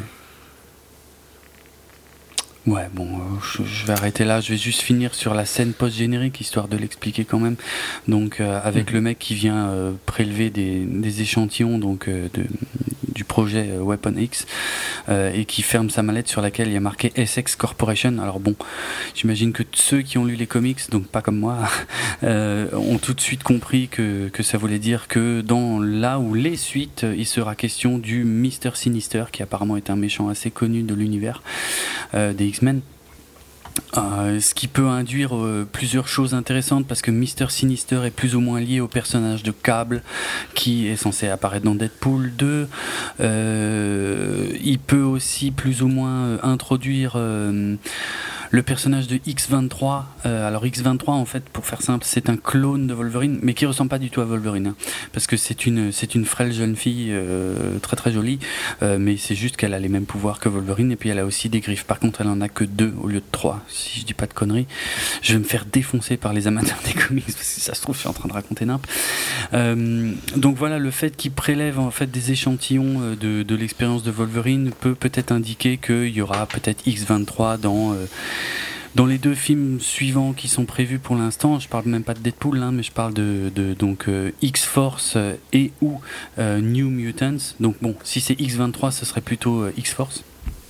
Ouais, bon, euh, je, je vais arrêter là. Je vais juste finir sur la scène post-générique, histoire de l'expliquer quand même. Donc, euh, avec mmh. le mec qui vient euh, prélever des, des échantillons donc, euh, de, du projet euh, Weapon X euh, et qui ferme sa mallette sur laquelle il y a marqué S X Corporation. Alors bon, j'imagine que ceux qui ont lu les comics, donc pas comme moi, euh, ont tout de suite compris que, que ça voulait dire que dans là ou les suites, il sera question du Mister Sinister, qui apparemment est un méchant assez connu de l'univers euh, des X-Men. Euh, ce qui peut induire euh, plusieurs choses intéressantes, parce que Mister Sinister est plus ou moins lié au personnage de Cable qui est censé apparaître dans Deadpool deux. Euh, il peut aussi plus ou moins euh, introduire euh, le personnage de X vingt-trois. Euh, alors X vingt-trois, en fait, pour faire simple, c'est un clone de Wolverine, mais qui ressemble pas du tout à Wolverine, hein, parce que c'est une c'est une frêle jeune fille euh, très très jolie, euh, mais c'est juste qu'elle a les mêmes pouvoirs que Wolverine, et puis elle a aussi des griffes. Par contre, elle en a que deux au lieu de trois, si je dis pas de conneries. Je vais me faire défoncer par les amateurs des comics, parce que si ça se trouve, je suis en train de raconter nimp. Euh, donc voilà, le fait qu'il prélève en fait des échantillons de, de l'expérience de Wolverine peut peut-être indiquer qu'il y aura peut-être X vingt-trois dans euh, dans les deux films suivants qui sont prévus pour l'instant. Je parle même pas de Deadpool, hein, mais je parle de, de donc euh, X-Force euh, et ou euh, New Mutants. Donc bon, si c'est X vingt-trois, ce serait plutôt euh, X-Force.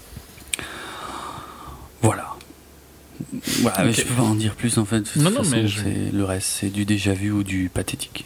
Voilà. Voilà, okay. Je peux pas en dire plus en fait. De non, toute non, façon, mais je... c'est, le reste, c'est du déjà vu ou du pathétique.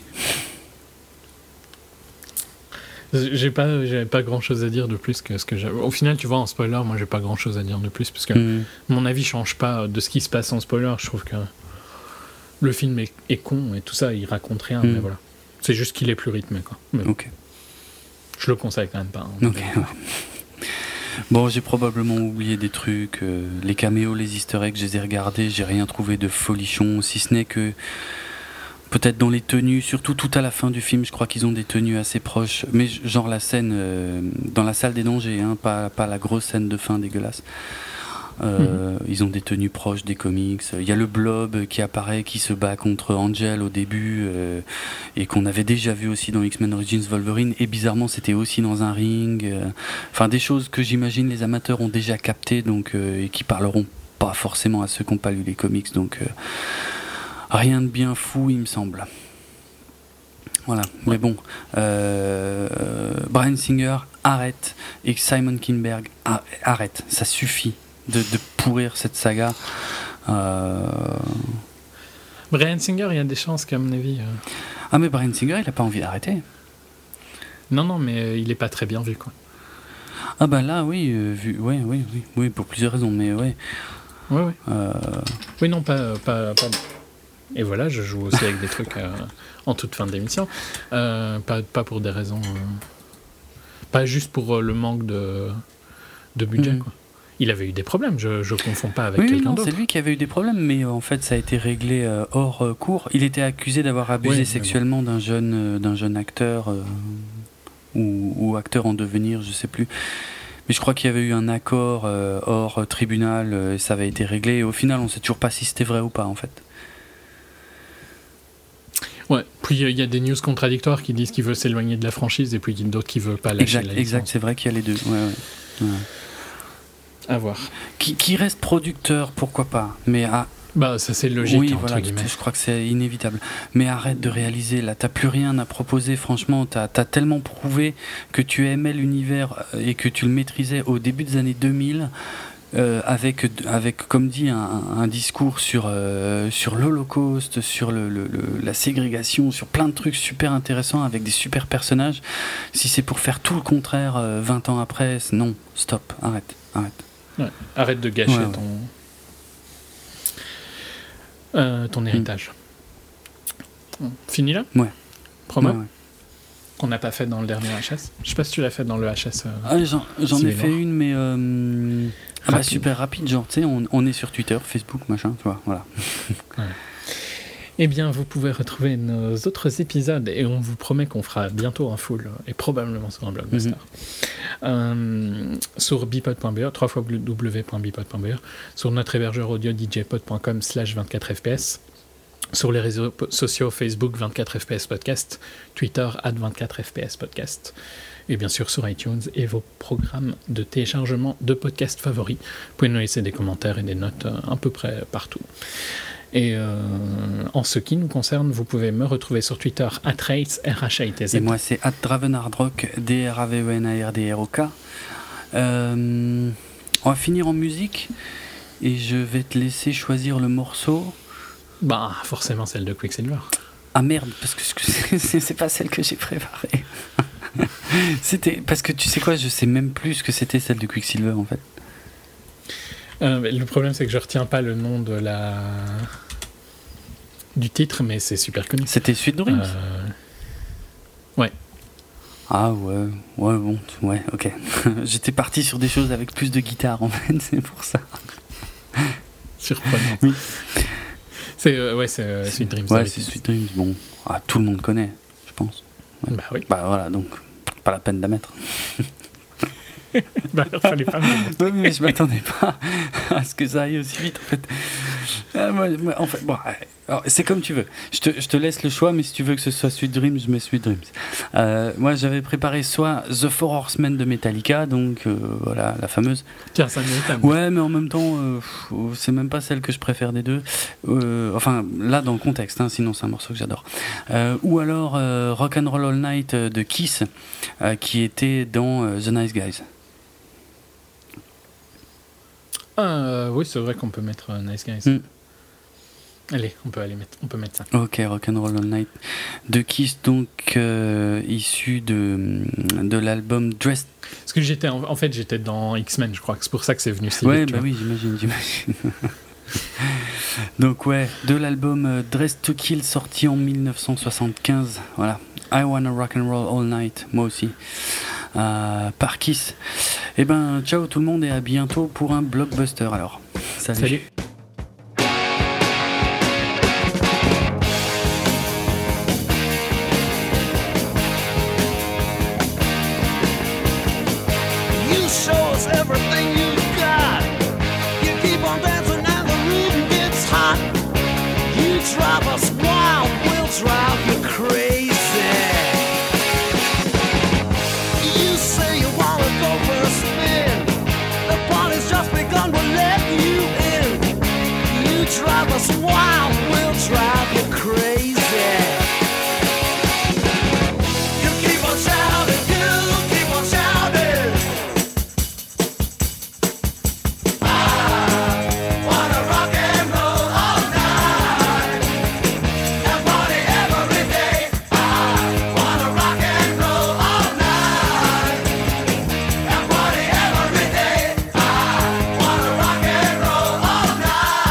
J'ai pas, j'avais pas grand chose à dire de plus que ce que j'avais. Au final, tu vois, en spoiler, moi j'ai pas grand chose à dire de plus parce que mmh. mon avis change pas de ce qui se passe en spoiler. Je trouve que le film est, est con et tout ça, il raconte rien, mmh. mais voilà. C'est juste qu'il est plus rythmé, quoi. Mais ok. Je le conseille quand même pas. Hein, ok, ouais. Bon, j'ai probablement oublié des trucs. Euh, les caméos, les easter eggs, je les ai regardés, j'ai rien trouvé de folichon, si ce n'est que. Peut-être dans les tenues, surtout tout à la fin du film, je crois qu'ils ont des tenues assez proches. Mais genre la scène euh, dans la salle des dangers, hein, pas, pas la grosse scène de fin dégueulasse. Euh, mmh. Ils ont des tenues proches des comics. Il y a le Blob qui apparaît, qui se bat contre Angel au début, euh, et qu'on avait déjà vu aussi dans X-Men Origins Wolverine. Et bizarrement, c'était aussi dans un ring. Euh, enfin, des choses que j'imagine les amateurs ont déjà captées, donc euh, et qui parleront pas forcément à ceux qui n'ont pas lu les comics. Donc euh, rien de bien fou, il me semble. Voilà, ouais. Mais bon, euh, Bryan Singer, arrête, et Simon Kinberg, arrête, ça suffit de, de pourrir cette saga. Euh... Bryan Singer, il y a des chances qu'à mon avis... Euh... Ah mais Bryan Singer, il n'a pas envie d'arrêter. Non, non, mais euh, il n'est pas très bien vu, quoi. Ah bah là, oui, euh, vu, ouais, oui, oui, oui, pour plusieurs raisons, mais ouais. Oui, oui. Euh... Oui, non, pas... pas, pas... Et voilà, je joue aussi avec des trucs euh, en toute fin d'émission. Euh, pas, pas pour des raisons... Euh... Pas juste pour euh, le manque de, de budget, mmh. quoi. Il avait eu des problèmes, je ne confonds pas avec oui, quelqu'un non, d'autre. C'est lui qui avait eu des problèmes, mais en fait ça a été réglé euh, hors euh, cours. Il était accusé d'avoir abusé oui, sexuellement bon. d'un, jeune, euh, d'un jeune acteur euh, ou, ou acteur en devenir, je ne sais plus. Mais je crois qu'il y avait eu un accord euh, hors tribunal euh, et ça avait été réglé. Et au final, on ne sait toujours pas si c'était vrai ou pas, en fait. Ouais, puis il y a des news contradictoires qui disent qu'il veut s'éloigner de la franchise et puis d'autres qui ne veulent pas lâcher exact, la licence. Exact, c'est vrai qu'il y a les deux. Ouais, ouais. Ouais. À voir. Qui, qui reste producteur, pourquoi pas, mais à... Bah ça c'est logique, oui, entre voilà, guillemets. Je crois que c'est inévitable. Mais arrête de réaliser, là, t'as plus rien à proposer, franchement, t'as, t'as tellement prouvé que tu aimais l'univers et que tu le maîtrisais au début des années deux mille, euh, avec, avec, comme dit, un, un discours sur, euh, sur l'Holocauste, sur le, le, le, la ségrégation, sur plein de trucs super intéressants, avec des super personnages. Si c'est pour faire tout le contraire euh, vingt ans après, non, stop, arrête, arrête. Ouais, arrête de gâcher ouais, ouais. ton euh, ton héritage. Mmh. Fini là ? Ouais. Promo ? Ouais, ouais. Qu'on n'a pas fait dans le dernier H S. Je sais pas si tu l'as fait dans le H S. Euh, ah, j'en j'en ai fait une, mais euh, ah bah, super rapide. Genre, tu sais, on, on est sur Twitter, Facebook, machin, tu vois, voilà. Ouais. Eh bien, vous pouvez retrouver nos autres épisodes et on vous promet qu'on fera bientôt un full et probablement sur un blockbuster. Mm-hmm. Euh, sur bipod point b e, trois fois w point bipod point b e, sur notre hébergeur audio d j pod point com slash vingt-quatre f p s. sur les réseaux sociaux Facebook vingt-quatre F P S Podcast, Twitter arobase vingt-quatre F P S Podcast, et bien sûr sur iTunes et vos programmes de téléchargement de podcasts favoris. Vous pouvez nous laisser des commentaires et des notes euh, à peu près partout. Et euh, en ce qui nous concerne, vous pouvez me retrouver sur Twitter arobase race, R H A I T Z. Et moi c'est arobase dravenardrock, D R A V E N A R D R O K. Euh, on va finir en musique et je vais te laisser choisir le morceau. Bah, forcément celle de Quicksilver. Ah merde, parce que c'est, c'est pas celle que j'ai préparée. C'était parce que tu sais quoi, je sais même plus ce que c'était celle de Quicksilver en fait. Euh, le problème c'est que je retiens pas le nom de la du titre, mais c'est super connu. C'était Sweet Dreams. Euh... Ouais. Ah ouais, ouais bon, ouais, ok. J'étais parti sur des choses avec plus de guitare en fait, c'est pour ça. Surprenant. Oui. C'est, euh, ouais, c'est euh, Sweet Dreams. Ouais, c'est Sweet Dreams. Bon, ah, tout le monde connaît, je pense. Ouais. Bah oui. Bah voilà, donc pas la peine de la mettre. Bah alors, fallait pas me mettre. Oui, mais je m'attendais pas à ce que ça aille aussi vite en fait. Ah, moi, moi, en fait, bon, alors, c'est comme tu veux. Je te, je te laisse le choix, mais si tu veux que ce soit Sweet Dreams, je mets Sweet Dreams. Euh, moi, j'avais préparé soit The Four Horsemen de Metallica, donc euh, voilà, la fameuse. Tiens, ça m'étonne. Ouais, mais en même temps, euh, c'est même pas celle que je préfère des deux. Euh, enfin, là, dans le contexte, hein, sinon c'est un morceau que j'adore. Euh, ou alors euh, Rock and Roll All Night de Kiss, euh, qui était dans euh, The Nice Guys. Euh, oui, c'est vrai qu'on peut mettre uh, Nice Guys. Mm. Allez, on peut aller mettre, on peut mettre ça. Ok, Rock'n'Roll All Night de Kiss, donc euh, issu de de l'album Dressed. Parce que j'étais, en, en fait, j'étais dans X-Men, je crois que c'est pour ça que c'est venu si ouais, vite. Ouais, bah oui, j'imagine, j'imagine. Donc ouais, de l'album euh, Dressed to Kill sorti en dix-neuf cent soixante-quinze. Voilà, I Wanna Rock'n'Roll All Night, moi aussi. Euh, par Kiss. Et eh ben ciao tout le monde et à bientôt pour un blockbuster alors. Salut. Salut. You show us everything you got. You keep on dancing and the room gets hot. You drive us wild, we'll drive you crazy. Drive us wild, we'll drive you crazy. You keep on shouting, you keep on shouting. I wanna rock and roll all night and party every day. I wanna rock and roll all night and party every day. I wanna rock and roll all night.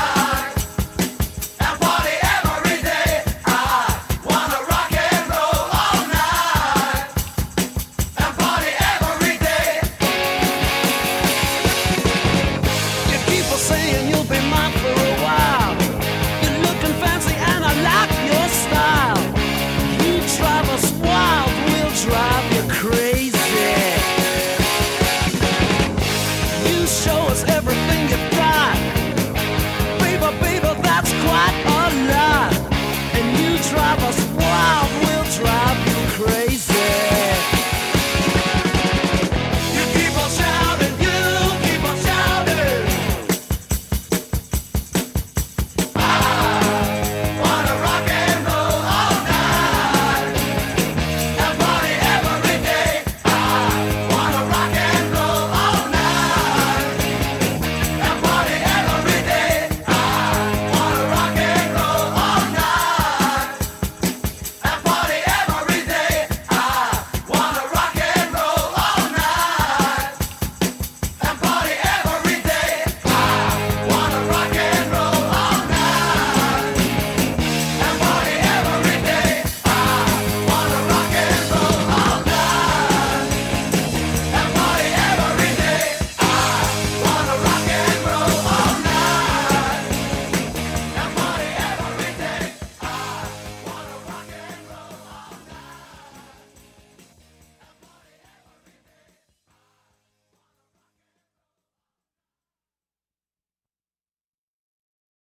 Saying you'll be mine for a while. You're looking fancy and I like your style. You drive us wild, we'll drive you crazy. You show us everything you've got. Baby, baby, that's quite a lot. And you drive us